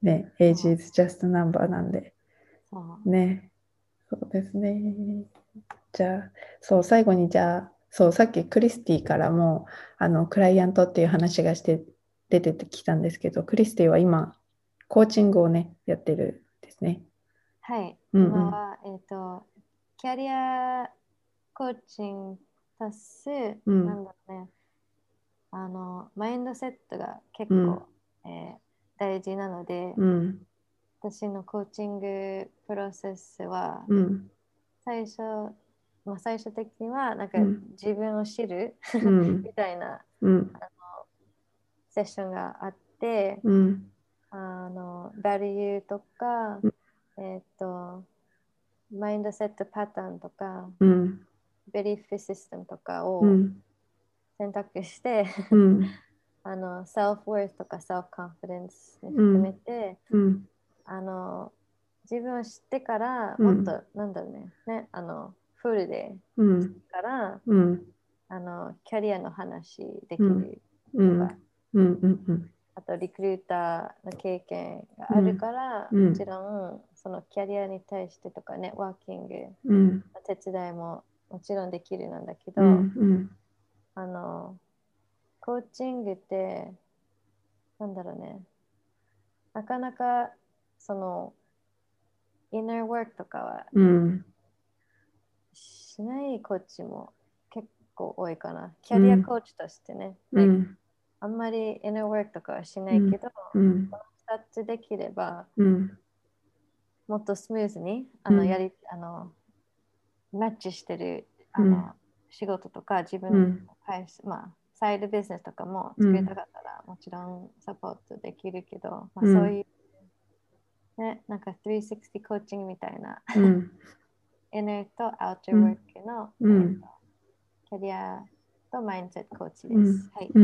A: ね、age is just a number なんで。
B: そう。
A: ね、そうですね。じゃあ、そう、最後にじゃあ、そう、さっきクリスティからも、クライアントっていう話が出てきたんですけど、クリスティは今、コーチングをね、やってるんですね。
B: はい。
A: うんうん。
B: 今は、キャリアコーチング足す、
A: うん
B: なんだろうね、マインドセットが結構、
A: うん
B: 大事なので、
A: うん
B: 私のコーチングプロセスは、
A: うん
B: 最初、最終的には、なんか
A: うん
B: 自分を知る
A: うん
B: みたいな
A: うん
B: セッションがあって、
A: うん
B: バリューとか、えっと、マインドセットパターンとか、
A: うん
B: ベリーフシステムとかを
A: うん
B: 選択して
A: うん
B: セルフウォースとかセルフコンフィデンスに含め
A: うん
B: て、
A: うん
B: あの、自分を知ってから、もっ
A: うん
B: と、なんだろうね、フルで
A: うん
B: から、
A: うん
B: キャリアの話で
A: うん
B: きる
A: うん
B: とか、
A: うんうん
B: あとリクルーターの経験がある
A: うん
B: から、もち
A: うん
B: ろん、そのキャリアに対してとか、ネットワーキング
A: うん
B: の手伝いももちろんできるなんだけ
A: うん
B: ど、
A: うん
B: あの、コーチングって、なんだろうね、なかなか、その、インナーワークとかは
A: うん
B: しないコーチも結構多いかな。キャリア
A: うん
B: コーチとしてね、
A: うん、
B: あんまりインナーワークとかはしな
A: うん、
B: いけど、
A: うん、
B: この2つできれば、
A: うん、
B: もっとスムーズに、
A: うん、
B: マッチしてる、
A: うん、
B: 仕事とか、自分の
A: うん、
B: 会社、サイドビジネスとかも作りたかったら、もちろんサポートできるけど、そういうね、なんか360コーチングみたいな、
A: うん、
B: インナーとアウトワー
A: うん、
B: クの、
A: うん、
B: キャリアとマインドセットコーチ
A: うん、
B: です。はい。
A: うん、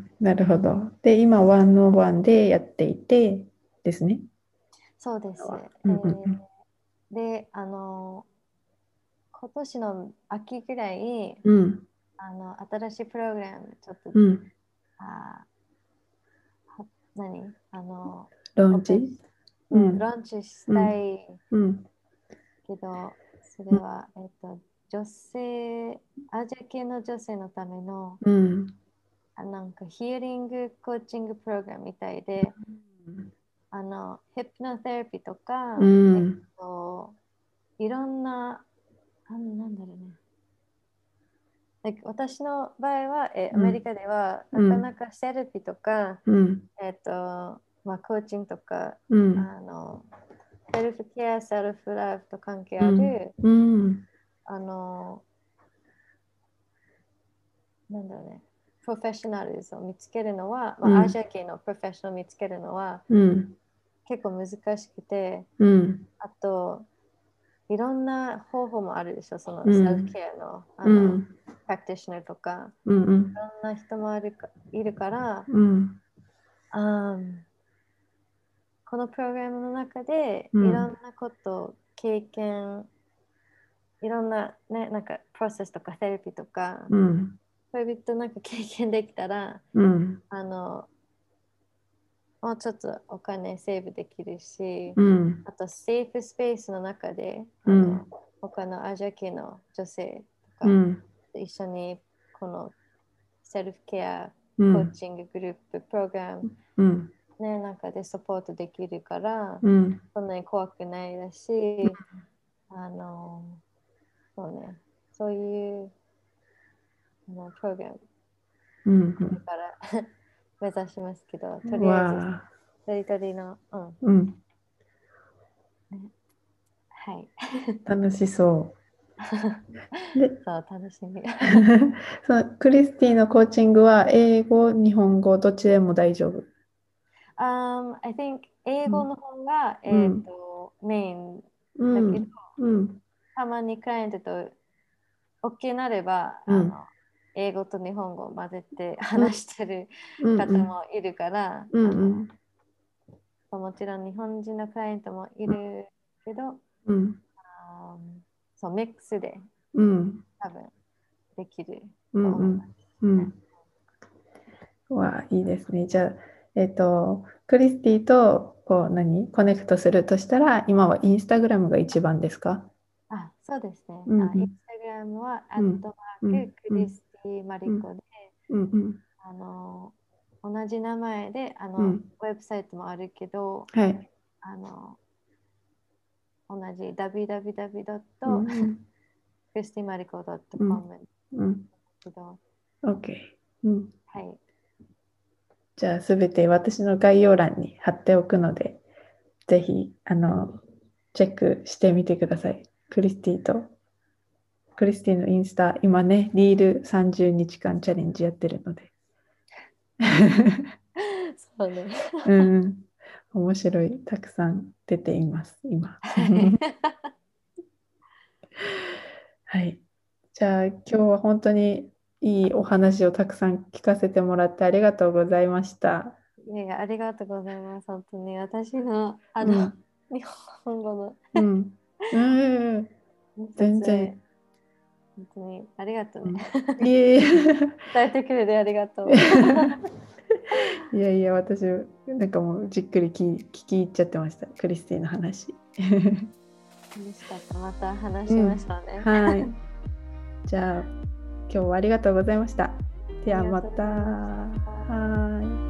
A: なるほど。で、今、ワンオンワンでやっていてですね。
B: そうです。
A: うん、うん、
B: で、今年の秋ぐらい、
A: うん、
B: 新しいプログラム、ちょっと、
A: うん、
B: あは何
A: ローンチ。
B: オペン、
A: うん、
B: ローンチし
A: うん、
B: たい
A: うん、
B: けど、それ
A: うん、
B: は、女性、アジア系の女性のための、
A: うん、
B: なんかヒーリングコーチングプログラムみたいで、ヒプノセラピーと
A: う
B: か、
A: ん、
B: いろんな、なんだろうね。私の場合は、アメリ
A: うん、
B: カではなかな
A: うん、
B: かセラピーとか、
A: うん、
B: コーチングとか、
A: うん、
B: あの、セルフケア、セルフライフと関係
A: うん、
B: ある、
A: うん、
B: あの、なんだろうね、プロフェッショナルズを見つけるのは、アジア系のプロフェッショナルを見つけるのは
A: うん、
B: 結構難しくて、
A: うん、
B: あと、いろんな方法もあるでしょ、そのセルフ
A: うん、
B: ケアの、
A: うん、
B: プラクティショナーとか、
A: うん、
B: いろんな人もいるから、
A: うん、
B: あーこのプログラムの中で
A: うん、
B: いろんなこと経験、いろんなね、なんかプロセスとかセラピーとか、
A: うん、
B: そういうとなんか経験できたら、
A: うん、
B: あの、もうちょっとお金セーブできるし、
A: うん、
B: あとセーフスペースの中で、
A: うん、
B: 他のアジア系の女性とか
A: うん、
B: と一緒にこのセルフケア
A: うん、
B: コーチンググループプログラム
A: うん、
B: ね、なんかでサポートできるから、
A: うん、
B: そんなに怖くないだし、あの、そうね、そういうプログラム、
A: うん、
B: これから目指しますけど、とりあえず、
A: わあ、
B: 一人一人の、
A: うん、
B: ね、はい。
A: 楽しそう。で、
B: そう、楽しみ。
A: そのクリスティのコーチングは英語、日本語、どっちでも大丈夫。
B: I think 英
A: うん、
B: 語の方が、
A: うん、
B: メイン
A: う
B: だけど、
A: ん、うん、
B: たまにクライアントと OK なれば、
A: うん、
B: 英語と日本語を混ぜて
A: うん、
B: 話してる
A: うん、う
B: 方
A: ん、
B: もいるから、
A: うん、
B: もちろん日本人のクライアントもいるけど、
A: うん、
B: あーそう、ミックスで
A: うん、
B: 多分できる
A: うん、
B: と思いま
A: うん、
B: す。ね、
A: うん。わあ、いいですね。じゃあ、クリスティとこうコネクトするとしたら、今はインスタグラムが一番ですか？
B: そうですね。
A: うんう
B: イン
A: ん
B: スタグラムは、
A: うんうん
B: クリスティ・マ
A: うん
B: リコで、
A: うんうん
B: あの、同じ名前で、
A: うん
B: ウェブサイトもあるけど、
A: はい。
B: あの、同じ
A: うんうん
B: www.christymarico.com
A: うん
B: けど、
A: OK。うん。
B: はい。
A: じゃあ、すべて私の概要欄に貼っておくので、ぜひ、チェックしてみてください。クリスティのインスタ、今ね、リール30日間チャレンジやってるので。
B: そうね。
A: うん、面白い、たくさん出ています、今。はい。じゃあ、今日は本当にいいお話をたくさん聞かせてもらってありがとうございました。
B: いやいや、ありがとうございます。本当に私の、
A: うん、
B: 日本語の
A: うん、うん、全然。
B: 説明、本当にありがとうね。
A: うん、いえいえ。
B: 伝えてくれてありがとう。
A: いやいや、私、なんかもうじっくり聞き入っちゃってました、クリスティの話。
B: 楽しかった。また話しま
A: うん、
B: しょうね。
A: はい。じゃあ、今日はありがとうございました。ではまた。
B: ありがとうございました。
A: はい。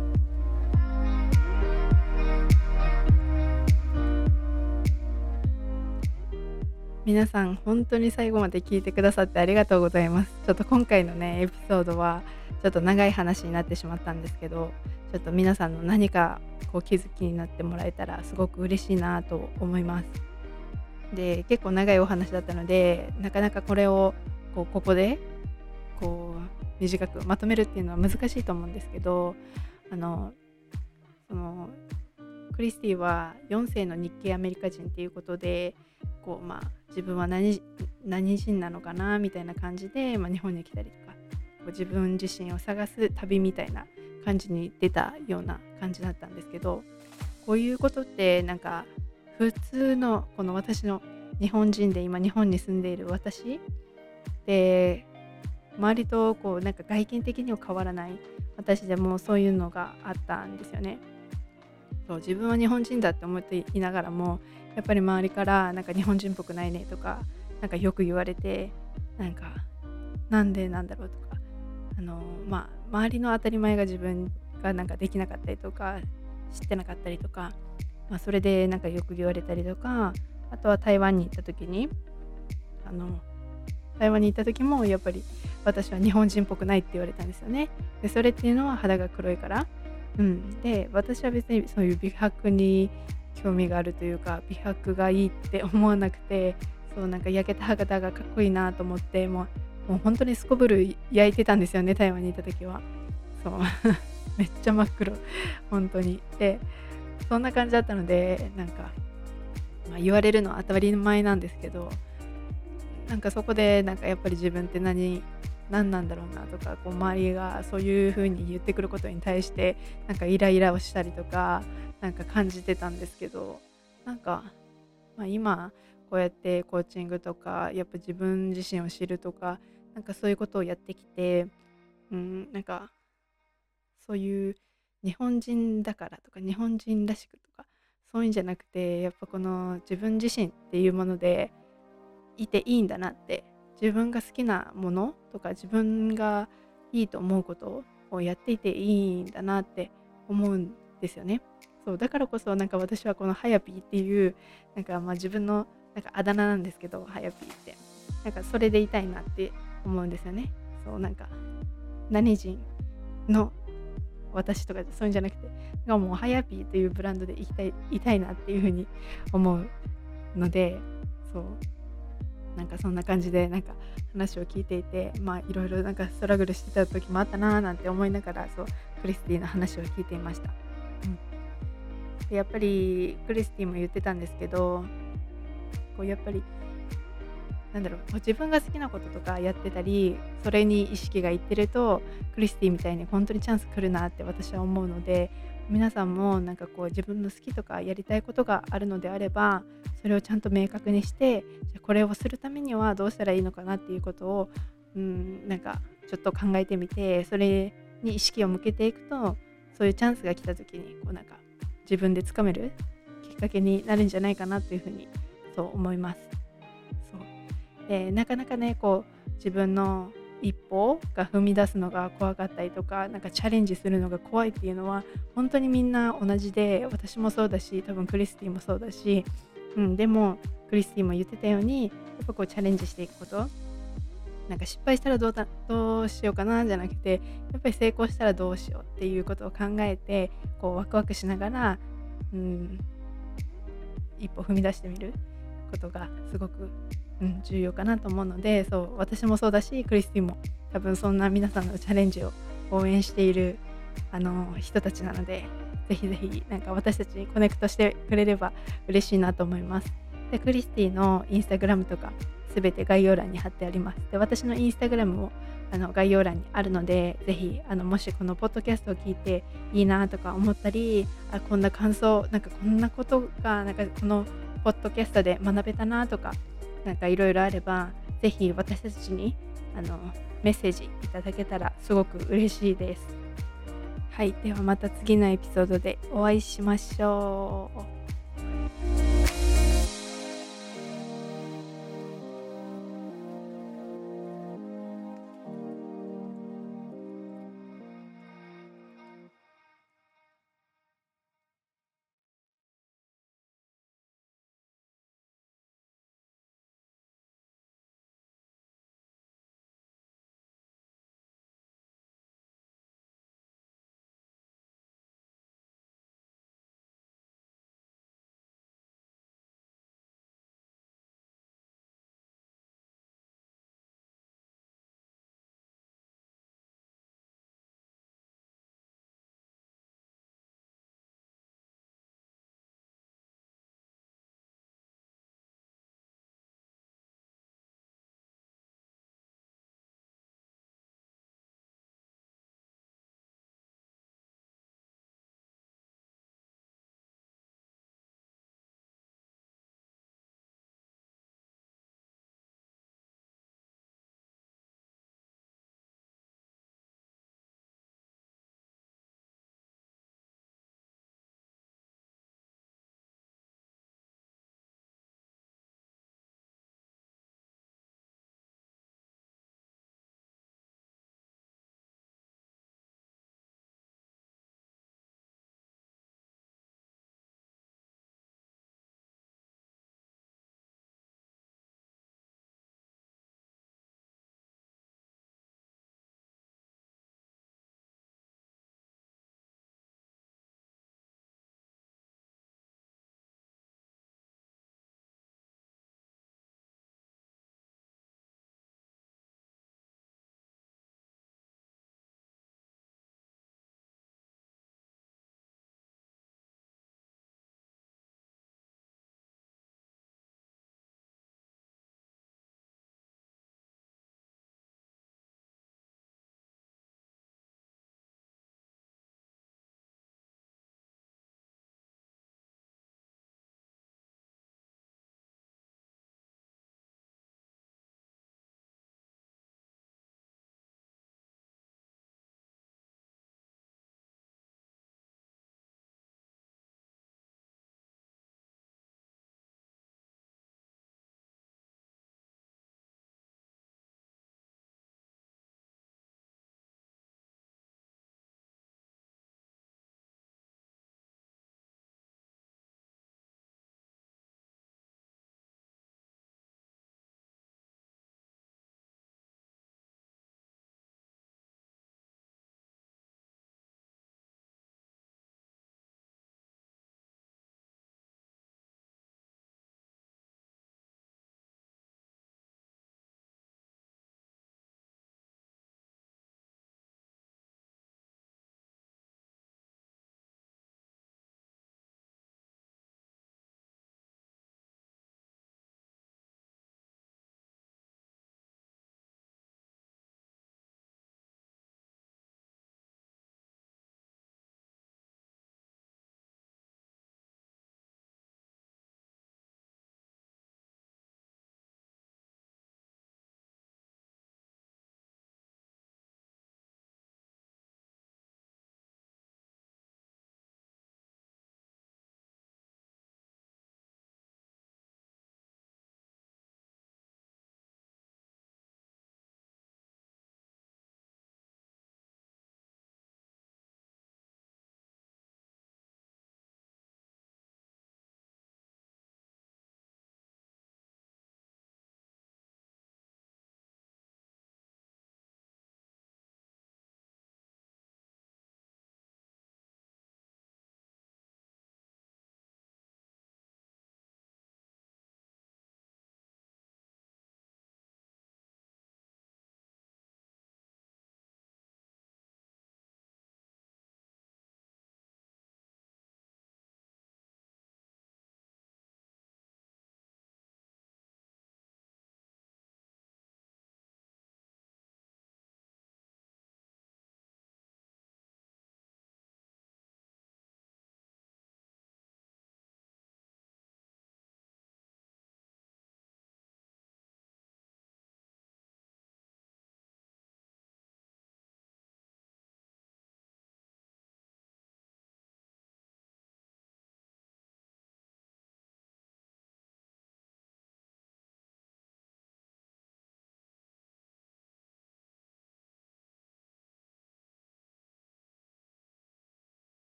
A: 皆さん本当に最後まで聞いてくださってありがとうございます。ちょっと今回のねエピソードはちょっと長い話になってしまったんですけど、ちょっと皆さんの何かこう気づきになってもらえたらすごく嬉しいなと思います。で、結構長いお話だったので、なかなかこれをここでこう短くまとめるっていうのは難しいと思うんですけど、あのそのクリスティは4世の日系アメリカ人っていうことで、自分は何人なのかなみたいな感じで、日本に来たりとか、自分自身を探す旅みたいな感じに出たような感じだったんですけど、こういうことってなんか普通のこの私の日本人で今日本に住んでいる私で、周りとなんか外見的には変わらない私でもそういうのがあったんですよね。そう自分は日本人だって思っていながらも、やっぱり周りからなんか日本人っぽくないねとか、なんかよく言われて、なんかなんでなんだろうとか、周りの当たり前が自分がなんかできなかったりとか知ってなかったりとか、それでなんかよく言われたりとか、あとは台湾に行った時にもやっぱり私は日本人っぽくないって言われたんですよね。でそれっていうのは肌が黒いから、で私は別にそういう美白に興味があるというか、美白がいいって思わなくて、そうなんか焼けた肌がかっこいいなと思って、もう本当にすこぶる焼いてたんですよね、台湾にいた時は。そうめっちゃ真っ黒、本当に。でそんな感じだったので、なんか、言われるのは当たり前なんですけど、なんかそこでなんかやっぱり自分って何なんだろうなとか、周りがそういう風に言ってくることに対してなんかイライラをしたりとか、なんか感じてたんですけど、なんか、今こうやってコーチングとかやっぱ自分自身を知るとか、なんかそういうことをやってきて、なんかそういう日本人だからとか日本人らしくとか、そういうんじゃなくて、やっぱこの自分自身っていうものでいていいんだなって、自分が好きなものとか自分がいいと思うことをやっていていいんだなって思うんですよね。そうだからこそ、なんか私はこのハヤピーっていうなんか自分のなんかあだ名なんですけど、ハヤピーってなんかそれでいたいなって思うんですよね。そうなんか何人の私とかそういうんじゃなくて、もうハヤピーというブランドでいたいなっていうふうに思うので、そうなんかそんな感じでなんか話を聞いていて、いろいろなんかストラグルしてた時もあったなーなんて思いながら、そうクリスティの話を聞いていました。でやっぱりクリスティも言ってたんですけど、やっぱりなんだろう、自分が好きなこととかやってたり、それに意識がいってると、クリスティみたいに本当にチャンス来るなって私は思うので、皆さんもなんか自分の好きとかやりたいことがあるのであれば、それをちゃんと明確にして、じゃあこれをするためにはどうしたらいいのかなっていうことを、なんかちょっと考えてみて、それに意識を向けていくと、そういうチャンスが来た時になんか自分でつかめるきっかけになるんじゃないかなというふうにそう思います。そうで、なかなかねこう自分の一歩が踏み出すのが怖かったりとか、なんかチャレンジするのが怖いっていうのは本当にみんな同じで、私もそうだし多分クリスティもそうだし、でもクリスティも言ってたようにやっぱこうチャレンジしていくこと、なんか失敗したらどうしようかなじゃなくて、やっぱり成功したらどうしようっていうことを考えてこうワクワクしながら、一歩踏み出してみることがすごく、重要かなと思うので、そう私もそうだしクリスティも多分そんな皆さんのチャレンジを応援している人たちなので、ぜひぜひなんか私たちにコネクトしてくれれば嬉しいなと思います。でクリスティのインスタグラムとかすべて概要欄に貼ってあります。で私のインスタグラムも概要欄にあるので、ぜひもしこのポッドキャストを聞いていいなとか思ったり、こんな感想、なんかこんなことがなんかこのポッドキャストで学べたなとか、なんかいろいろあれば、ぜひ私たちにメッセージいただけたらすごく嬉しいです。はい、ではまた次のエピソードでお会いしましょう。